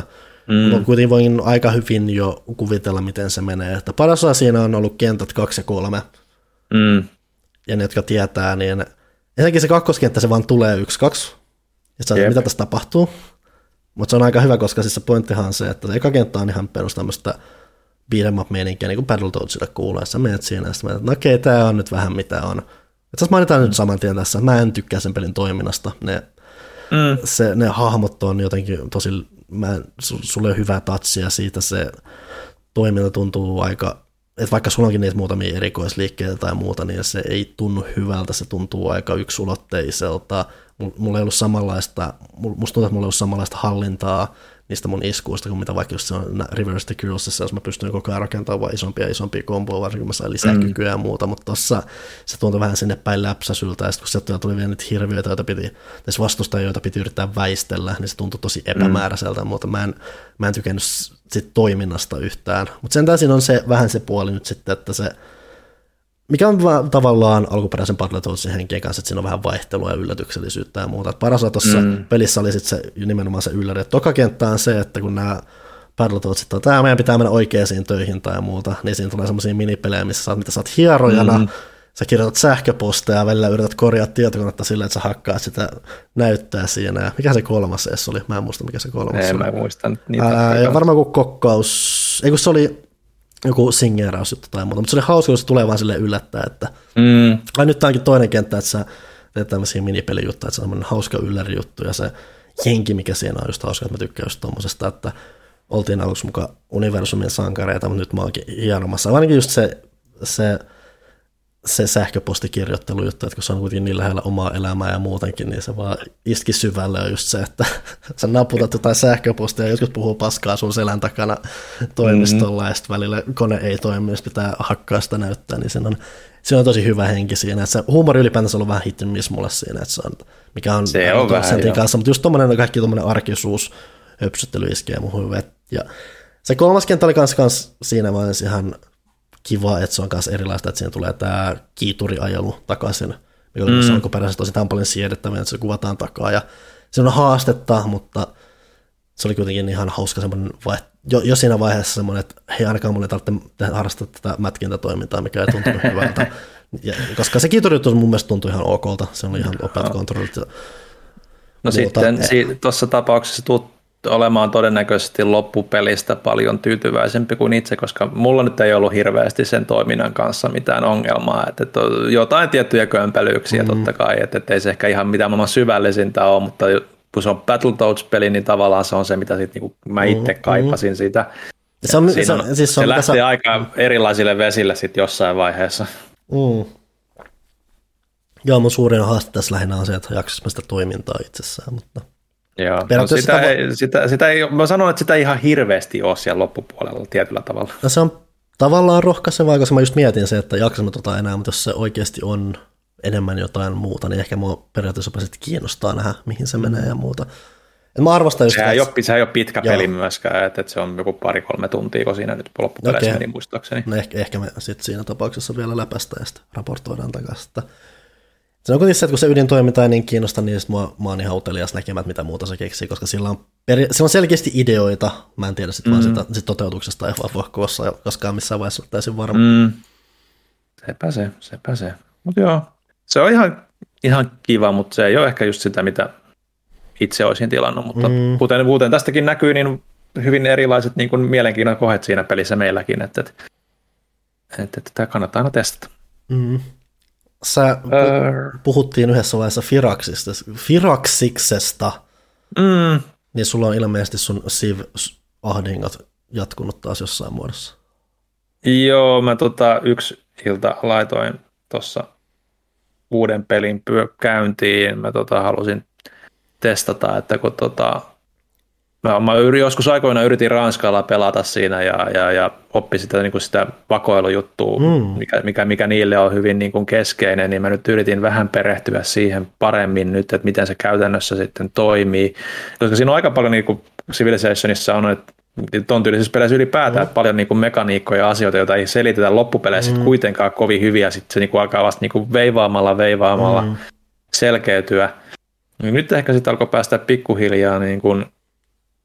Mutta kuitenkin voin aika hyvin jo kuvitella, miten se menee. Että paras osa siinä on ollut kentät 2 ja 3. Ja ne, jotka tietää, niin ensinnäkin se kakkoskenttä se vaan tulee 1-2. Ja sä mitä tässä tapahtuu. Mutta se on aika hyvä, koska siis se pointtihan on se, että se eka kenttä on ihan perus tämmöistä beat'em up -meininkiä, niin kuin Battletoadsille kuulee. Sä menet siinä ja sitten menet, no okei, tää on nyt vähän mitä on. Itse asiassa mainitaan nyt saman tien tässä, että mä en tykkää sen pelin toiminnasta. Ne hahmot on jotenkin tosi, sulle on hyvää touchia siitä, se toiminta tuntuu aika, että vaikka sulla onkin niitä muutamia erikoisliikkeitä tai muuta, niin se ei tunnu hyvältä, se tuntuu aika yksulotteiselta. Mulla ei ollut samanlaista, musta tuntuu, että mulla ei ollut samanlaista hallintaa niistä mun iskuista, kuin mitä vaikka just se on Reverse the Cruisessa, jos mä pystyn koko ajan rakentamaan vaan isompia komboja, varsinkin kun mä sain lisää kykyä ja muuta, mutta tossa se tuntui vähän sinne päin läpsäsyltä, ja sitten kun sieltä tuli vielä niitä hirviöitä, tässä vastustajia, joita piti yrittää väistellä, niin se tuntui tosi epämääräiseltä, mutta mä en tykännyt sit toiminnasta yhtään. Mutta sentään siinä on vähän se puoli nyt sitten, että se mikä on tavallaan alkuperäisen Battletoadsin henkien kanssa, että siinä on vähän vaihtelua ja yllätyksellisyyttä ja muuta. Paras tuossa pelissä oli sitten se, nimenomaan se ylläri. Toka kenttä on se, että kun nämä Battletoadsit on, että meidän pitää mennä oikeisiin töihin tai muuta, niin siinä tulee semmoisia minipelejä, missä sä oot hierojana, sä kirjoitat sähköposteja ja välillä yrität korjaa tietokonetta silleen, että sä hakkaat sitä näyttää siinä. Mikä se kolmas edes oli? Mä en muista, mikä se kolmas oli. Mä muistan niitä. Ja varmaan joku kokkaus, ei kun se oli joku singeerausjuttu tai muuta, mutta se oli hauska, kun se tulee vaan silleen yllättää, että nyt tämä onkin toinen kenttä, että sä teet tämmöisiä minipelijuttuja, että se on semmoinen hauska yllärijuttu, ja se henki, mikä siinä on just hauska, että mä tykkään just tommosesta, että oltiin aluksi mukaan universumin sankareita, mutta nyt mä oonkin hienomassa. Ainakin just se sähköpostikirjoittelujuttu, että kun se on kuitenkin niin lähellä omaa elämää ja muutenkin, niin se vaan iski syvälle on just se, että sä naputat jotain sähköpostia ja joskus puhuu paskaa sun selän takana toimistolla ja sitten välillä kone ei toimi, jos pitää hakkaa sitä näyttää, niin siinä on tosi hyvä henki siinä. Että se huumori ylipäätänsä on ollut vähän hit and miss mulle siinä, että se on, mikä on sentin kanssa, mutta just tommonen kaikki tommonen arkisuus höpsyttely iskee muuhun. Ja se kolmas kenttä oli kans siinä vaiheessa ihan kiva, että se on myös erilaista, että siinä tulee tämä kiituriajelu takaisin, mikä oli alkuperäisesti tosi tämän paljon siedettävää, että se kuvataan takaa, ja se on haastetta, mutta se oli kuitenkin ihan hauska semmoinen jo siinä vaiheessa semmoinen, että hei, ainakaan mulle ei tarvitse harrastaa tätä mätkintätoimintaa, mikä ei tuntunut hyvältä, koska se kiituriyttu mun mielestä tuntui ihan okolta, se oli ihan nopeat kontrollit. No sitten tuossa tapauksessa olemaan todennäköisesti loppupelistä paljon tyytyväisempi kuin itse, koska mulla nyt ei ollut hirveästi sen toiminnan kanssa mitään ongelmaa, että jotain tiettyjä kömpelyyksiä totta kai, että ei se ehkä ihan mitään maailman syvällisintä ole, mutta kun se on Battletoads-peli, niin tavallaan se on se, mitä sit, niin mä itse kaipasin sitä. Se lähtee aika erilaisille vesille sitten jossain vaiheessa. Joo, mun suurin haaste tässä lähinnä on se, että jaksaisi sitä toimintaa itsessään, mutta joo, no sitä ei, mä sanon, että sitä ei ihan hirveästi ole siellä loppupuolella tietyllä tavalla. No se on tavallaan rohkaisevaa, koska mä just mietin se, että jaksamme enää, mutta jos se oikeasti on enemmän jotain muuta, niin ehkä mua periaatteessa kiinnostaa nähdä, mihin se menee ja muuta. Et mä arvostan just sehän ei ole pitkä peli myöskään, että se on joku 2-3 tuntia, kun siinä nyt loppupeleissä meni muistaakseni. No ehkä me sitten siinä tapauksessa vielä läpästään ja sitten raportoidaan takaisin. Se on kuitenkin se, että kun se ydintoiminta ei niin kiinnosta, niin mä oon ihan utelias näkemään, mitä muuta se keksii, koska sillä on selkeästi ideoita, mä en tiedä sitten vaan sitä toteutuksesta, ei vaan voi koskaan missään vaiheessa olla täysin varma. Sepä se. Mutta joo, se on ihan kiva, mutta se ei ole ehkä just sitä, mitä itse olisin tilannut, mutta kuten tästäkin näkyy, niin hyvin erilaiset niin kuin mielenkiinnon kohet siinä pelissä meilläkin, että tämä kannattaa aina testata. Puhuttiin yhdessä vaiheessa Firaxiksesta, niin sulla on ilmeisesti sun Civ-ahdingot jatkunut taas jossain muodossa. Joo, mä yksi ilta laitoin tuossa uuden pelin käyntiin. Mä halusin testata, että kun mä joskus aikoina yritin Ranskalla pelata siinä ja oppi sitä, niin kuin sitä vakoilujuttua, mikä niille on hyvin niin kuin keskeinen, niin mä nyt yritin vähän perehtyä siihen paremmin nyt, että miten se käytännössä sitten toimii. Koska siinä on aika paljon, niin kuin Civilizationissa on, että tuon tyylisissä peleissä ylipäätään, että paljon niin kuin mekaniikkoja ja asioita, joita ei selitetä loppupeleissä kuitenkaan kovin hyviä, sitten se niin kuin alkaa vasta niin kuin veivaamalla selkeytyä. Nyt ehkä sitten alkoi päästä pikkuhiljaa niin kuin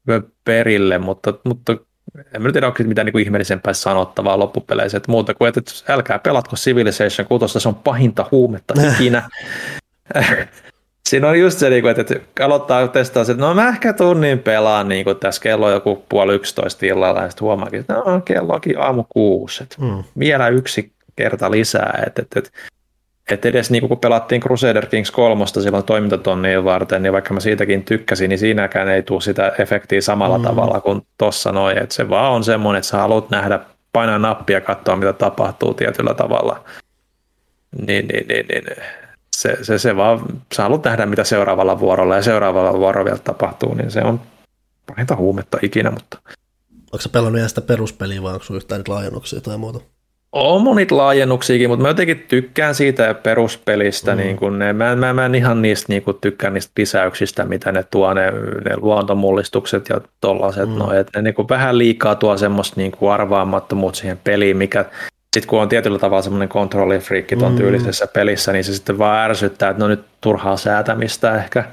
perille, mutta en mä tiedä, onko mitään niin kuin ihmeellisempää sanottavaa loppupeleissä, että muuta kuin, että älkää pelatko Civilization 6, se on pahinta huumetta ikinä. Siinä on just se, että aloittaa testaa se, että no mä ehkä tunnin pelaan, niin kuin tässä kello on joku 10:30 illalla, ja sitten huomaakin, että no, kello onkin aamu 6, että vielä yksi kerta lisää, että edes niin kun pelattiin Crusader Kings 3 silloin toimintatonnia varten, niin vaikka mä siitäkin tykkäsin, niin siinäkään ei tule sitä efektiä samalla tavalla kuin tossa noin, että se vaan on semmoinen, että sä haluat nähdä, painaa nappia ja katsoa, mitä tapahtuu tietyllä tavalla. Niin. Se vaan, sä haluat nähdä, mitä seuraavalla vuorolla ja seuraavalla vuorolla tapahtuu, niin se on pahinta huumetta ikinä, mutta... Onko sä pelannut ihan sitä peruspeliä vai onko sun yhtään niitä laajennuksia tai muuta? On monit laajennuksiakin, mutta mä jotenkin tykkään siitä peruspelistä, niin kun mä en ihan niistä niin kun tykkään niistä lisäyksistä, mitä ne tuo, ne luontomullistukset ja tollaiset, että ne niin kun vähän liikaa tuo semmoista niin kun arvaamattomuutta siihen peliin, mikä sitten kun on tietyllä tavalla semmoinen kontrollifriikki tuon tyylisessä pelissä, niin se sitten vaan ärsyttää, että no nyt turhaa säätämistä ehkä.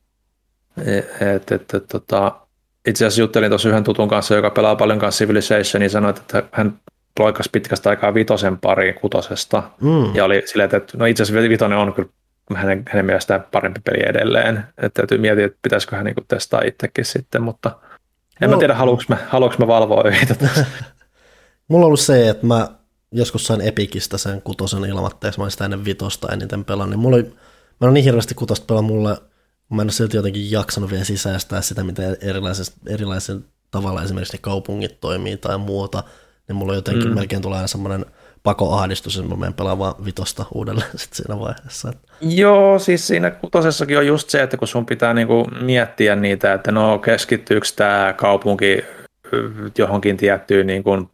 Itse asiassa juttelin tuossa yhden tutun kanssa, joka pelaa paljon kanssa Civilization, niin sanoi, että hän loikkasi pitkästä aikaa 5 pariin 6. Ja oli silleen, että no itse asiassa 5 on kyllä hänen mielestään parempi peli edelleen. Että täytyy miettiä, että pitäisikö hän niinku testaa itsekin sitten, mutta en mä tiedä, haluanko mä valvoa yhtä tässä. Mulla on ollut se, että mä joskus sain Epicistä sen 6 ilmatteeksi, mä olin sitä ennen 5 eniten pelannut, niin mä en niin hirveästi 6 pelaa mulle, mä en ole silti jotenkin jaksanut vielä sisäistää sitä, miten erilaisen tavalla esimerkiksi ne kaupungit toimii tai muuta, niin mulla jotenkin melkein tulee aina semmoinen pakoahdistus, että mä menen pelaamaan 5 uudelleen sitten siinä vaiheessa. Joo, siis siinä 6:ssakin on just se, että kun sun pitää niinku miettiä niitä, että no keskittyykö tämä kaupunki johonkin tiettyyn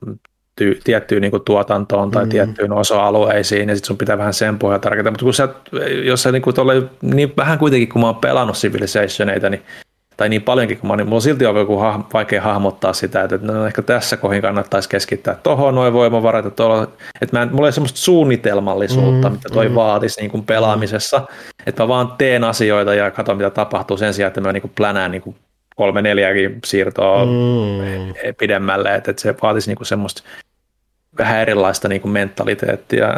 niinku tuotantoon tai tiettyyn osa-alueisiin, ja sitten sun pitää vähän sen pohjalta rakentaa. Mutta jos sä niinku niin vähän kuitenkin, kun mä oon pelannut Civilizationeita, tai niin paljonkin kuin niin mulla on silti joku vaikea hahmottaa sitä, että no, ehkä tässä kohin kannattaisi keskittää tuohon noin voimavarat, että mulla ei semmoista suunnitelmallisuutta, mitä toi vaatisi niin kuin pelaamisessa, että mä vaan teen asioita ja katson, mitä tapahtuu sen sijaan, että mä niin kuin plänään niin kuin 3-4 siirtoa pidemmälle, että se vaatisi niin kuin semmoista vähän erilaista niin kuin mentaliteettia.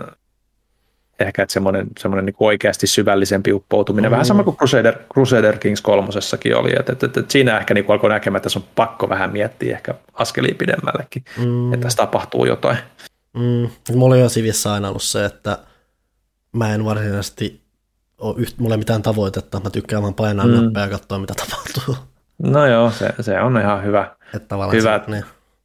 Ehkä että semmoinen niin kuin oikeasti syvällisempi uppoutuminen, vähän sama kuin Crusader Kings 3:ssakin oli, että siinä ehkä niin kuin alkoi näkemään, että tässä on pakko vähän miettiä ehkä askelia pidemmällekin, että tässä tapahtuu jotain. Mulla on jo Civissä aina ollut se, että mä en varsinaisesti mulla ei mitään tavoitetta, mä tykkään vaan painaa nappia ja katsoa, mitä tapahtuu. No joo, se on ihan hyvä. Hyvä. Niin.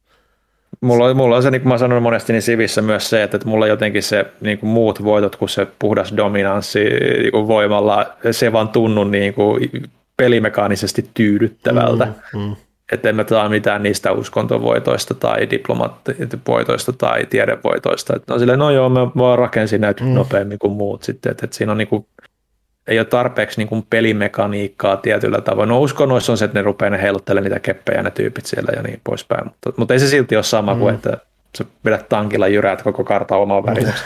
Mulla on se, niin kuin mä sanon monesti, niin Civissä myös se, että mulla jotenkin se niin kuin muut voitot kuin se puhdas dominanssi niin kuin voimalla, se vaan tunnu niin kuin pelimekaanisesti tyydyttävältä. Että en mä saa mitään niistä uskontovoitoista tai diplomaattivoitoista tai tiedevoitoista. Että no silleen, no joo, mä vaan rakensin näitä nopeammin kuin muut sitten. Että siinä on niin kuin, ei ole tarpeeksi niin kuin pelimekaniikkaa tietyllä tavoin. No uskonnoissa on se, että ne rupeaa heiluttelemaan niitä keppejä ne tyypit siellä ja niin poispäin. Mutta ei se silti ole sama kuin, että sä vedät tankilla jyräät koko kartan omaan väriseksi.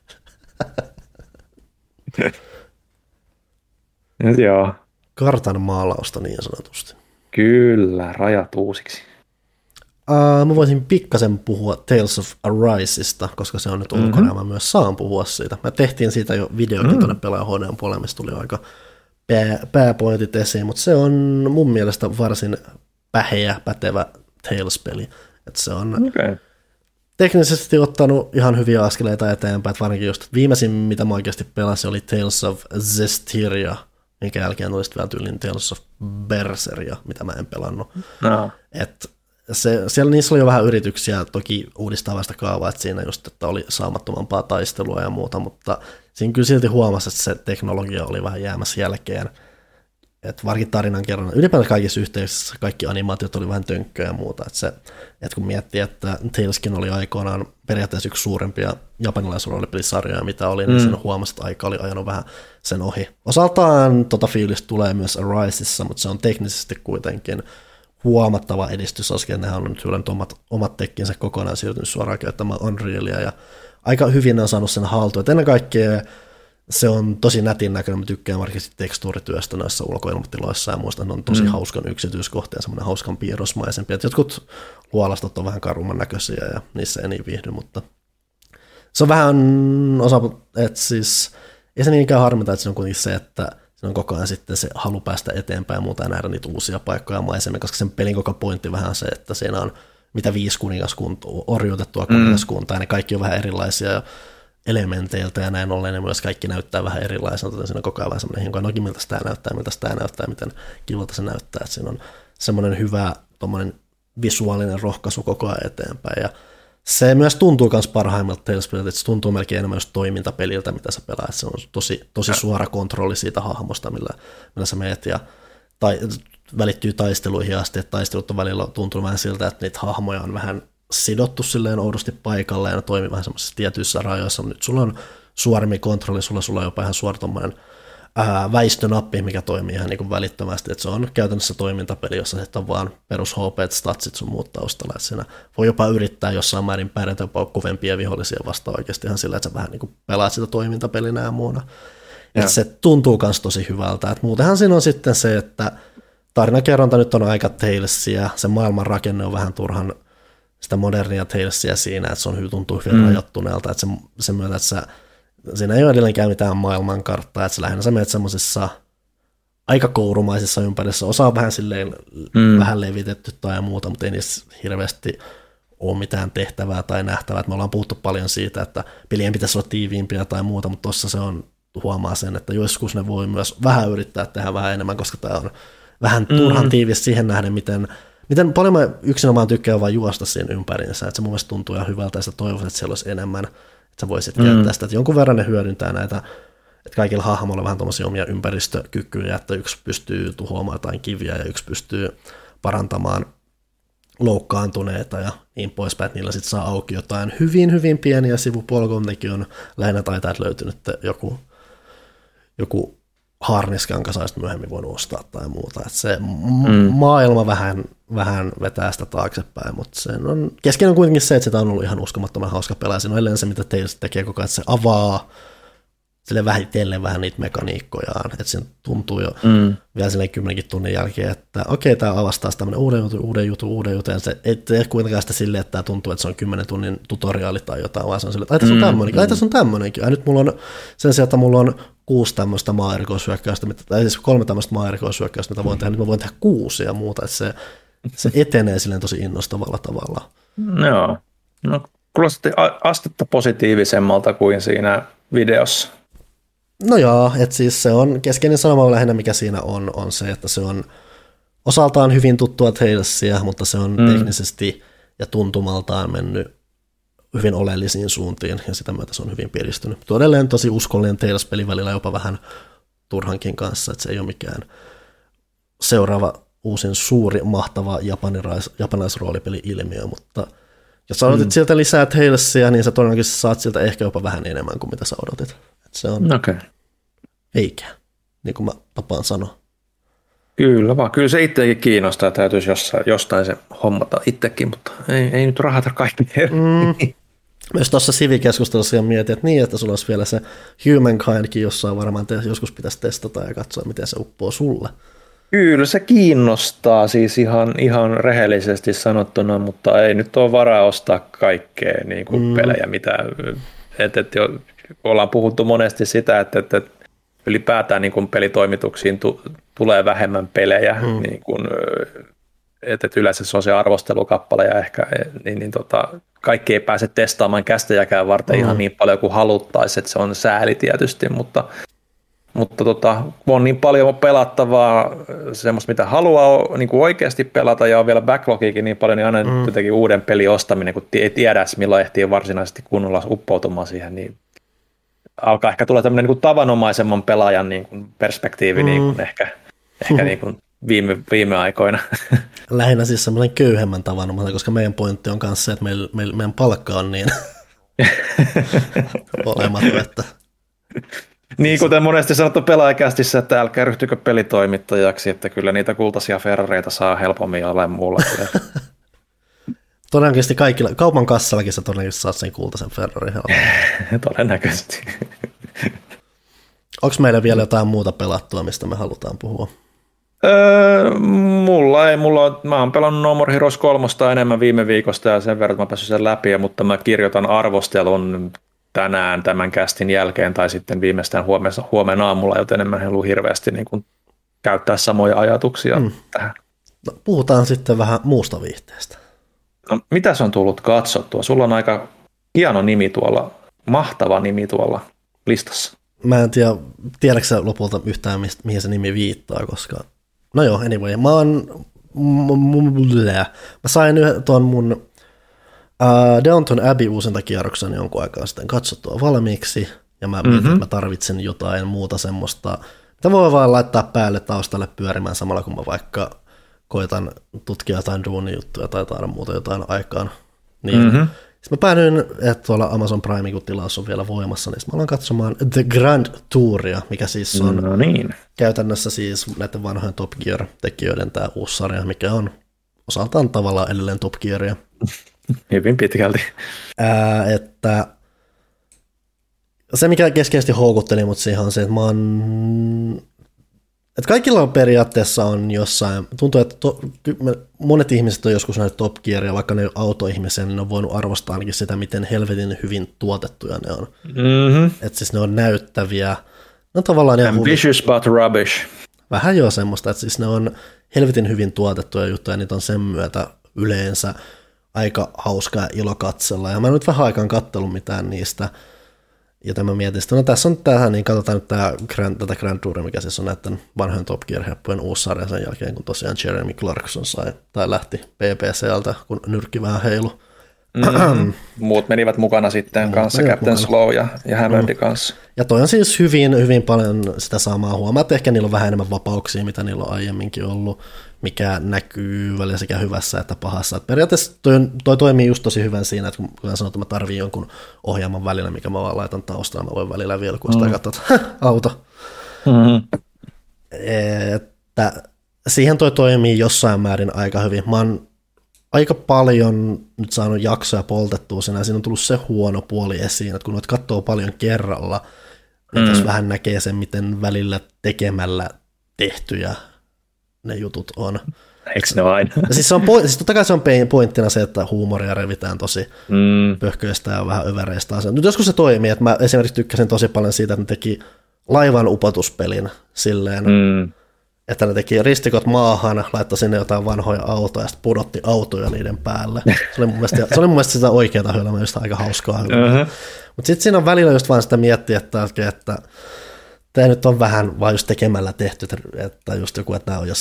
Joo. Kartan maalausta niin sanotusti. Kyllä, rajat uusiksi. Mä voisin pikkasen puhua Tales of Ariseista, koska se on nyt ulkona ja mä myös saan puhua siitä. Me tehtiin siitä jo videokin tuonne Pelaajahuoneen puolelle, missä tuli aika pääpointit esiin, mutta se on mun mielestä varsin pätevä Tales-peli. Et se on teknisesti ottanut ihan hyviä askeleita eteenpäin, että varsinkin just viimeisin, mitä mä oikeasti pelasin, oli Tales of Zestiria, minkä jälkeen tuli sitten vielä tyylin Tales of Berseria, mitä mä en pelannut. Siellä niissä oli jo vähän yrityksiä toki uudistaa vasta kaavaa, että siinä just, että oli saamattomampaa taistelua ja muuta, mutta siinä kyllä silti huomasi, että se teknologia oli vähän jäämässä jälkeen. Että varsinkin tarinankerronnan, ylipäätään kaikissa yhteyksissä kaikki animaatiot oli vähän tönkköjä ja muuta. Että kun miettii, että Taleskin oli aikoinaan periaatteessa yksi suurimpia japanilaisroolipelisarjoja, mitä oli, niin sen huomasi, että aika oli ajanut vähän sen ohi. Osaltaan fiilistä tulee myös Arisessa, mutta se on teknisesti kuitenkin huomattava edistysaskel. Nehän on nyt omat tekkinsä kokonaan siirtynyt suoraan käyttämään Unrealia, ja aika hyvin ne on saanut sen haltuun. Ennen kaikkea se on tosi nätin näköinen, mä tykkään varsinkin tekstuurityöstä noissa ulkoilmatiloissa ja muista, ne on tosi hauskan yksityiskohtia ja semmoinen hauskan piirrosmaisempi. Et jotkut luolastot on vähän karumman näköisiä ja niissä ei niin viihdy, mutta se on vähän osa, että siis ei se niinkään harmita, että se on kuitenkin se, että se on koko ajan sitten se halu päästä eteenpäin ja muuta ja nähdä niitä uusia paikkoja ja maisemia, koska sen pelin koko pointti vähän se, että siinä on mitä 5 kuningaskuntaa, orjuutettua kuningaskuntaa ja ne kaikki on vähän erilaisia elementeiltä ja näin ollen, ja myös kaikki näyttää vähän erilaiselta, joten siinä on koko ajan vähän semmoinen hinko, no miltä tämä näyttää, miten kivalta se näyttää, että siinä on semmoinen hyvä visuaalinen rohkaisu koko ajan eteenpäin, ja se myös tuntuu myös parhaimmalta Tales-peliltä, että se tuntuu melkein enemmän just toimintapeliltä, mitä sä pelaat, se on tosi suora kontrolli siitä hahmosta, millä sä meet, ja välittyy taisteluihin asti, että taistelut on välillä tuntunut vähän siltä, että niitä hahmoja on vähän sidottu silleen oudosti paikalle ja ne toimii vähän semmoisissa tietyissä rajoissa, mutta nyt sulla on suoremmin kontrolli, sulla on jopa ihan suora tommoinen väistönappi, mikä toimii ihan niin kuin välittömästi, että se on käytännössä toimintapeli, jossa sitten on vaan perus HP, statsit sun muut taustalla, että siinä voi jopa yrittää jossain määrin pärjätä paukkuvempia vihollisia vastaan oikeasti ihan sillä, että sä vähän niin kuin pelaat sitä toimintapelinä ja muuna. Että se tuntuu myös tosi hyvältä, että muutenhan siinä on sitten se, että tarinakerronta nyt on aika Talesia, se maailman rakenne on vähän turhan sitä modernia Talesia siinä, että se on tuntuu hyvin rajoittuneelta, että se myötä, että siinä ei ole edelleenkään mitään maailmankarttaa, että lähinnä sä menet semmoisissa aika kourumaisissa ympäristössä, osa on vähän silleen vähän levitetty tai muuta, mutta ei niissä hirveästi ole mitään tehtävää tai nähtävää, että me ollaan puhuttu paljon siitä, että pelien pitäisi olla tiiviimpiä tai muuta, mutta tuossa se on, huomaa sen, että joskus ne voi myös vähän yrittää tehdä vähän enemmän, koska tämä on vähän turhan tiivis siihen nähden, miten paljon mä yksinomaan tykkään vaan juosta siinä ympäriinsä, että se mun mielestä tuntuu ihan hyvältä ja sitä toivon, että siellä olisi enemmän, että sä voisit käyttää sitä, että jonkun verran ne hyödyntää näitä, että kaikilla hahmoilla on vähän tommosia omia ympäristökykyjä, että yksi pystyy tuhoamaan jotain kiviä ja yksi pystyy parantamaan loukkaantuneita ja niin poispäin, että niillä sitten saa auki jotain hyvin pieniä sivupolkonekin on lähinnä taitaa, että löytynyt joku harniska, jonka sä olisit myöhemmin voinut ostaa tai muuta. Että se maailma vähän vetää sitä taaksepäin, mutta sen on, kesken on kuitenkin se, että sitä on ollut ihan uskomattoman hauska pelaa. Siinä on edelleen se, mitä Tales tekee koko ajan, että se avaa sille vähitellen vähän niitä mekaniikkojaan, että se tuntuu jo vielä silleen 10 tunnin jälkeen, että okei, tämä avastaa tämmöinen uuden jutun, ja se ei tee kuitenkaan sitä silleen, että tämä tuntuu, että se on 10 tunnin tutoriaali tai jotain, vaan se on silleen, että tässä on tämmöinenkin, ja nyt mulla on sen sijaan, että mulla on 6 tämmöistä maa-erikoishyökkäystä, tai siis 3 tämmöistä maa-erikoishyökkäystä, mitä voin tehdä, nyt mä voin tehdä 6 ja muuta, että se etenee silleen tosi innostavalla tavalla. Joo, no kuulosti astetta positiivisemmalta kuin siinä videossa. No joo, että siis se on keskeinen sanoma lähinnä, mikä siinä on se, että se on osaltaan hyvin tuttua Talesia, mutta se on teknisesti ja tuntumaltaan mennyt hyvin oleellisiin suuntiin, ja sitä myötä se on hyvin piristynyt. Tuo edelleen tosi uskollinen Tales-peli välillä jopa vähän turhankin kanssa, että se ei ole mikään seuraava uusin suuri, mahtava japanilaisroolipeli-ilmiö, mutta jos sä odotit sieltä lisää Talesia, niin sä todennäköisesti saat sieltä ehkä jopa vähän enemmän kuin mitä sä odotit. Että se on eikä, niin kuin mä tapaan sanoa. Kyllä vaan, kyllä se itseäkin kiinnostaa, täytyisi jostain se hommata itsekin, mutta ei nyt rahata kaikki. Myös tuossa Civi-keskustelussa mietin, että niin, että sulla olisi vielä se Humankindkin jossain varmaan joskus pitäisi testata ja katsoa, miten se uppoo sulle. Kyllä se kiinnostaa siis ihan rehellisesti sanottuna, mutta ei nyt ole varaa ostaa kaikkea niin kuin pelejä, mitä ollaan puhuttu monesti sitä, että ylipäätään niin kuin pelitoimituksiin tulee vähemmän pelejä, niin kuin, että yleensä se on se arvostelukappale ja ehkä kaikki ei pääse testaamaan kästäjäkään varten ihan niin paljon kuin haluttaisiin, että se on sääli tietysti, mutta on niin paljon pelattavaa, semmoista mitä haluaa niin kuin oikeasti pelata ja on vielä backlogiikin niin paljon, niin aina jotenkin uuden pelin ostaminen, kun ei tiedä milloin ehtii varsinaisesti kunnolla uppoutumaan siihen, niin alkaa ehkä tulla tämmöinen niin kuin tavanomaisemman pelaajan niin kuin perspektiivi niin kuin ehkä niin kuin viime aikoina. Lähinnä siis semmoinen köyhemmän tavanomaisen, koska meidän pointti on kanssa se, että meidän palkka on niin olematon, että niin kuten monesti sanottu pelaajakästissä, että älkää ryhtykö pelitoimittajaksi, että kyllä niitä kultaisia Ferrareita saa helpommin jollain muulla. Todennäköisesti kaikilla, kaupan kassallakin sä todennäköisesti saat sen kultaisen Ferrarin helpommin. Todennäköisesti. Onko meillä vielä jotain muuta pelattua, mistä me halutaan puhua? Mä oon pelannut No More Heroes 3 enemmän viime viikosta ja sen verran, että mä päässyt sen läpi, mutta mä kirjoitan arvostelun tänään tämän castin jälkeen tai sitten viimeistään huomenna aamulla, joten en mä halua hirveästi niin kuin käyttää samoja ajatuksia tähän. No, puhutaan sitten vähän muusta viihteestä. No, mitäs on tullut katsottua? Sulla on aika hieno nimi tuolla, mahtava nimi tuolla listassa. Mä en tiedätkö sä lopulta yhtään, mihin se nimi viittaa, koska... No joo, anyway, mä sain tuon mun Downton Abbey uusintakierroksen jonkun aikaa sitten katsottua valmiiksi, ja mä mietin, että mä tarvitsen jotain muuta semmoista, mitä voi vaan laittaa päälle taustalle pyörimään samalla, kun mä vaikka koitan tutkia jotain duunijuttuja tai taida muuta jotain aikaan. Niin. Sitten mä päädyin, että tuolla Amazon Prime, kun tilaus on vielä voimassa, niin mä alan katsomaan The Grand Touria, mikä siis on käytännössä siis näiden vanhojen Top Gear-tekijöiden tämä uusi sarja, mikä on osaltaan tavallaan edelleen Top Gearia. Hyvin pitkälti. Että se, mikä keskeisesti houkutteli mut siihen on se, että että kaikilla on periaatteessa on jossain, tuntuu, että monet ihmiset on joskus näitä Top Gearia, vaikka ne ei ole autoihmisiä, niin ne on voinut arvostaa ainakin sitä, miten helvetin hyvin tuotettuja ne on. Että siis ne on näyttäviä. No tavallaan ambitious but rubbish. Vähän jo semmoista, että siis ne on helvetin hyvin tuotettuja juttuja, ja niitä on sen myötä yleensä aika hauskaa ja ilo katsella. Ja mä en nyt vähän aikaan kattellut mitään niistä. Joten mä mietin, että no tässä on tähän, niin katsotaan nyt tätä Grand Touria, mikä siis on näiden vanhojen Top Gear-heppujen uusi sarja sen jälkeen, kun tosiaan Jeremy Clarkson lähti BBCltä, kun nyrkki vähän heilu. Muut menivät mukana sitten kanssa, Captain Slow ja Hammerdi kanssa. Ja toi on siis hyvin, hyvin paljon sitä samaa huomaa, että ehkä niillä on vähän enemmän vapauksia, mitä niillä on aiemminkin ollut, mikä näkyy välillä sekä hyvässä että pahassa. Et periaatteessa toi toimii just tosi hyvän siinä, että kun sanoin, että mä tarviin jonkun ohjelman välillä, mikä mä vaan laitan taustalla, mä voin välillä vielä kuistaa katsoa, auto. Että siihen toi toimii jossain määrin aika hyvin. Mä oon aika paljon nyt saanut jaksoja poltettua siinä, ja siinä on tullut se huono puoli esiin, että kun noit katsoo paljon kerralla, niin tässä vähän näkee sen, miten välillä tekemällä tehtyjä ne jutut on. Eikö ne aina? Siis totta kai se on pointtina se, että huumoria revitään tosi pöhköistä ja vähän övereistä asioista. Nyt joskus se toimii, että mä esimerkiksi tykkäsin tosi paljon siitä, että ne teki laivan upotuspelin silleen, että ne teki ristikot maahan, laittoi sinne jotain vanhoja autoja ja sitten pudotti autoja niiden päälle. Se oli mun mielestä sitä oikeaa hölmöä, just aika hauskaa hölmöä. Mutta sitten siinä on välillä just vaan sitä miettiä, että tämä nyt on vähän vaan just tekemällä tehty, että just joku, että nämä on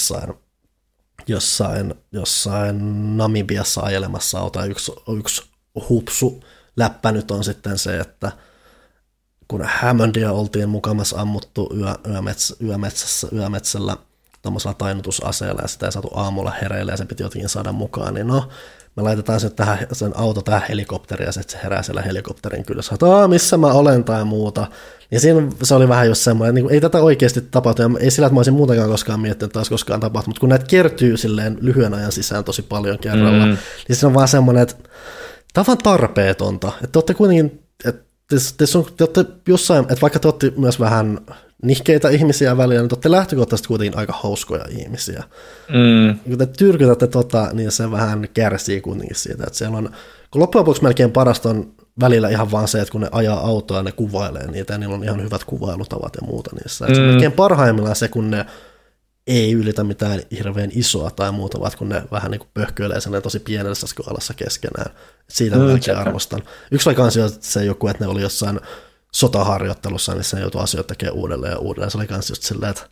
jossain Namibiassa ajelemassa autoa. Yksi hupsu läppä nyt on sitten se, että kun Hammondia oltiin mukamassa ammuttu yömetsällä tuommoisella tainnutusaseella ja sitä ei saatu aamulla hereille ja se piti jotenkin saada mukaan, niin no, me laitetaan sen auto tähän helikopteriin ja sitten se herää siellä helikopterin kyllä, että missä mä olen tai muuta. Ja siinä se oli vähän just semmoinen, että ei tätä oikeasti tapahtu, ja ei sillä, että mä olisin muutakaan koskaan miettinyt, että olisi koskaan tapahtunut, mutta kun näitä kertyy silleen lyhyen ajan sisään tosi paljon kerralla, niin se on vaan semmoinen, että tämä on vaan tarpeetonta, että te olette kuitenkin, että te olette jossain, että vaikka te olette myös vähän nihkeitä ihmisiä välillä, niin te olette lähtökohtaisesti kuitenkin aika hauskoja ihmisiä. Kun te tyrkytätte niin se vähän kärsii kuitenkin siitä, että siellä on, kun loppujen lopuksi melkein parasta on välillä ihan vaan se, että kun ne ajaa autoa ja ne kuvailee niitä, ja niillä on ihan hyvät kuvailutavat ja muuta niissä. Se on melkein parhaimmillaan se, kun ne ei ylitä mitään hirveän isoa tai muuta, vaan kun ne vähän niin kuin pöhköilee sen tosi pienessä skaalassa keskenään. Siitä mä melkein arvostan. Yksi oli kans se joku, että ne oli jossain sotaharjoittelussa, niin se joutui asioita tekemään uudelleen ja uudelleen. Se oli kans just silleen, että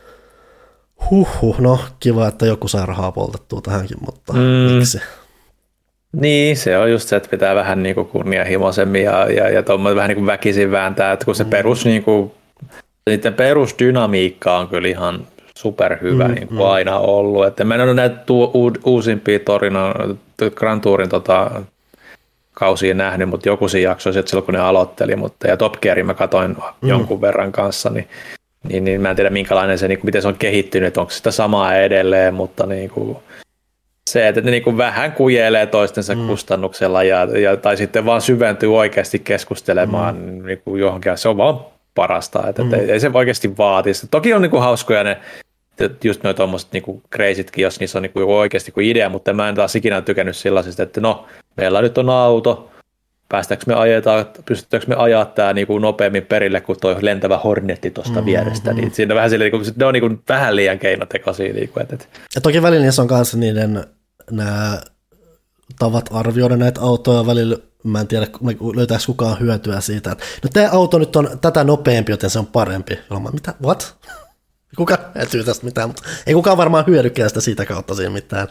no kiva, että joku saa rahaa poltettua tähänkin, mutta miksi? Niin, se on just se, että pitää vähän niin kuin kunnianhimoisemmin ja tuommoinen vähän niin kuin väkisin vääntää, että kun se niiden perusdynamiikka on kyllä ihan superhyvä niin kuin aina ollut. Että mä en ole näitä uusimpia Grand Tourin kausia nähnyt, mutta joku siinä jaksoi silloin, kun ne aloitteli, ja Top Gearin mä katsoin jonkun verran kanssa, niin mä en tiedä minkälainen se, niin kuin, miten se on kehittynyt, onko sitä samaa edelleen, mutta niin kuin, se, että ne niin kuin vähän kujelee toistensa kustannuksella tai sitten vaan syventyy oikeasti keskustelemaan niin kuin johonkin, se on vaan parasta, että ei se oikeasti vaatisi. Toki on niinku hauskoja ne, just noin tuommoiset niinku crazytkin, jos niissä on niinku oikeasti kuin idea, mutta mä en taas ikinä tykännyt sellaisista, että no, meillä nyt on auto, pystytäänkö me ajaa tämä niinku nopeammin perille kuin tuo lentävä Hornetti tuosta vierestä, niin siinä vähän silleen, ne on niinku vähän liian keinotekoisia. Niinku, ja toki välillä niissä on kanssa niiden nämä tavat arvioida näitä autoja välillä, mä en tiedä, löytääkö kukaan hyötyä siitä, että no tämä auto nyt on tätä nopeampi, joten se on parempi. Mitä? What? Kuka hyötyy tästä mitään, mutta ei kukaan varmaan hyödykään sitä siitä kautta siinä mitään.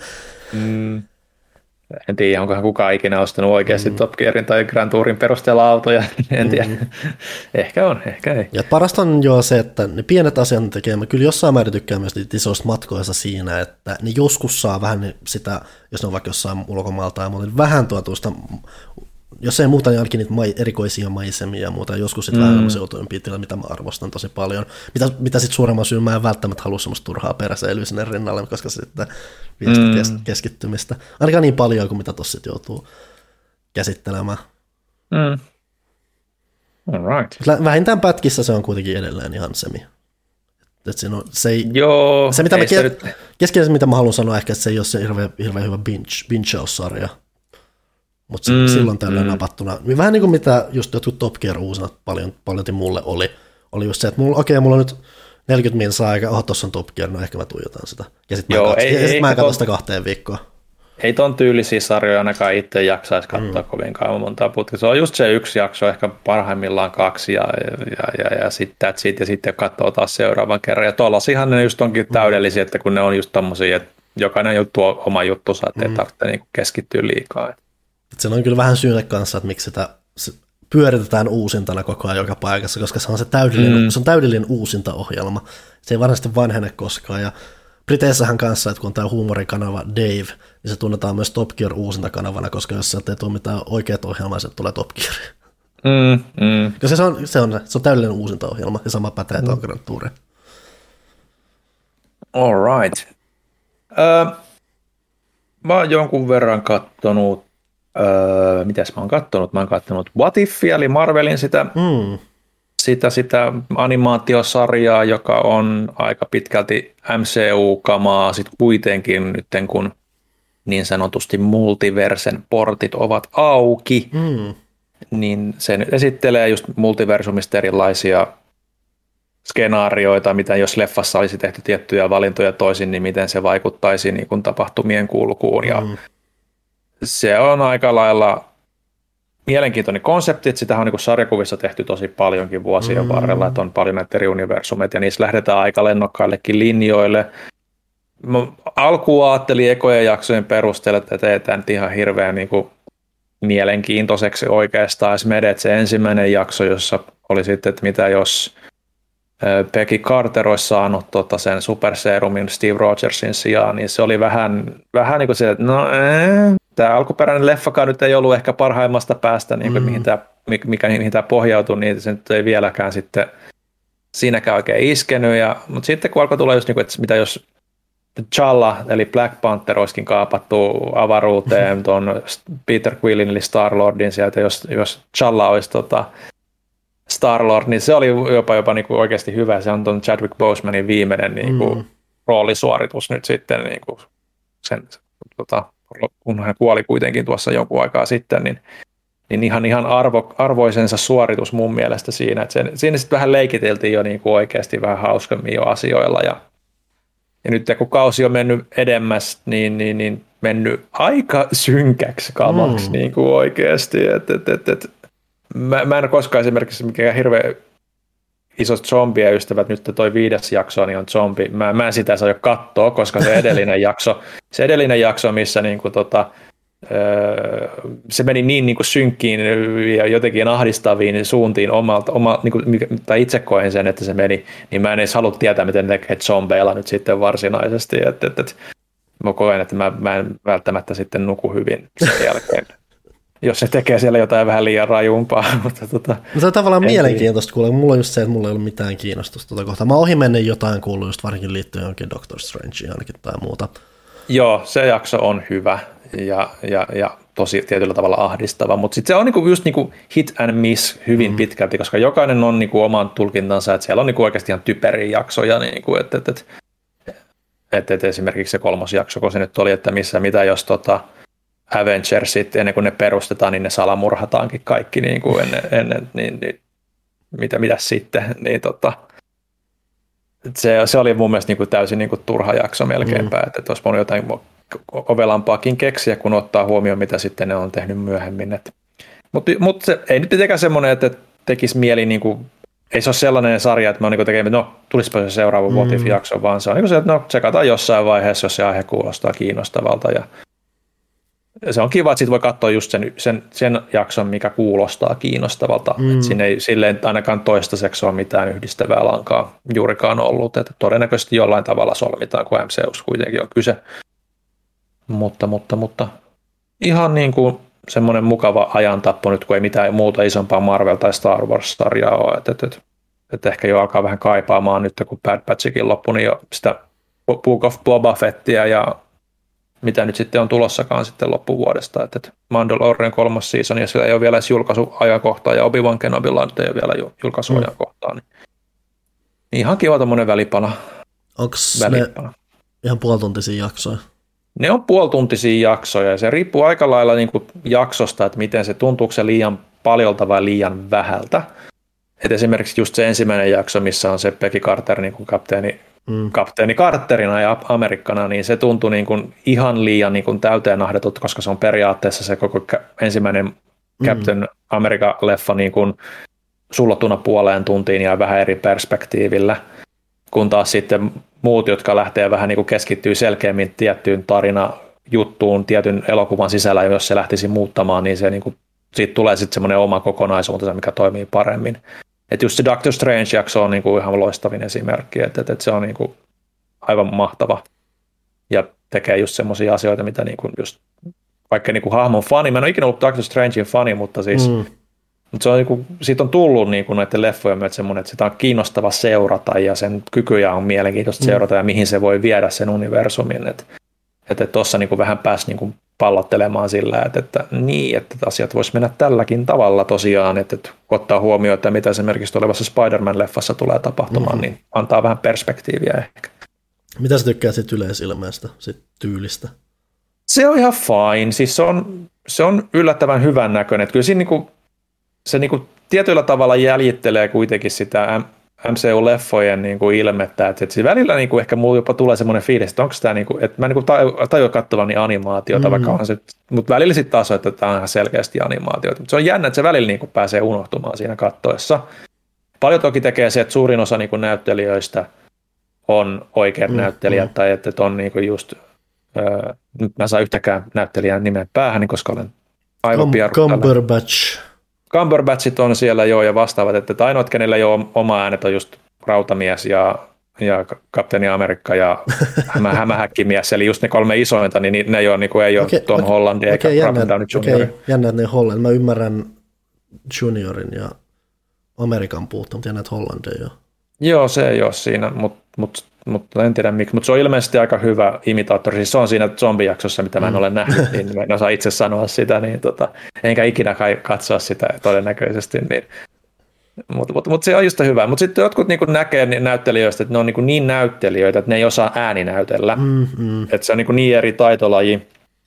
En tiedä, onkohan kukaan ikinä ostanut oikeasti Top Gearin tai Grand Tourin perusteella autoja, en tiedä. Ehkä on, ehkä ei. Ja parasta on jo se, että ne pienet asiat tekee, mä kyllä jossain määrin tykkään myös niitä isoista matkoissa siinä, että ne joskus saa vähän sitä, jos ne on vaikka jossain ulkomailta tai muuta, niin vähän tuosta, jos ei muuta, niin ainakin niitä erikoisia maisemia ja muuta, joskus sitten vähän seutuimpia tiloja, mitä mä arvostan tosi paljon. Mitä sitten suuremman syyn mä en välttämättä halua semmoista turhaa peräseilyä sinne rinnalle, koska se sitten viesti keskittymistä. Ainakaan niin paljon kuin mitä tuossa joutuu käsittelemään. All right. Vähintään pätkissä se on kuitenkin edelleen ihan semi. Joo, mitä keskeisesti mitä mä haluan sanoa ehkä, että se ei ole se hirveän hyvä binge-sarja. Mutta silloin tällöin napattuna. Vähän niin kuin mitä just jotkut Top Gear uusina paljon mulle oli just se, että mulla on nyt 40 minsaa aika, tuossa on Top Gear, no ehkä mä tuijotan sitä. Ja sitten mä en katso sitä 2 viikkoa. Ei ton tyylisiä sarjoja ainakaan itse jaksaisi katsoa kovinkaan montaa putkea. Se on just se yksi jakso, ehkä parhaimmillaan 2 ja sitten katsoo taas seuraavan kerran. Ja tollasihan ne just onkin täydellisiä, että kun ne on just tommosia, että jokainen juttu on oma juttusa, että ei tarvitse niinku keskittyä liikaa. Se on kyllä vähän syynä kanssa, että miksi sitä pyöritetään uusintana koko ajan joka paikassa, koska se on se täydellinen uusintaohjelma. Se ei varsinaisesti vanhene koskaan. Ja Briteissähän kanssa, että kun on tämä huumorikanava Dave, niin se tunnetaan myös Top Gear uusintakanavana, koska jos sieltä ei tule mitään oikeat ohjelmaa, se tulee Top Gear. Koska se on täydellinen uusintaohjelma, ja sama pätee tuon Grand Touriin. All right. Mä oon jonkun verran kattonut. Mitäs mä oon kattonut? Mä oon kattonut What Ifia, eli Marvelin sitä animaatiosarjaa, joka on aika pitkälti MCU-kamaa sit kuitenkin nyt, kun niin sanotusti multiversen portit ovat auki, niin se nyt esittelee just multiversumista erilaisia skenaarioita, mitä jos leffassa olisi tehty tiettyjä valintoja toisin, niin miten se vaikuttaisi niin kuin tapahtumien kulkuun ja se on aika lailla mielenkiintoinen konsepti, että sitä on niin kuin sarjakuvissa tehty tosi paljonkin vuosien varrella, että on paljon näitä eri universumeita, ja niissä lähdetään aika lennokkaillekin linjoille. Mä alkuun ajattelin ekojen jaksojen perusteella, että teetään nyt ihan hirveän niin kuin mielenkiintoiseksi oikeastaan. Esimerkiksi se ensimmäinen jakso, jossa oli sitten, että mitä jos Peggy Carter olisi saanut sen superserumin Steve Rogersin sijaan, niin se oli vähän niin kuin se, että tämä alkuperäinen leffakaan nyt ei ollut ehkä parhaimmasta päästä, niin kuin mihin tämä pohjautui, niin se nyt ei vieläkään sitten siinäkään oikein iskenyt. Mutta sitten kun alkoi tulla just niin kuin, että mitä jos T'Challa, eli Black Panther, olisikin kaapattu avaruuteen tuon Peter Quillin, eli Star-Lordin sieltä, jos T'Challa olisi Star-Lord, niin se oli jopa niin kuin oikeasti hyvä. Se on tuon Chadwick Bosemanin viimeinen niin kuin roolisuoritus nyt sitten, niin kuin sen, kun hän kuoli kuitenkin tuossa jonkun aikaa sitten, niin ihan arvoisensa suoritus mun mielestä siinä. Että siinä sitten vähän leikiteltiin jo niin kuin oikeasti vähän hauskemmin jo asioilla. Ja nyt kun kausi on mennyt edemmäs, niin mennyt aika synkäksi kamaksi niin kuin oikeasti. Mä en koskaan esimerkiksi mikään hirveän isot zombien ystävät, nyt toi 5. jakso niin on zombi. Mä en sitä saa katsoa, koska se edellinen jakso missä niinku se meni niin kuin synkkiin ja jotenkin ahdistaviin suuntiin tai itse koen sen, että se meni, niin mä en edes halua tietää, miten ne tekee zombeilla nyt sitten varsinaisesti. Mä koen, että mä en välttämättä sitten nuku hyvin sen jälkeen. Jos se tekee siellä jotain vähän liian rajumpaa. Mutta se on tavallaan mielenkiintoista kuulla. Mulla on just se, että mulla ei ollut mitään kiinnostusta kohtaa. Mä ohimennen jotain kuullut just varsinkin liittyen johonkin Doctor Strangeen ainakin tai muuta. Joo, se jakso on hyvä. Ja tosi tietyllä tavalla ahdistava, mutta sitten se on niinku just niinku hit and miss hyvin pitkälti, koska jokainen on niinku oman tulkintansa, että siellä on niinku oikeasti ihan typeriä jaksoja, niinku, että esimerkiksi se 3. jakso, kun se nyt oli, että mitä jos Avengersit, ennen kuin ne perustetaan, niin ne salamurhataankin kaikki niinku ennen niin mitä sitten, niin se oli mun mielestä niinku täysin niinku turha jakso melkeinpä, että olisi voinut jotain ovelampaakin keksiä, kun ottaa huomioon, mitä sitten ne on tehnyt myöhemmin. Mutta se ei nyt mitenkään semmoinen, että tekisi mieli, niinku, ei se ole sellainen sarja, että mä oon niinku tekemään, no tulispa se seuraava What If-jakso, vaan se on niinku se, että no tsekataan jossain vaiheessa, jos se aihe kuulostaa kiinnostavalta. Ja se on kiva, että sit voi katsoa just sen jakson, mikä kuulostaa kiinnostavalta. Että siinä ei silleen ainakaan toistaiseksi ole mitään yhdistävää lankaa juurikaan ollut. Että todennäköisesti jollain tavalla solmitaan, kun MCU:ssa kuitenkin on kyse. Mutta ihan niin kuin semmoinen mukava ajantappo nyt, kun ei mitään muuta isompaa Marvel- tai Star Wars-sarjaa ole. Että ehkä jo alkaa vähän kaipaamaan nyt, kun Bad Batchikin loppui, niin jo sitä Book of Boba Fettia ja mitä nyt sitten on tulossakaan sitten loppuvuodesta. Että Mandalorian 3. season ja sillä ei ole vielä edes julkaisuajankohtaa ja Obi-Wan Kenobilla nyt ei ole vielä julkaisuajankohtaa. Niin ihan kiva tommoinen välipala. Onko ne ihan puolituntisia jaksoja? Ne on puolituntisia jaksoja ja se riippuu aika lailla niin kuin jaksosta, että miten se tuntuuko se liian paljolta vai liian vähältä. Et esimerkiksi just se ensimmäinen jakso, missä on se Peggy Carter niin kuin kapteeni Carterina ja Amerikkana, niin se tuntui niin kuin ihan liian niin kuin täyteen ahdetut, koska se on periaatteessa se koko ensimmäinen Captain America-leffa niin kuin sullottuna puoleen tuntiin ja vähän eri perspektiivillä, kun taas sitten muut, jotka lähtee vähän niin kuin keskittyy selkeämmin tiettyyn tarinajuttuun tietyn elokuvan sisällä, ja jos se lähtisi muuttamaan, niin se niin kuin, siitä tulee sitten semmoinen oma kokonaisuutensa, mikä toimii paremmin. Että just se Doctor Strange-jakso on niin kuin ihan loistavin esimerkki, että se on niin kuin aivan mahtava ja tekee just semmoisia asioita, mitä niin kuin just, vaikka niin kuin hahmon fani, mä en ole ikinä ollut Doctor Strangein fani, mutta siis mutta se on, niin kuin, siitä on tullut niin kuin näiden leffojen myötä semmoinen, että sitä on kiinnostava seurata ja sen kykyjä on mielenkiintoista seurata ja mihin se voi viedä sen universumin. Että tuossa niin kuin vähän pääsi niin kuin pallottelemaan sillä, että asiat vois mennä tälläkin tavalla tosiaan, että ottaa huomioon, että mitä esimerkiksi tulevassa Spider-Man-leffassa tulee tapahtumaan, niin antaa vähän perspektiiviä ehkä. Mitä sä tykkäät sit yleisilmeestä, sit tyylistä? Se on ihan fine, siis se on yllättävän hyvän näköinen, että kyllä siinä niinku, se niinku tietyllä tavalla jäljittelee kuitenkin sitä MCU-leffojen niinku ilmettä, että se välillä niinku ehkä mulla jopa tulee semmoinen fiilis, että onko tämä, niinku, että mä niinku tajua katsovani animaatiota, vaikka on se, mutta välillä sitten taas on, että tämä on ihan selkeästi animaatiota. Mutta se on jännä, että se välillä niinku pääsee unohtumaan siinä kattoessa. Paljon toki tekee se, että suurin osa niinku näyttelijöistä on oikeat näyttelijät, tai että on niinku just, nyt mä saan yhtäkään näyttelijän nimen päähän, koska olen aivan Cumberbatchit on siellä jo ja vastaavat, että ainoat, kenellä ei ole oma äänet, on just Rautamies ja Kapteeni Amerikka ja Hämähäkkimies, eli just ne 3 isointa, niin ne ei ole, niin kuin ei ole Tom Holland eikä Robert Downey Jr. Jännä, että ne Holland. Mä ymmärrän Juniorin ja Amerikan puuttua, mutta jännä, että Holland ei ole. Joo, se ei ole siinä, mutta en tiedä miksi, mutta se on ilmeisesti aika hyvä imitaattori, siis se on siinä zombijaksossa, mitä mä en ole nähnyt, niin mä en osaa itse sanoa sitä, niin enkä ikinä katsoa sitä todennäköisesti, niin, mutta se on just hyvä, mutta sitten jotkut niin näkee näyttelijöistä, että ne on niin näyttelijöitä, että ne ei osaa ääninäytellä, että se on niin eri taitolaji,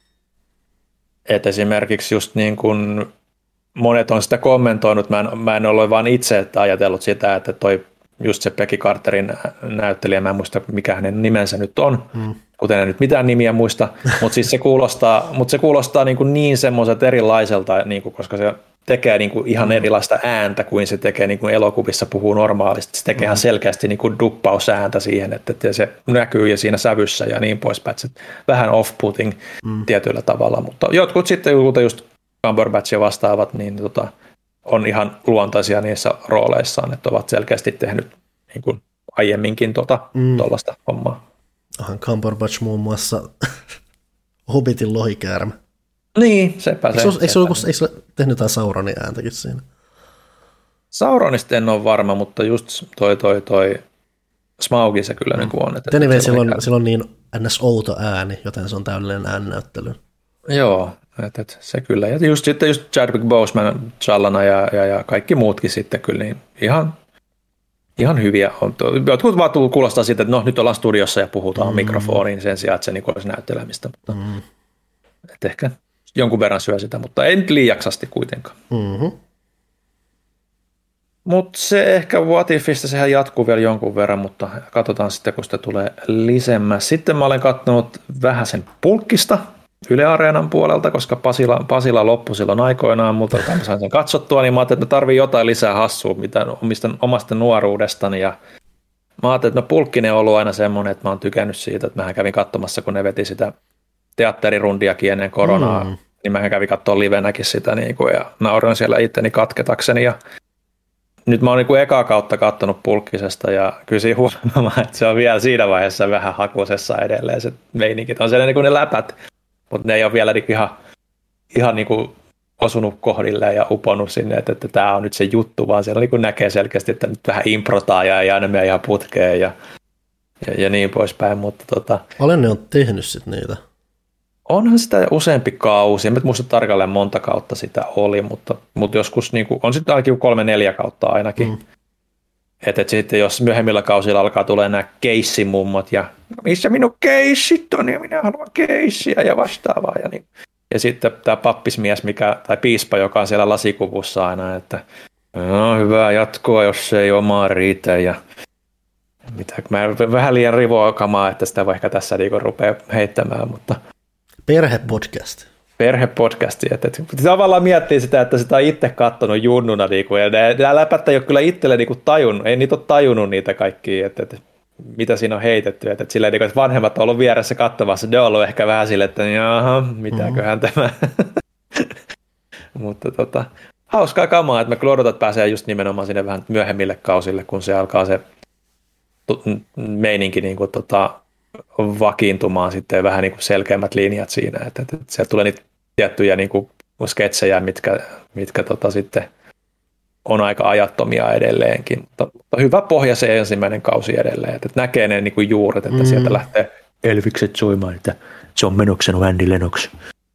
että esimerkiksi just niin kuin monet on sitä kommentoinut, mä en ole vaan itse että ajatellut sitä, että just se Peggy Carterin näyttelijä, mä en muista mikä hänen nimensä nyt on, kuten en nyt mitään nimiä muista, mutta siis se kuulostaa niin semmoiset erilaiselta, niin kuin, koska se tekee niin kuin ihan erilaista ääntä kuin se tekee niin kuin elokuvissa puhuu normaalisti. Se tekee ihan selkeästi niin kuin duppausääntä siihen, että se näkyy ja siinä sävyssä ja niin poispäin. Vähän off-putting tietyllä tavalla, mutta jotkut sitten, kuten just Cumberbatch ja vastaavat, niin on ihan niissä rooleissaan, että ovat selkeästi tehnyt niin kuin aiemminkin tuollaista hommaa. Onhan Cumberbatch muun muassa Hobbitin lohikäärme. Niin, sepä se. Eikö se tehnyt jotain Sauronin ääntäkin siinä? Sauronista en ole varma, mutta just toi Smaugi se kyllä niin kuin on. Anyway, sillä on niin ns. Outo ääni, joten se on täydellinen äännäyttely. Joo, se kyllä. Ja just Chadwick Boseman, Challana ja kaikki muutkin sitten kyllä, niin ihan hyviä on. Jotkut vaan kuulostaa siitä, että no nyt ollaan studiossa ja puhutaan mikrofoniin sen sijaan, että se niin olisi näyttelemistä. Mutta että ehkä jonkun verran syö sitä, mutta ei nyt liiaksasti kuitenkaan. Mm-hmm. Mutta se ehkä What Ifistä, sehän jatkuu vielä jonkun verran, mutta katsotaan sitten, kun sitä tulee lisemmäs. Sitten mä olen katsonut vähän sen Pulkkista Yle Areenan puolelta, koska Pasila loppui silloin aikoinaan, mutta mä sain sen katsottua, niin mä ajattelin, että mä tarvitsen jotain lisää hassua mitä omasta nuoruudestani. Ja mä ajattelin, että Pulkkinen on ollut aina semmoinen, että mä oon tykännyt siitä, että mähän kävin katsomassa, kun ne veti sitä teatterirundiakin ennen koronaa, niin mähän kävin katsoa livenäkin sitä niin kuin, ja nauroin siellä itteni katketakseni. Ja nyt mä oon niin kuin ekaa kautta katsonut Pulkkisesta ja kyllä siinä huomaa, että se on vielä siinä vaiheessa vähän hakusessa edelleen se meininki. On siellä niin kuin ne läpät, mutta ne ei ole vielä niin ihan niin kuin osunut kohdilleen ja uponnut sinne, että tämä on nyt se juttu, vaan siellä niin kuin näkee selkeästi, että nyt vähän improtaan ja ei aina mene ihan putkeen ja niin poispäin. Mutta Olen ne on tehnyt sitten niitä. Onhan sitä useampi kausi, en muista tarkalleen monta kautta sitä oli, mutta joskus niin kuin, on sitten ainakin 3-4 kautta ainakin. Että sitten jos myöhemmillä kausilla alkaa tulee nämä keissimummot ja missä minun keissit on ja minä haluan keissiä ja vastaavaa. Ja sitten tämä pappismies tai piispa, joka on siellä lasikuvussa aina, että no, hyvää jatkoa, jos se ei omaa riitä ja mä vähän liian rivoa kamaa, että sitä voi ehkä tässä niin rupeaa heittämään, mutta Perhepodcasti, että tavallaan miettii sitä, että sitä on itse katsonut junnuna, ja nämä läpät ei ole kyllä itselle tajunnut, ei niitä ole tajunnut niitä kaikkia, että mitä siinä on heitetty, että silleen, että vanhemmat on ollut vieressä katsomassa, ne on ollut ehkä vähän silleen, että jaha, mitäköhän tämä, mutta hauskaa kamaa, että mä kyllä odotan, että pääsee just nimenomaan sinne vähän myöhemmille kausille, kun se alkaa se meininki niin kuin, vakiintumaan sitten vähän niin kuin selkeämmät linjat siinä, että sieltä tulee niitä tiettyjä niin kuin sketsejä, mitkä sitten on aika ajattomia edelleenkin, mutta hyvä pohja se ensimmäinen kausi edelleen, että näkee ne niin kuin juuret, että sieltä lähtee Elvikset soimaan, että John Menoksen on Andy Lennox.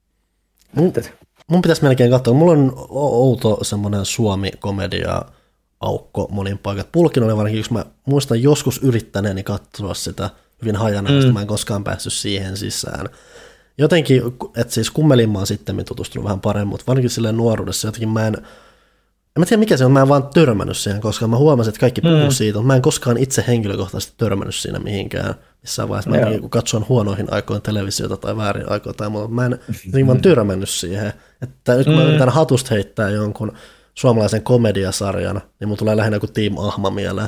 Mun pitäisi melkein katsoa, mulla on outo semmoinen Suomi-komedia aukko monin paikat. Pulkin oli varsinkin, jos mä muistan joskus yrittäneeni katsoa sitä hyvin hajanaista, mä en koskaan päässyt siihen sisään. Jotenkin, että siis kummelin mä oon sitten tutustunut vähän paremmin, mutta varsinkin silleen nuoruudessa jotenkin mä en tiedä mikä se on, mä en vaan törmännyt siihen, koska mä huomasin, että kaikki puhuu siitä, mutta mä en koskaan itse henkilökohtaisesti törmännyt siinä mihinkään missään vaiheessa. Mä en katsoin huonoihin aikoin televisiota tai väärin aikoin tai muuta, mä en vaan törmännyt siihen. Että nyt kun mä yritän hatusta heittää jonkun suomalaisen komediasarjan, niin mun tulee lähinnä kuin Team Ahma mieleen.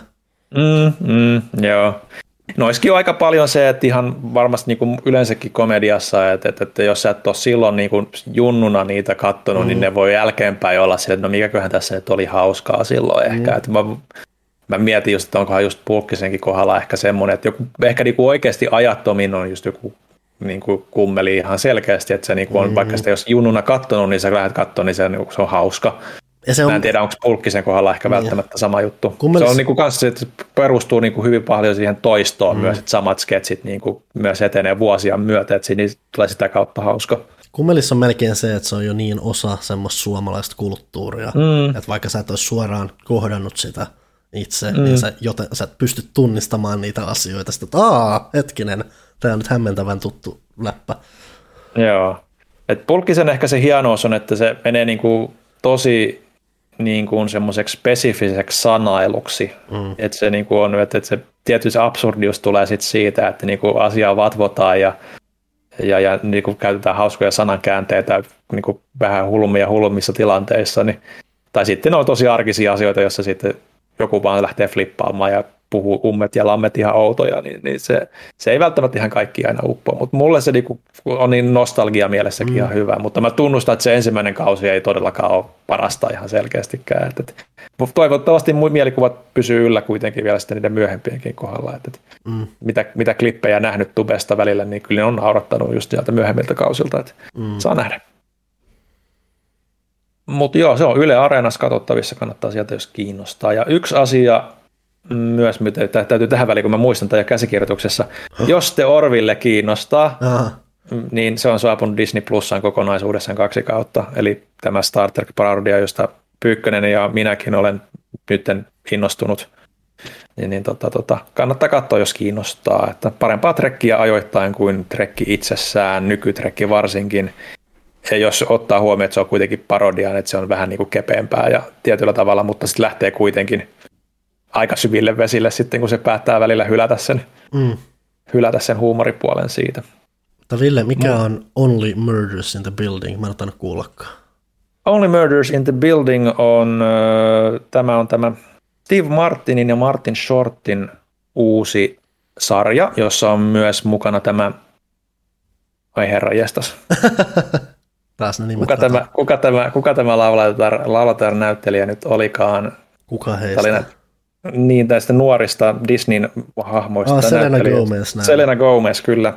Joo. No olisikin jo aika paljon se, että ihan varmasti niin kuin yleensäkin komediassa, että jos sä et ole silloin niin kuin junnuna niitä katsonut, niin ne voi jälkeenpäin olla sille, että no mikäköhän tässä nyt oli hauskaa silloin ehkä. Että mä mietin just, että onkohan just Pulkkisenkin kohdalla ehkä semmoinen, että joku, ehkä niin kuin oikeasti ajattomin on just joku niin kuin kummeli ihan selkeästi, että se niin kuin on, vaikka sitä jos junnuna katsonut, niin sä lähdet katsomaan, niin se on hauska. Mä en tiedä, onko Pulkkisen kohdalla ehkä välttämättä sama juttu. Se on niinku kanssa, että perustuu niinku hyvin paljon siihen toistoon myös, että samat sketsit niinku myös etenee vuosia myötä, että siinä tulee sitä kautta hauska. Kummelissa on melkein se, että se on jo niin osa semmoista suomalaista kulttuuria, että vaikka sä et olisi suoraan kohdannut sitä itse, niin sä pystyt tunnistamaan niitä asioita. Sitten, että hetkinen, tää on nyt hämmentävän tuttu läppä. Joo. Et Pulkkisen ehkä se hienous on, että se menee niinku tosi niin kuin semmoiseksi spesifiseksi sanailuksi, että se niin kuin on, että se tietysti se absurdius tulee sit siitä, että niin kuin asiaa vatvotaan ja niin kuin käytetään hauskoja sanankäänteitä niin kuin vähän hullummissa tilanteissa, niin, tai sitten on tosi arkisia asioita, joissa sitten joku vaan lähtee flippaamaan ja puhuu ummet ja lammet ihan outoja, niin se ei välttämättä ihan kaikki aina uppoa, mutta mulle se niinku on niin nostalgia mielessäkin ihan hyvä, mutta mä tunnustan, että se ensimmäinen kausi ei todellakaan ole parasta ihan selkeästikään. Toivottavasti mielikuvat pysyy yllä kuitenkin vielä sitten niiden myöhempienkin kohdalla, että mitä klippejä nähnyt tubesta välillä, niin kyllä ne on naurattanut just sieltä myöhemmiltä kausilta, että saa nähdä. Mutta joo, se on Yle Areenassa katsottavissa, kannattaa sieltä jos kiinnostaa. Ja yksi asia myös, mitä täytyy tähän väliin, kun mä muistan tämän käsikirjoituksessa, jos te Orville kiinnostaa, niin se on saapunut Disney Plusaan kokonaisuudessaan 2 kautta, eli tämä Star Trek-parodia, josta Pyykkönen ja minäkin olen nyt innostunut. Kannattaa katsoa, jos kiinnostaa. Että parempaa trekkiä ajoittain kuin trekki itsessään, nykytrekki varsinkin. Ja jos ottaa huomioon, että se on kuitenkin parodia, että se on vähän niin kuin kepeämpää ja tietyllä tavalla, mutta sitten lähtee kuitenkin aika syville vesille sitten, kun se päättää välillä hylätä sen huumoripuolen siitä. Mutta Ville, mikä on Only Murders in the Building? Mä en ottanut kuullakaan. Only Murders in the Building on tämä Steve Martinin ja Martin Shortin uusi sarja, jossa on myös mukana tämä, ai herra jestas. Taas ne nimet. Kuka tämä laulatar-näyttelijä nyt olikaan? Kuka heistä? Niin, tästä nuorista Disneyn hahmoista. Selena Gomez. Selena Gomez, kyllä.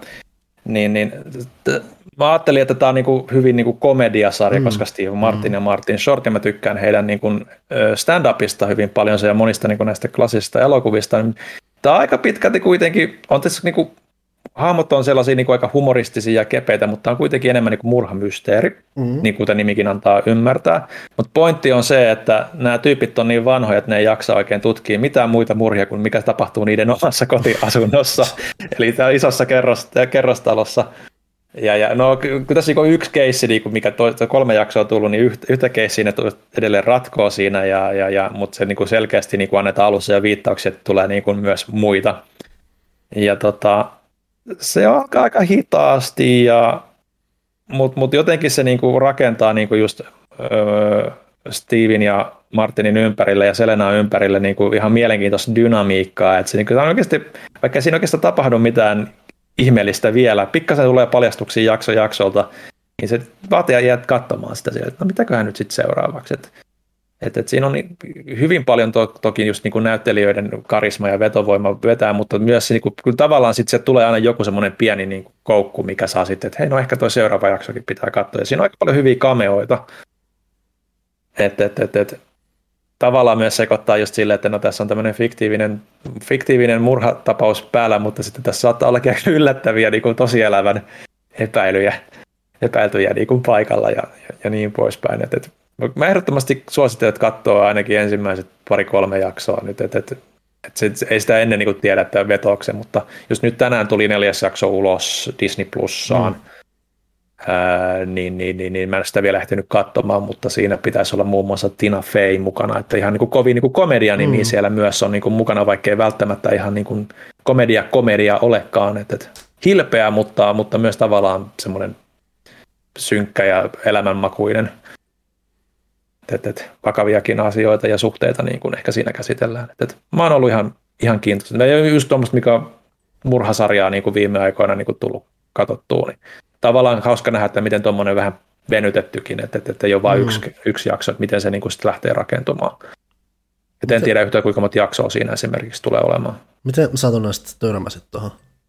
Mä ajattelin, että tämä on niinku hyvin niinku komediasarja, koska Steve Martin ja Martin Short, ja mä tykkään heidän niinku stand-upista hyvin paljon ja monista niinku näistä klassisista elokuvista. Tämä on aika pitkälti kuitenkin, on tässä niinku, hahmot on sellaisia niinku aika humoristisia ja kepeitä, mutta on kuitenkin enemmän niinku murhamysteeri, niin kuten nimikin antaa ymmärtää. Mutta pointti on se, että nämä tyypit on niin vanhoja, että ne ei jaksa oikein tutkia mitään muita murhia kuin mikä tapahtuu niiden omassa kotiasunnossa, eli täällä isossa kerrostalossa. Ja no, kun tässä on yksi keissi, niin mikä 3 jaksoa on tullut, niin yhtä keissiä ne edelleen ratkoo siinä, mutta se niin selkeästi niin annetaan alussa ja viittauksia, että tulee niin myös muita. Ja se on aika hitaasti, mutta jotenkin se niin rakentaa niin just Steven ja Martinin ympärille ja Selenaa ympärille niin ihan mielenkiintoista dynamiikkaa. Että se, niin on oikeasti, vaikka siinä oikeastaan tapahdu mitään ihmeellistä vielä, pikkasen tulee paljastuksia jaksolta, niin se vaatii jäädä katsomaan sitä siellä, että no mitäköhän nyt sitten seuraavaksi. Että siinä on hyvin paljon toki just niin kuin näyttelijöiden karisma ja vetovoima vetää, mutta myös niin kuin, kyllä tavallaan sitten se tulee aina joku semmoinen pieni niin kuin koukku, mikä saa sitten, että hei, no ehkä toi seuraava jaksokin pitää katsoa. Ja siinä on aika paljon hyviä cameoita. Tavallaan myös sekoittaa just silleen, että no tässä on tämmöinen fiktiivinen murhatapaus päällä, mutta sitten tässä saattaa olla yllättäviä niin kuin tosielämän epäiltyjä niin kuin paikalla ja niin poispäin. Mä ehdottomasti suosittelen, että katsoo ainakin ensimmäiset 2-3 jaksoa nyt, ei sitä ennen niin kuin tiedä, että vetooksen, mutta just nyt tänään tuli 4. jakso ulos Disney Plussaan. Niin mä en sitä vielä ehtinyt katsomaan, mutta siinä pitäisi olla muun muassa Tina Fey mukana, että ihan niin kuin kovin niin kuin komedianimi siellä myös on niin kuin mukana, vaikka ei välttämättä ihan niin kuin komedia olekaan, että hilpeä, mutta myös tavallaan semmoinen synkkä ja elämänmakuinen, että vakaviakin asioita ja suhteita niin kuin ehkä siinä käsitellään. Että mä oon ollut ihan kiinnostunut. Ja just tuommoista, mikä on murhasarjaa niin kuin viime aikoina niin kuin tullut katsottua, niin tavallaan hauska nähdä, että miten tuommoinen vähän venytettykin, että ei ole vain yksi jakso, että miten se niin kuin sitten lähtee rakentumaan. En tiedä yhtään, kuinka monta jaksoa siinä esimerkiksi tulee olemaan. Miten satunnaisesti törmäsit tuohon?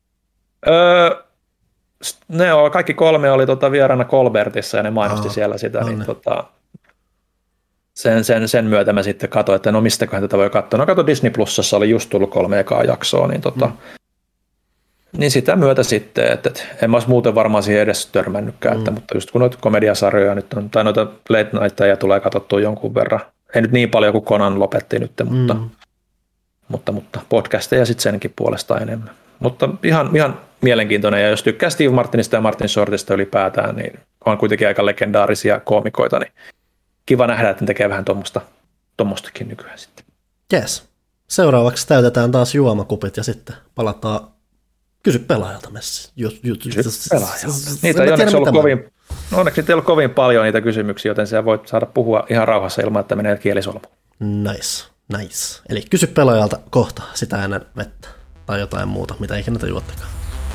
Ne kaikki 3 oli vieraana Colbertissa ja ne mainosti siellä sitä. Niin, sen myötä mä sitten katsoin, että no mistäköhän tätä voi katsoa. No katso Disney Plusassa oli just tullut 3 ekaa jaksoa, niin sitä myötä sitten, että en mä olisi muuten varmaan siihen edes törmännytkään, mutta just kun noita komediasarjoja nyt on, tai noita late nightteja tulee katsottua jonkun verran, ei nyt niin paljon kuin Conan lopetti nyt, mutta podcasteja sitten senkin puolesta enemmän. Mutta ihan mielenkiintoinen, ja jos tykkää Steve Martinista ja Martin Shortista ylipäätään, niin on kuitenkin aika legendaarisia koomikoita, niin kiva nähdä, että ne tekee vähän tuommoistakin nykyään sitten. Jes. Seuraavaksi täytetään taas juomakupit ja sitten palataan Kysy pelaajalta messi. Kysy pelaajalta. Niitä ei onneksi ollut onneksi ei ollut kovin paljon niitä kysymyksiä, joten sä voit saada puhua ihan rauhassa ilman, että menee kielisolmuun. Nice. Eli kysy pelaajalta kohta sitä ennen vettä tai jotain muuta, mitä ikinä te juottakaan.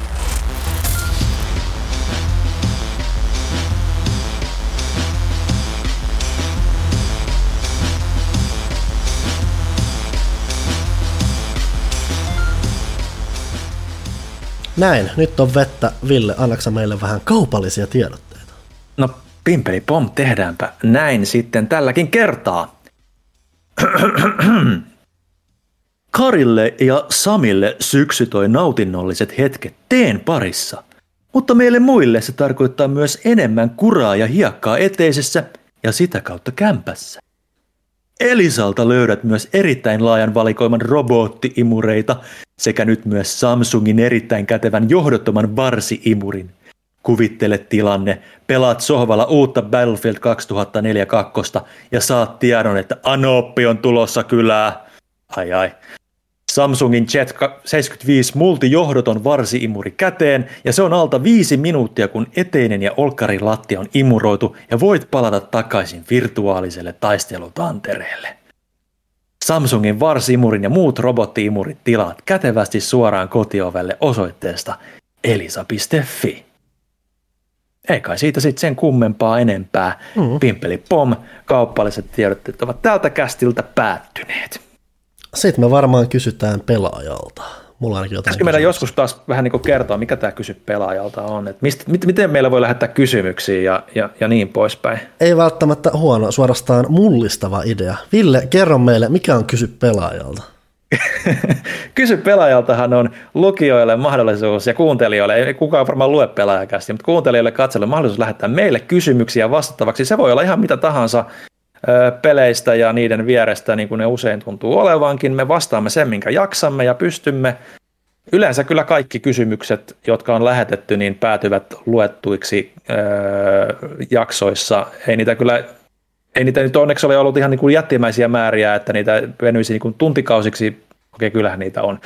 Näin, nyt on vettä. Ville, annaksa meille vähän kaupallisia tiedotteita? No, pimpeli pom, tehdäänpä näin sitten tälläkin kertaa. Karille ja Samille syksy toi nautinnolliset hetket teen parissa. Mutta meille muille se tarkoittaa myös enemmän kuraa ja hiekkaa eteisessä ja sitä kautta kämpässä. Elisalta löydät myös erittäin laajan valikoiman robotti-imureita sekä nyt myös Samsungin erittäin kätevän johdottoman varsi-imurin. Kuvittele tilanne, pelaat sohvalla uutta Battlefield 2042 ja saat tiedon, että Anoppi on tulossa kylää. Ai. Samsungin Jet 75 multijohdoton varsi-imuri käteen ja se on alta 5 minuuttia, kun eteinen ja olkkarin lattia on imuroitu ja voit palata takaisin virtuaaliselle taistelutantereelle. Samsungin varsi-imurin ja muut robotti-imurit tilaat kätevästi suoraan kotiovelle osoitteesta elisa.fi. Ei kai siitä sitten sen kummempaa enempää. Pimpeli pom, kaupalliset tiedotteet ovat tältä kästiltä päättyneet. Sitten me varmaan kysytään pelaajalta. Mulla ainakin jotain. Pitäisikö meidän joskus taas vähän niin kuin kertoa, mikä tämä kysy pelaajalta on? Että miten meillä voi lähettää kysymyksiä ja niin poispäin? Ei välttämättä huono, suorastaan mullistava idea. Ville, kerro meille, mikä on kysy pelaajalta? Kysy pelaajaltahan on lukijoille mahdollisuus ja kuuntelijoille, ei kukaan varmaan lue pelaajakästi, mutta kuuntelijoille katsojille mahdollisuus lähettää meille kysymyksiä vastattavaksi. Se voi olla ihan mitä tahansa peleistä ja niiden vierestä, niin kuin ne usein tuntuu olevankin. Me vastaamme sen, minkä jaksamme ja pystymme. Yleensä kyllä kaikki kysymykset, jotka on lähetetty, niin päätyvät luettuiksi jaksoissa. Ei niitä nyt onneksi ole ollut ihan niin kuin jättimäisiä määriä, että niitä venyisi niin kuin tuntikausiksi. Okei, kyllähän niitä on,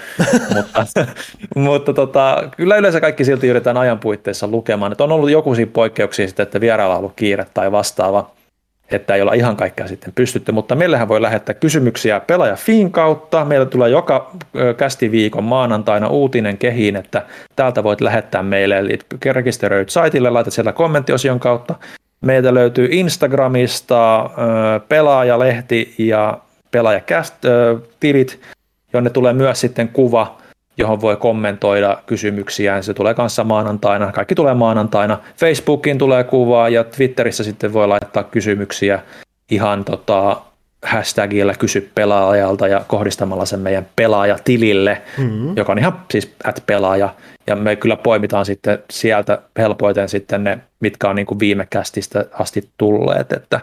mutta kyllä yleensä kaikki silti yritetään ajan puitteissa lukemaan. Että on ollut joku siinä poikkeuksia sitten, että vierailla on ollut kiire tai vastaava, että ei olla ihan kaikkea sitten pystytty, mutta meillähän voi lähettää kysymyksiä Pelaaja.fin kautta. Meillä tulee joka kästiviikon maanantaina uutinen kehiin, että täältä voit lähettää meille, eli rekisteröidyt saitille, laitat sieltä kommenttiosion kautta. Meiltä löytyy Instagramista Pelaajalehti ja Pelaajakäst-tilit, jonne tulee myös sitten kuva, johon voi kommentoida kysymyksiään. Se tulee kanssa maanantaina. Kaikki tulee maanantaina. Facebookiin tulee kuvaa ja Twitterissä sitten voi laittaa kysymyksiä ihan hashtagillä kysy pelaajalta ja kohdistamalla sen meidän pelaajatilille, joka on ihan siis @pelaaja. Ja me kyllä poimitaan sitten sieltä helpoiten sitten ne, mitkä on niin kuin viime kästistä asti tulleet. Että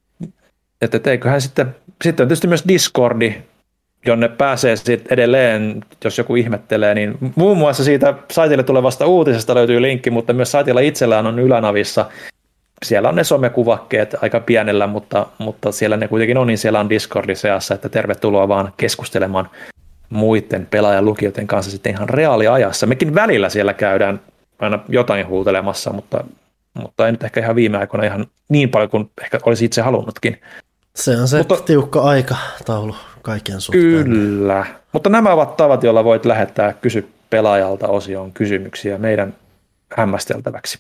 eiköhän sitten on tietysti myös Discordi, jonne pääsee sitten edelleen, jos joku ihmettelee, niin muun muassa siitä saitille tulevasta uutisesta löytyy linkki, mutta myös saitilla itsellään on ylänavissa. Siellä on ne somekuvakkeet aika pienellä, mutta siellä ne kuitenkin on, niin siellä on Discordin seassa, että tervetuloa vaan keskustelemaan muiden pelaajalukijoiden kanssa sitten ihan reaaliajassa. Mekin välillä siellä käydään aina jotain huutelemassa, mutta ei nyt ehkä ihan viime aikoina ihan niin paljon kuin ehkä olisi itse halunnutkin. Se on se tiukka aikataulu kaiken suhteen. Kyllä, mutta nämä ovat tavat, joilla voit lähettää kysy pelaajalta -osioon kysymyksiä meidän hämmästeltäväksi.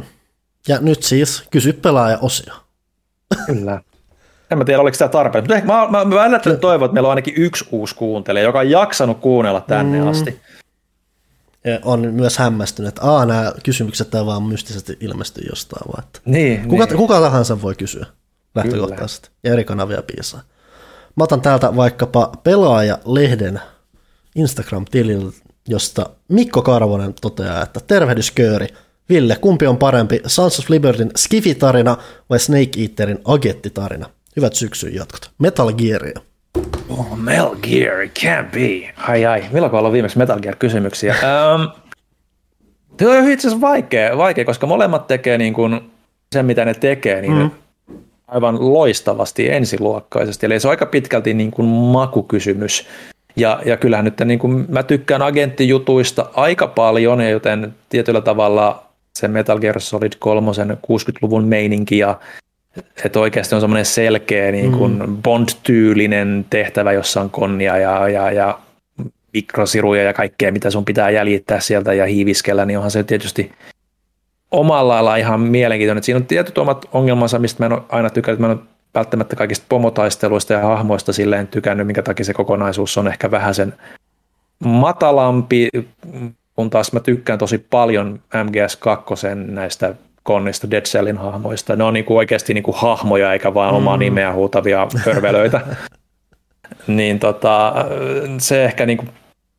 Ja nyt siis kysy pelaaja-osio. Kyllä. En mä tiedä, oliko tämä tarpeen, mutta ehkä mä välttämättä toivon, että meillä on ainakin yksi uusi kuuntelija, joka on jaksanut kuunnella tänne asti. Ja on myös hämmästynyt, että nämä kysymykset ei vaan mystisesti ilmestyy jostain. Vaan, että kuka tahansa voi kysyä lähtökohtaisesti. Ja eri kanavia piisaa. Mä otan täältä vaikkapa Pelaaja-lehden Instagram-tililtä, josta Mikko Karvonen toteaa, että tervehdyskööri. Ville, kumpi on parempi, Sons of Libertyn Skifi-tarina vai Snake Eaterin agettitarina? Hyvät syksyn jatkot. Metal Gearia. Metal Gear, can't be. Ai, milloin on ollut viimeksi Metal Gear-kysymyksiä? Tämä on itse asiassa vaikea, koska molemmat tekee niin kuin sen, mitä ne tekee, niin aivan loistavasti ensiluokkaisesti. Eli se on aika pitkälti niin kuin makukysymys. Ja kyllähän nyt niin kuin mä tykkään agenttijutuista aika paljon, joten tietyllä tavalla se Metal Gear Solid 3 60-luvun meininki ja että oikeasti on semmoinen selkeä niin kuin Bond-tyylinen tehtävä, jossa on konnia ja mikrosiruja ja kaikkea, mitä sun pitää jäljittää sieltä ja hiiviskellä, niin onhan se tietysti omalla lailla ihan mielenkiintoinen. Siinä on tietyt omat ongelmansa, mistä mä en ole aina tykännyt. Mä en ole välttämättä kaikista pomotaisteluista ja hahmoista silleen tykännyt, minkä takia se kokonaisuus on ehkä vähän sen matalampi, kun taas mä tykkään tosi paljon MGS2 näistä konnista, Dead Cellin hahmoista. Ne on niinku oikeasti niinku hahmoja eikä vaan omaa nimeä huutavia hörvelöitä. Niin se ehkä niinku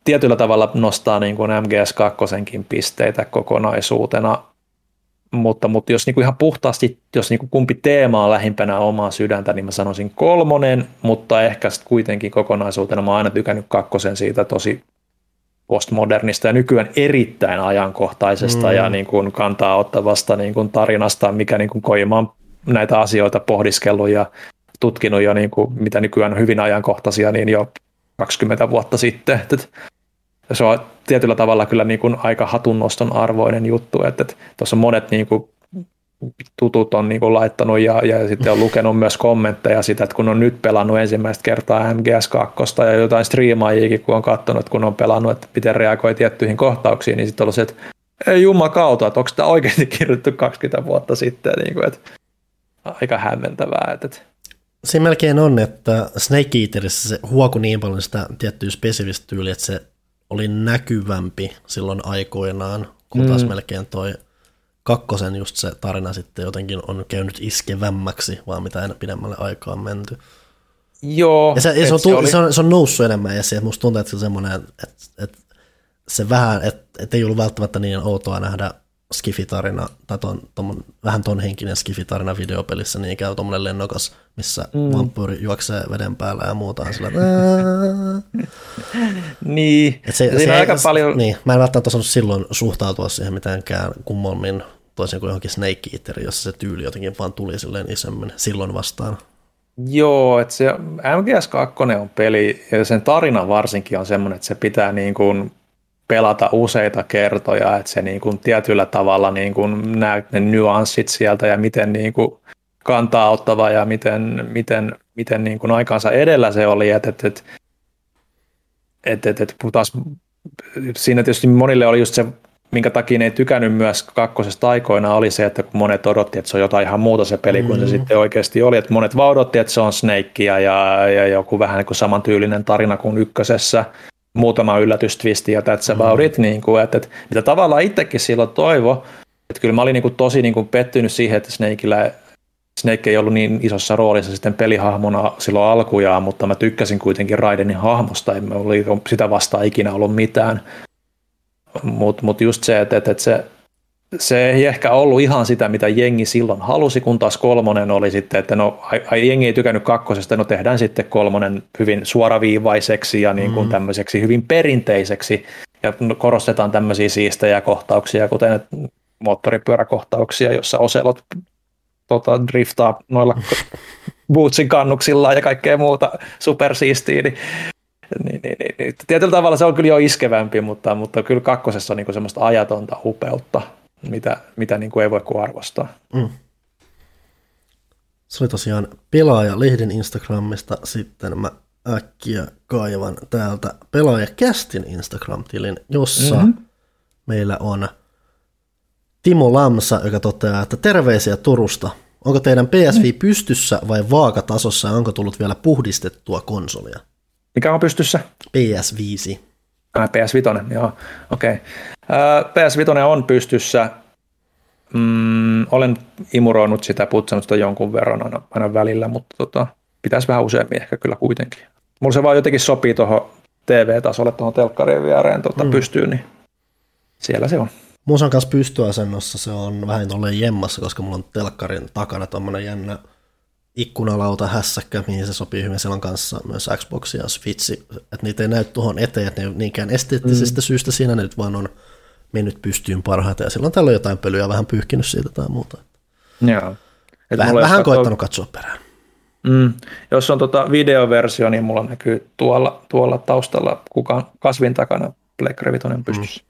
tietyllä tavalla nostaa niin kuin MGS2 pisteitä kokonaisuutena, mutta jos niin kuin ihan puhtaasti, jos niin kuin kumpi teema on lähimpänä omaa sydäntä, niin mä sanoisin 3, mutta ehkä sitten kuitenkin kokonaisuutena mä oon aina tykännyt 2 siitä tosi postmodernista ja nykyään erittäin ajankohtaisesta ja niin kuin kantaa ottavasta niin kuin tarinasta, mikä niin kuin Kojima on näitä asioita pohdiskellut ja tutkinut jo, niin kuin, mitä nykyään on hyvin ajankohtaisia, niin jo 20 vuotta sitten. Se on tietyllä tavalla kyllä niin kuin aika hatunnoston arvoinen juttu, että tuossa monet niin kuin tutut on niin kuin laittanut ja sitten on lukenut myös kommentteja sitä, että kun on nyt pelannut ensimmäistä kertaa MGS2 ja jotain striimaajiakin, kun on katsonut, kun on pelannut, että miten reagoi tiettyihin kohtauksiin, niin sitten on se, että ei jumakauta, että onko tämä oikeasti kirjoitettu 20 vuotta sitten, niin kuin, että aika hämmentävää. Että. Se melkein on, että Snake Eaterissä se huokui niin paljon sitä tiettyä spesifistä tyyliä, että se oli näkyvämpi silloin aikoinaan, kun taas melkein toi 2 just se tarina sitten jotenkin on käynyt iskevämmäksi, vaan mitä aina pidemmälle aikaa on menty. Joo. Ja se on noussut enemmän esiin, että musta tuntuu, että se on semmoinen, että se vähän, että ei ollut välttämättä niin outoa nähdä skifitarina, tai vähän ton henkinen skifitarina videopelissä, niin käy tommoinen lennokas, missä vampyyri juoksee veden päällä ja muuta. Sillä, niin, siinä aika paljon. Niin, mä en välttämättä osannut silloin suhtautua siihen mitenkään kummommin toisin kuin johonkin Snake Eateriin, jossa se tyyli jotenkin vaan tuli silleen isemmin silloin vastaan. Joo, että se MGS2 on peli, ja sen tarina varsinkin on semmoinen, että se pitää niin kuin pelata useita kertoja, että se niin kuin tietyllä tavalla niin kuin näet ne nyanssit sieltä ja miten niin kuin kantaa ottava ja miten niin kuin aikansa edellä se oli, että taas siinä tietysti monille oli just se, minkä takia ne ei tykännyt myös 2 aikoina, oli se, että kun monet odotti, että se on jotain ihan muuta se peli kuin se sitten oikeasti oli, että monet vaan odotti, että se on Snakea ja joku vähän niin kuin samantyylinen tarina kuin 1, muutama yllätystwisti ja that's about it, niin kuin, että mitä tavallaan itsekin silloin toivo, että kyllä mä olin niin kuin tosi niin kuin pettynyt siihen, että Snake ei ollut niin isossa roolissa sitten pelihahmona silloin alkujaan, mutta mä tykkäsin kuitenkin Raidenin hahmosta, ei oli sitä vastaan ikinä ollut mitään, mutta just se, että se ei ehkä ollut ihan sitä, mitä jengi silloin halusi, kun taas 3 oli sitten, että no jengi ei tykännyt 2, no tehdään sitten 3 hyvin suoraviivaiseksi ja niin kuin tämmöiseksi hyvin perinteiseksi ja korostetaan tämmöisiä siistejä kohtauksia, kuten moottoripyöräkohtauksia, jossa oselot driftaa noilla bootsin kannuksilla ja kaikkea muuta supersiistiä, niin, tietyllä tavalla se on kyllä jo iskevämpi, mutta kyllä 2 on niin kuin semmoista ajatonta upeutta, mitä niin kuin ei voi kuin arvostaa. Se oli tosiaan Pelaaja-lehden Instagramista, sitten mä äkkiä kaivan täältä Pelaajakästin Instagram-tilin, jossa meillä on Timo Lamsa, joka toteaa, että terveisiä Turusta. Onko teidän PSV pystyssä vai vaakatasossa ja onko tullut vielä puhdistettua konsolia? Mikä on pystyssä? PS5. PS5, joo, okei. PS5 on pystyssä. Olen imuroinut sitä, putsannut sitä jonkun verran aina välillä, mutta pitäisi vähän useammin ehkä kyllä kuitenkin. Mulla se vaan jotenkin sopii tuohon TV-tasolle, tuohon telkkarien viereen pystyyn, niin siellä se on. Mun on kanssa pystyasennossa, se on vähän tolleen jemmassa, koska mulla on telkkarin takana tommonen jännä ikkunalauta hässäkkä, mihin se sopii hyvin. Siellä on kanssa myös Xbox ja Switch, että niitä ei näy tuohon eteen, että ne ei niinkään esteettisistä syistä siinä, ne nyt vaan on mennyt pystyyn parhaiten, ja silloin täällä on jotain pölyä vähän pyyhkinyt siitä tai muuta. Joo. Vähän koittanut katsoa perään. Jos on videoversio, niin mulla näkyy tuolla taustalla kukaan kasvin takana Black Revitonen pystyssä.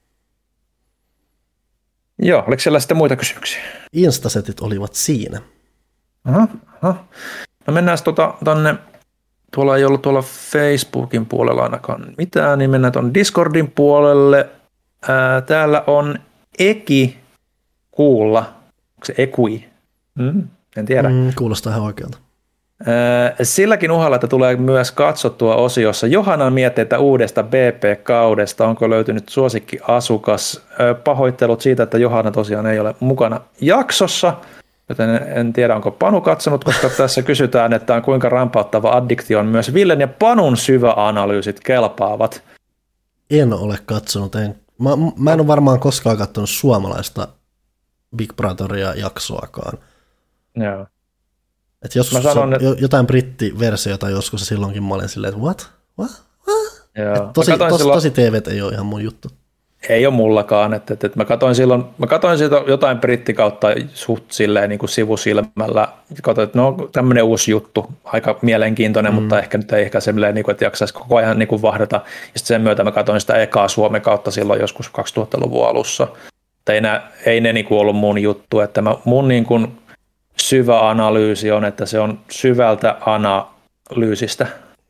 Joo, oliko siellä sitten muita kysymyksiä? Instasetit olivat siinä. Aha. No mennään tonne, tuolla ei ollut tuolla Facebookin puolella ainakaan mitään, niin mennään tuonne Discordin puolelle. Täällä on Eki kuulla. Onko se Ekui? En tiedä. Kuulostaa ihan oikealta. Silläkin uhalla, että tulee myös katsottua osiossa Johannan mietteitä uudesta BP-kaudesta. Onko löytynyt suosikkiasukas? Pahoittelut siitä, että Johanna tosiaan ei ole mukana jaksossa, joten en tiedä, onko Panu katsonut, koska tässä kysytään, että on kuinka rampauttava addiktio on myös Villen ja Panun syväanalyysit kelpaavat. En ole katsonut. Mä en ole varmaan koskaan katsonut suomalaista Big Brotheria jaksoakaan. Joo. Et joskus jotain brittiversiota joskus, ja silloinkin mä olin silleen, että what? Joo. Tosi TVt ei ole ihan mun juttu. Ei ole mullakaan, että mä katsoin siitä jotain brittikautta suht silleen niin kuin sivusilmällä, katsoin, että no tämmöinen uusi juttu, aika mielenkiintoinen, mutta ehkä nyt ei ehkä semmoinen, niin kuin, että jaksaisi koko ajan niin kuin vahdata, ja sitten sen myötä mä katsoin sitä ekaa Suomen kautta silloin joskus 2000-luvun alussa, ei ne niin kuin ollut mun juttu, että mun niin kuin syvä analyysi on, että se on syvältä analyysistä,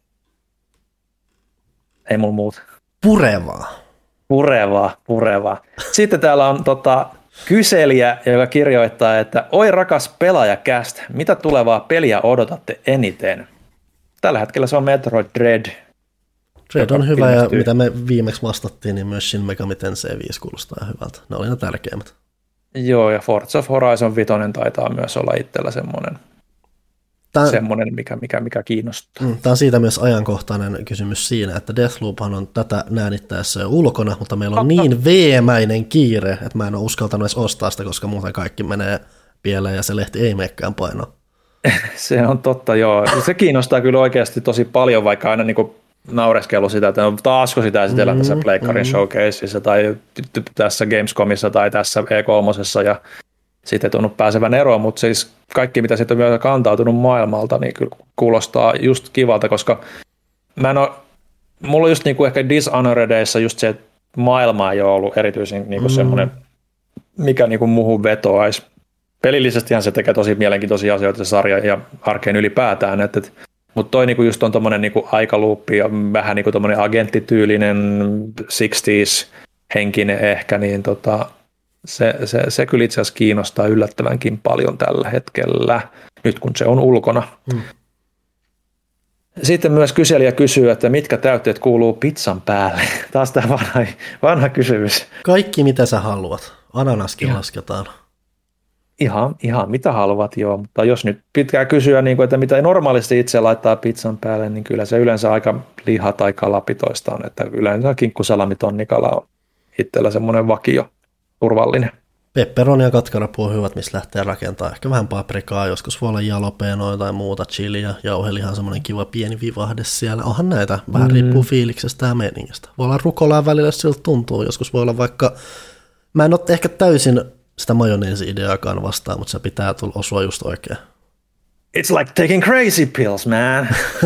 ei mulla muuta. Purevaa. Sitten täällä on kyselijä, joka kirjoittaa, että oi rakas pelaajakäst, mitä tulevaa peliä odotatte eniten? Tällä hetkellä se on Metroid Dread. Dread on hyvä, ja mitä me viimeksi vastattiin, niin myös Shin Megami Tensei 5 kuulostaa hyvältä. Ne oli ne tärkeimmät. Joo, ja Forza Horizon 5 taitaa myös olla itsellä semmoinen mikä kiinnostaa. Tämä on siitä myös ajankohtainen kysymys siinä, että Deathloophan on tätä näännittäessä jo ulkona, mutta meillä on niin veemäinen kiire, että mä en ole uskaltanut edes ostaa sitä, koska muuten kaikki menee pieleen ja se lehti ei meekään painoa. Se on totta, joo. Se kiinnostaa kyllä oikeasti tosi paljon, vaikka aina niin naureskellut sitä, että taasko sitä esitellään tässä Pleikkarin showcaseissa tai tässä Gamescomissa tai tässä E3, ja siitä ei tunnu pääsevän eroon, mutta siis kaikki, mitä siitä on vielä kantautunut maailmalta, niin kyllä kuulostaa just kivalta, koska mulla on just niinku ehkä Dishonoredissa just se, että maailma ei ole ollut erityisen niinku semmoinen, mikä niinku muuhun vetoaisi. Pelillisestihan se tekee tosi mielenkiintoisia asioita se sarja ja Arkane ylipäätään, mutta toi niinku just on tommonen niinku aikaluuppi ja vähän niinku tommonen agenttityylinen 60s henkinen ehkä, niin se kyllä itse asiassa kiinnostaa yllättävänkin paljon tällä hetkellä, nyt kun se on ulkona. Sitten myös kyselijä kysyy, että mitkä täytteet kuuluu pizzan päälle. Taas tämä vanha kysymys. Kaikki mitä sä haluat. Ananaskin lasketaan. Ihan mitä haluat, joo. Mutta jos nyt pitää kysyä, niin kuin, että mitä normaalisti itse laittaa pizzan päälle, niin kyllä se yleensä aika liha- tai kalapitoista on. Että yleensä kinkkusalami tonnikala on itsellä semmoinen vakio. Turvallinen. Pepperoni ja katkarapuu on hyvät, missä lähtee rakentamaan. Ehkä vähän paprikaa, joskus voi olla jalapenoa tai muuta, chiliä, jauhelihan semmoinen kiva pieni vivahde siellä. Onhan näitä, vähän riippuu fiiliksestä ja meningistä. Voi olla rukolaa välillä, jos siltä tuntuu. Joskus voi olla vaikka, mä en ole ehkä täysin sitä majoneesi-ideaakaan vastaan, mutta se pitää osua just oikein. It's like taking crazy pills, man.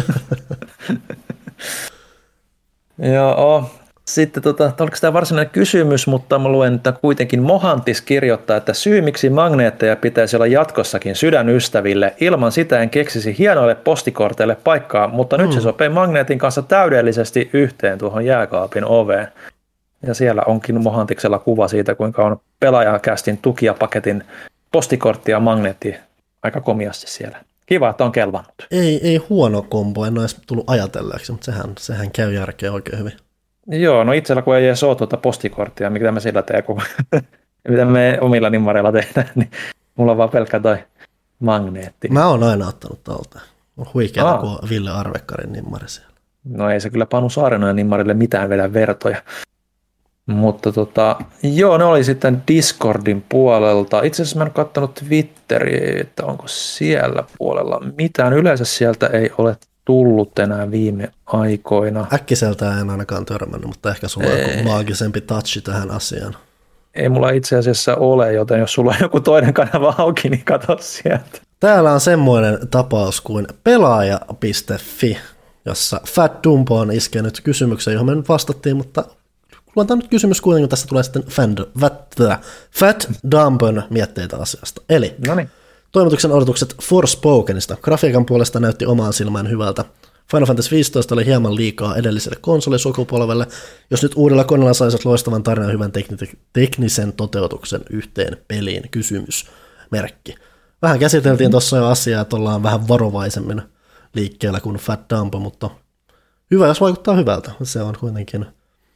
Joo. Sitten oliko tämä varsinainen kysymys, mutta mä luen, että kuitenkin Mohantis kirjoittaa, että syy miksi magneetteja pitäisi olla jatkossakin sydänystäville, ilman sitä en keksisi hienoille postikorteille paikkaa, mutta nyt se sopii magneetin kanssa täydellisesti yhteen tuohon jääkaapin oveen. Ja siellä onkin Mohantiksella kuva siitä, kuinka on pelaajakästin tukijapaketin postikortti ja magneetti aika komiasti siellä. Kiva, että on kelvannut. Ei huono kombo, en ole edes tullut ajatelleeksi, mutta sehän käy järkeä oikein hyvin. Joo, no itsellä kun ei edes ole tuota postikorttia, mitä mä sillä teen, mitä me omilla nimmareilla tehdään, niin mulla on vaan pelkkä toi magneetti. Mä oon aina ottanut tuolta. On huikeaa, kun on Ville Arvekkarin nimmari siellä. No ei se kyllä Panu Saarenojan nimmarille mitään vedä vertoja. Mutta joo, ne oli sitten Discordin puolelta. Itse asiassa mä en katsonut Twitteriä, että onko siellä puolella mitään. Yleensä sieltä ei ole tullut enää viime aikoina. Äkkiseltä en ainakaan törmännyt, mutta ehkä sulla on joku maagisempi touchi tähän asiaan. Ei mulla itse asiassa ole, joten jos sulla on joku toinen kanava auki, niin katso sieltä. Täällä on semmoinen tapaus kuin pelaaja.fi, jossa Fat Dumbo on iskenyt kysymyksen, johon me nyt vastattiin, mutta luotaan nyt kysymys kuitenkin, tässä tulee sitten Fat Dumpon mietteitä asiasta. Eli toimituksen odotukset Forspokenista. Grafiikan puolesta näytti omaan silmään hyvältä. Final Fantasy 15 oli hieman liikaa edelliselle konsolisukupolvelle, jos nyt uudella koneella saisit loistavan tarinan hyvän teknisen toteutuksen yhteen peliin. Kysymysmerkki. Vähän käsiteltiin tuossa jo asiaa, että ollaan vähän varovaisemmin liikkeellä kuin Fat Dumbo, mutta hyvä, jos vaikuttaa hyvältä. Se on kuitenkin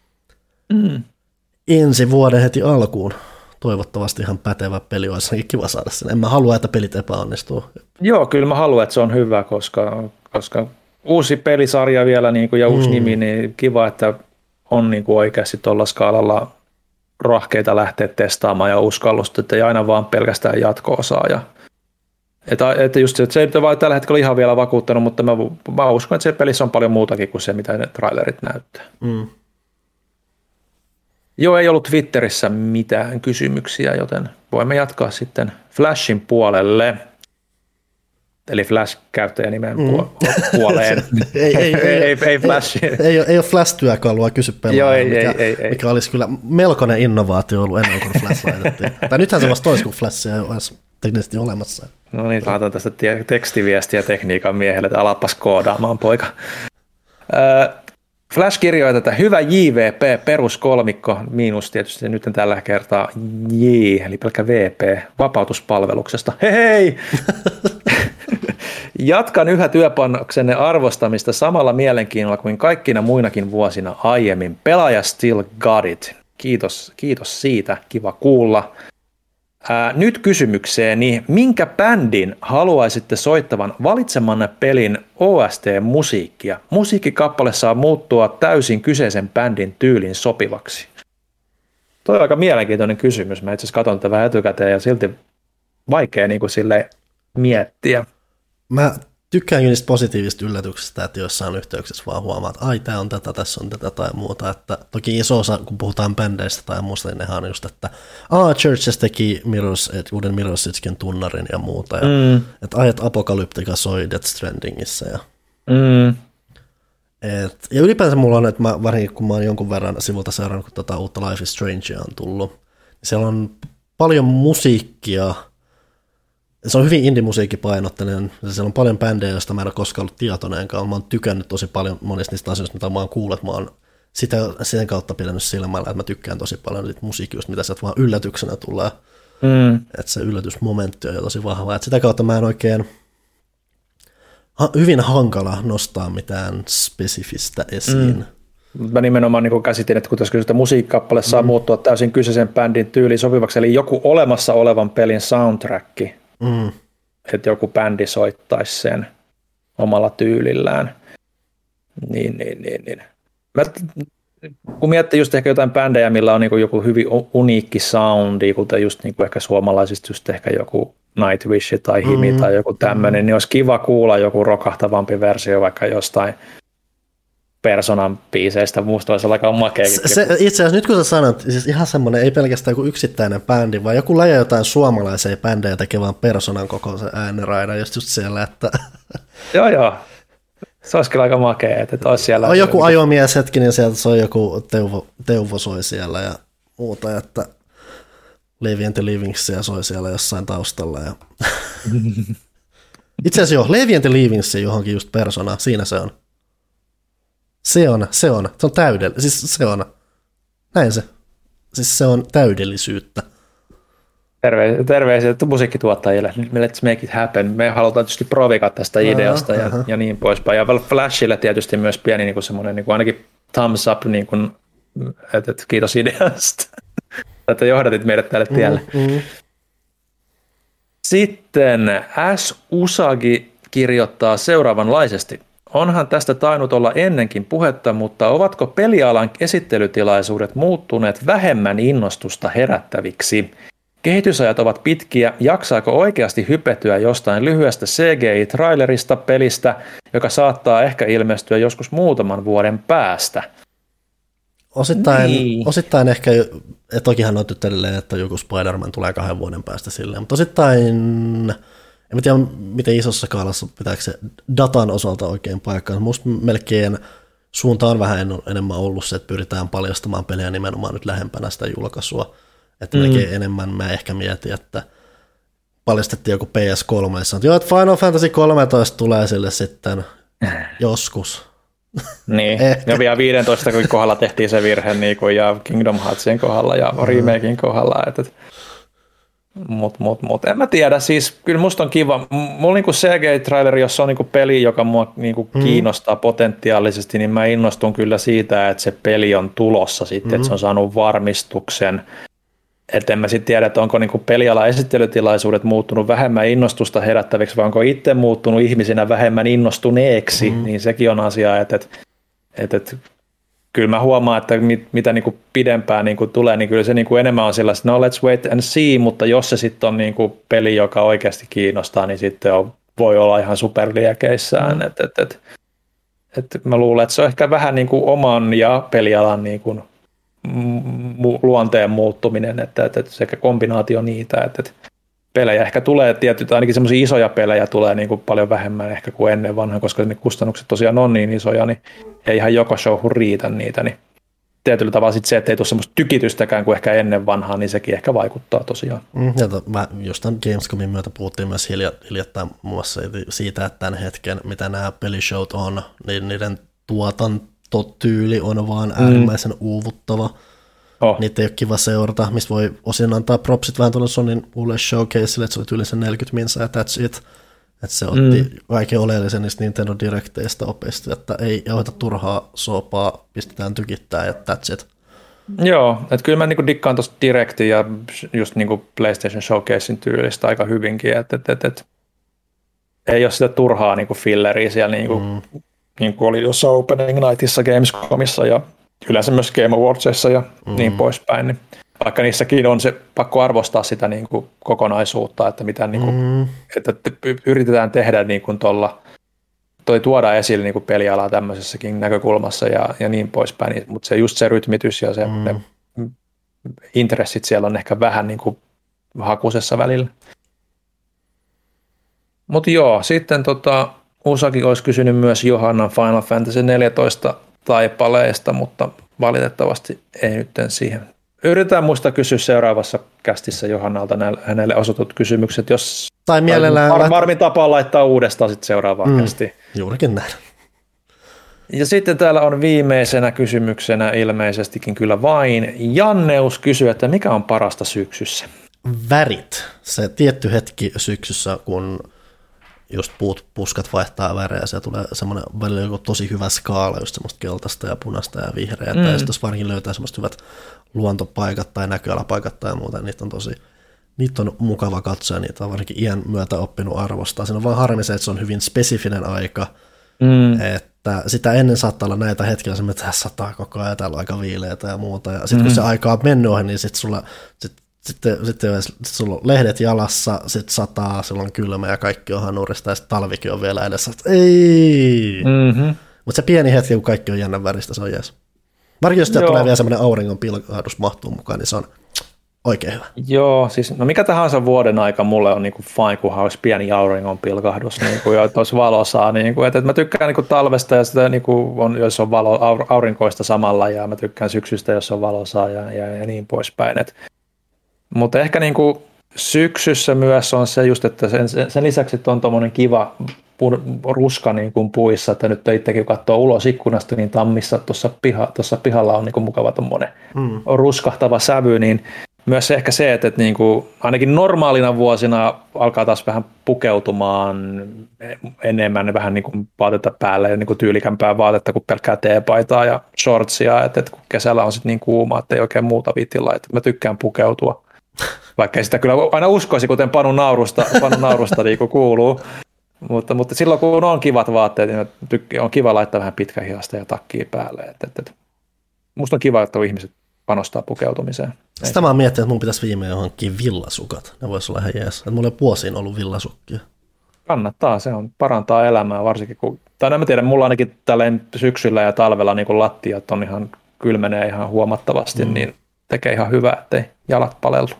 ensi vuoden heti alkuun. Toivottavasti ihan pätevä peli, olisi kiva saada sen. En mä halua, että pelit epäonnistuu. Joo, kyllä mä haluan, että se on hyvä, koska uusi pelisarja vielä niin kuin, ja uusi nimi, niin kiva, että on niin kuin oikeasti tuolla skaalalla rohkeita lähteä testaamaan ja uskallusta, että ei aina vaan pelkästään jatko-osaa. Että just se ei vaan tällä hetkellä ihan vielä vakuuttanut, mutta mä uskon, että se pelissä on paljon muutakin kuin se, mitä ne trailerit näyttää. Joo, ei ollut Twitterissä mitään kysymyksiä, joten voimme jatkaa sitten Flashin puolelle. Eli Flash-käyttäjänimen puoleen. ei Flash. Ei ole Flash-työkalua kysy pelaajalta, mikä olisi kyllä melkoinen innovaatio ollut ennen kuin Flash laitettiin. Tai nythän se vasta olisi, kun Flashia ei ole teknisesti olemassa. No niin, laitan tästä tekstiviestiä tekniikan miehelle, että alapas koodaamaan, poika. Flash kirjoittaa, että hyvä JVP, peruskolmikko, miinus tietysti nyt tällä kertaa J, eli pelkkä VP, vapautuspalveluksesta. Hei! Jatkan yhä työpanoksenne arvostamista samalla mielenkiinnolla kuin kaikkina muinakin vuosina aiemmin. Pelaaja still got it. Kiitos siitä, kiva kuulla. Nyt kysymykseeni, minkä bändin haluaisitte soittavan valitsemanne pelin OST-musiikkia? Musiikkikappale saa muuttua täysin kyseisen bändin tyylin sopivaksi. Toi on aika mielenkiintoinen kysymys. Mä itse asiassa katson tätä vähän etukäteen ja silti vaikea niin kuin silleen miettiä. Mä tykkään niistä positiivisista yllätyksistä, että jossain yhteyksissä vaan huomaa, että ai tää on tätä, tässä on tätä tai muuta. Että toki iso osa, kun puhutaan bändeistä tai muusta, niin nehän on just, että Churches teki uuden Mirror's Edgein tunnarin ja muuta. Ja, että ai, että Apocalyptica soi Death Strandingissa. Ja ylipäänsä mulla on, että varsinkin kun mä oon jonkun verran sivulta seurannut, kun uutta Life is Strangea on tullut, niin siellä on paljon musiikkia. Se on hyvin indie-musiikkipainotteinen. Siellä on paljon bändejä, joista mä en ole koskaan ollut tietoinenkaan. Mä oon tykännyt tosi paljon monista niistä asioista, mitä mä oon kuullut. Mä oon sen kautta pidänyt silmällä, että mä tykkään tosi paljon siitä musiikista, mitä sieltä vaan yllätyksenä tulee. Että se yllätysmomentti on jo tosi vahva. Et sitä kautta mä en oikein hyvin hankala nostaa mitään spesifistä esiin. Mä nimenomaan niin käsitin, että kun tässä musiikkikappale saa muuttua täysin kyseisen bändin tyyliin sopivaksi, eli joku olemassa olevan pelin soundtrack, että joku bändi soittaisi sen omalla tyylillään. Niin. Mä, kun miettii just ehkä jotain bändejä, millä on niin joku hyvin uniikki soundi, kuten just niin ehkä suomalaisista just ehkä joku Nightwish tai Himi tai joku tämmöinen, niin olisi kiva kuulla joku rokahtavampi versio vaikka jostain Personan biiseistä, musta olisi aika makeakin. Itse asiassa nyt kun sä sanot, siis ihan semmoinen ei pelkästään joku yksittäinen bändi, vaan joku läjä jotain suomalaisia bändejä tekee vaan Personan kokoisen äänenraidan just siellä, että Joo. Se olisi kyllä aika makea, että olisi siellä. On joku ajomies hetki, niin sieltä soi joku Teuvo soi siellä ja muuta, että Levi and the Livingsia soi siellä jossain taustalla. Ja itse asiassa joo, Levi and the Livingsia johonkin just Persona, siinä se on. Se on täydellistä, siis se on, näin se, siis se on täydellisyyttä. Terveisiä musiikkituottajille, let's make it happen. Me halutaan tietysti provikaa tästä ideasta ja niin poispäin. Ja Flashille tietysti myös pieni niin kuin semmoinen, niin kuin ainakin thumbs up, niin kuin, että kiitos ideasta, että johdatit meidät tälle tielle. Sitten S. Usagi kirjoittaa seuraavanlaisesti. Onhan tästä tainnut olla ennenkin puhetta, mutta ovatko pelialan esittelytilaisuudet muuttuneet vähemmän innostusta herättäviksi? Kehitysajat ovat pitkiä. Jaksaako oikeasti hypetyä jostain lyhyestä CGI-trailerista pelistä, joka saattaa ehkä ilmestyä joskus muutaman vuoden päästä? Osittain ehkä, ja tokihan on tyttelilleen, että joku Spider-Man tulee 2 vuoden päästä silleen, mutta osittain, en tiedä miten isossa skaalassa pitääkö se datan osalta oikein paikkaan. Musta melkein suunta on vähän enemmän ollut se, että pyritään paljastamaan pelejä nimenomaan nyt lähempänä sitä julkaisua. Että melkein enemmän mä ehkä mietin, että paljastettiin joku PS3, ja sanottiin, että Final Fantasy 13 tulee sille sitten joskus. Niin, ja vielä 15 kohdalla tehtiin se virhe, niin kuin, ja Kingdom Heartsin kohdalla ja remakein kohdalla. Mutta en mä tiedä, siis kyllä musta on kiva. Mulla niinku CGI-traileri, jos on niinku peli, joka mua niinku kiinnostaa potentiaalisesti, niin mä innostun kyllä siitä, että se peli on tulossa sitten, että se on saanut varmistuksen. Että en mä sitten tiedä, että onko niinku peliala esittelytilaisuudet muuttunut vähemmän innostusta herättäviksi, vai onko itse muuttunut ihmisinä vähemmän innostuneeksi, niin sekin on asia, että kyllä mä huomaan, että mitä niin kuin pidempään niin kuin tulee, niin kyllä se niin kuin enemmän on sellaista, no let's wait and see, mutta jos se sitten on niin kuin peli, joka oikeasti kiinnostaa, niin sitten voi olla ihan superliekeissään. Et mä luulen, että se on ehkä vähän niin kuin oman ja pelialan niin kuin luonteen muuttuminen, että sekä kombinaatio niitä, että pelejä ehkä tulee tietysti, ainakin semmoisia isoja pelejä tulee niin kuin paljon vähemmän ehkä kuin ennen vanhan, koska ne kustannukset tosiaan on niin isoja, niin ei ihan joka showhun riitä niitä, niin tietyllä tavalla sitten se, että ei tule semmoista tykitystäkään kuin ehkä ennen vanhaa, niin sekin ehkä vaikuttaa tosiaan. Mä just tämän Gamescomin myötä puhuttiin myös hiljattain muun muassa siitä, että tämän hetken, mitä nämä pelishowt on, niin niiden tuotantotyyli on vaan äärimmäisen uuvuttava. Niitä ei ole kiva seurata, mistä voi osin antaa propsit vähän tuolla Sonyn uudelle showcaseille, että se oli yleensä 40 minsaa ja that's it. Että se otti kaiken oleellisen niistä Nintendo Directeista opista, että ei ohjata turhaa soopaa, pistetään tykittää ja that's it. Joo, että kyllä mä niinku dikkaan tuosta Directin ja just niinku PlayStation Showcasein tyylistä aika hyvinkin, että ei ole sitä turhaa niinku filleria siellä niin kuin oli jossain Opening Nightissa, Gamescomissa ja yleensä myös Game Awardsissa ja niin poispäin. Niin vaikka niissäkin on se pakko arvostaa sitä niin kuin kokonaisuutta, että mitä niin kuin, että yritetään tehdä niin kuin tuoda esille niin kuin pelialaa tämmöisessäkin näkökulmassa ja niin poispäin. Mutta se just se rytmitys ja se ne intressit siellä on ehkä vähän niin kuin hakusessa välillä. Mutta joo, sitten Usaki olisi kysynyt myös Johannan Final Fantasy 14 taipaleista, mutta valitettavasti ei nyt siihen. Yritetään muistaa kysyä seuraavassa kästissä Johannalta hänelle osutut kysymykset, jos tai mielellään varmin tapa laittaa uudestaan sitten seuraavaan kästiin. Juurikin näin. Ja sitten täällä on viimeisenä kysymyksenä ilmeisestikin kyllä vain. Janneus kysyy, että mikä on parasta syksyssä? Värit. Se tietty hetki syksyssä, kun just puskat vaihtaa värejä, ja tulee semmoinen välillä joku tosi hyvä skaala, just semmoista keltaista ja punaista ja vihreää, ja sitten jos varsinkin löytää semmoista hyvät luontopaikat tai näköalapaikat tai muuta, niitä on mukava katsoa, ja niitä on varsinkin iän myötä oppinut arvostaa. Siinä on vaan harmi se, että se on hyvin spesifinen aika, että sitä ennen saattaa olla näitä hetkiä, että tässä sataa koko ajan, täällä on aika viileitä ja muuta, ja sitten kun se aika on mennyt ohi, niin sitten sulla on lehdet jalassa, sitten sataa, sulla on kylmä ja kaikki on hanurista ja sitten talvikin on vielä edessä. Ei! Mutta se pieni hetki, kun kaikki on jännän väristä, se on jees. Varsinkin jos tulee vielä semmoinen auringon pilkahdus mahtuu mukaan, niin se on oikein hyvä. Joo, siis no mikä tahansa vuoden aika mulle on niinku fine, kunhan olisi pieni auringon pilkahdus, niinku, ja olisi valosaa. Niinku, että mä tykkään niinku talvesta, ja sitä, niinku, jos on aurinkoista samalla, ja mä tykkään syksystä, jos on valosaa ja niin poispäin. Mutta ehkä niinku syksyssä myös on se just, että sen lisäksi, että on tuommoinen kiva ruska niin kuin puissa, että nyt itsekin katsoo ulos ikkunasta, niin tammissa tuossa pihalla on niin kuin mukava tuommoinen ruskahtava sävy, niin myös ehkä se, että niin kuin ainakin normaalina vuosina alkaa taas vähän pukeutumaan enemmän vähän niin kuin vaatetta päälle ja niin kuin tyylikämpää vaatetta kuin pelkkää teepaitaa ja shortsia, että kun kesällä on sitten niin kuuma, että ei oikein muuta viitillä, että mä tykkään pukeutua. Vaikka ei sitä kyllä aina uskoisi, kuten Panu naurusta niin kuin kuuluu. Mutta silloin, kun on kivat vaatteet, niin on kiva laittaa vähän pitkähihasta ja takkia päälle. Musta on kiva, että ihmiset panostaa pukeutumiseen. Sitä mä oon miettinyt, että mun pitäisi viimein johonkin villasukat. Ne vois olla ihan jees. Mulla ei vuosiin ollut villasukkia. Kannattaa, se on parantaa elämää varsinkin. Tai en mä tiedä, mulla ainakin tälleen syksyllä ja talvella niin kun lattiat on ihan kylmenee ihan huomattavasti, niin tekee ihan hyvää, ettei jalat palellu.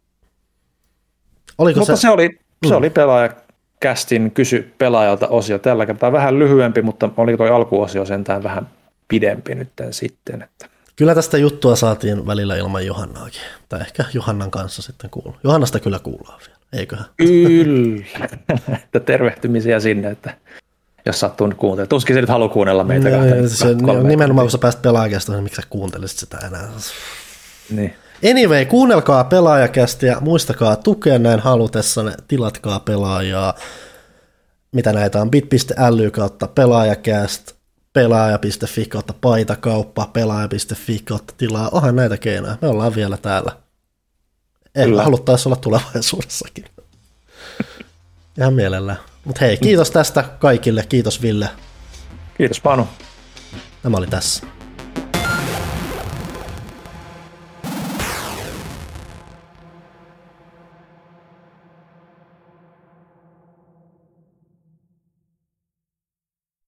Mutta se oli pelaajakästin kysy pelaajalta osio tällä kertaa. Vähän lyhyempi, mutta oli toi alkuosio sentään vähän pidempi nyt sitten. Että. Kyllä tästä juttua saatiin välillä ilman Johannaakin. Tai ehkä Johannan kanssa sitten kuuluu. Johannasta kyllä kuullaan vielä, eiköhän? Kyllä. Tervehtymisiä sinne, että jos sattuu nyt kuuntelemaan. Tuskin se nyt haluaa kuunnella meitä. Nimenomaan kun sä pääsit pelaajakästä, niin miksi sä kuuntelisit sitä enää? Niin. Anyway, kuunnelkaa pelaajakästiä, muistakaa tukea näin halutessanne, tilatkaa pelaajaa, mitä näitä on, bit.ly kautta pelaajakäst, pelaaja.fi kautta paitakauppa, pelaaja.fi kautta tilaa, onhan näitä keinoja, me ollaan vielä täällä. Haluttaisiin olla tulevaisuudessakin. Ihan mielellään. Mutta hei, kiitos tästä kaikille, kiitos Ville. Kiitos Panu. Tämä oli tässä.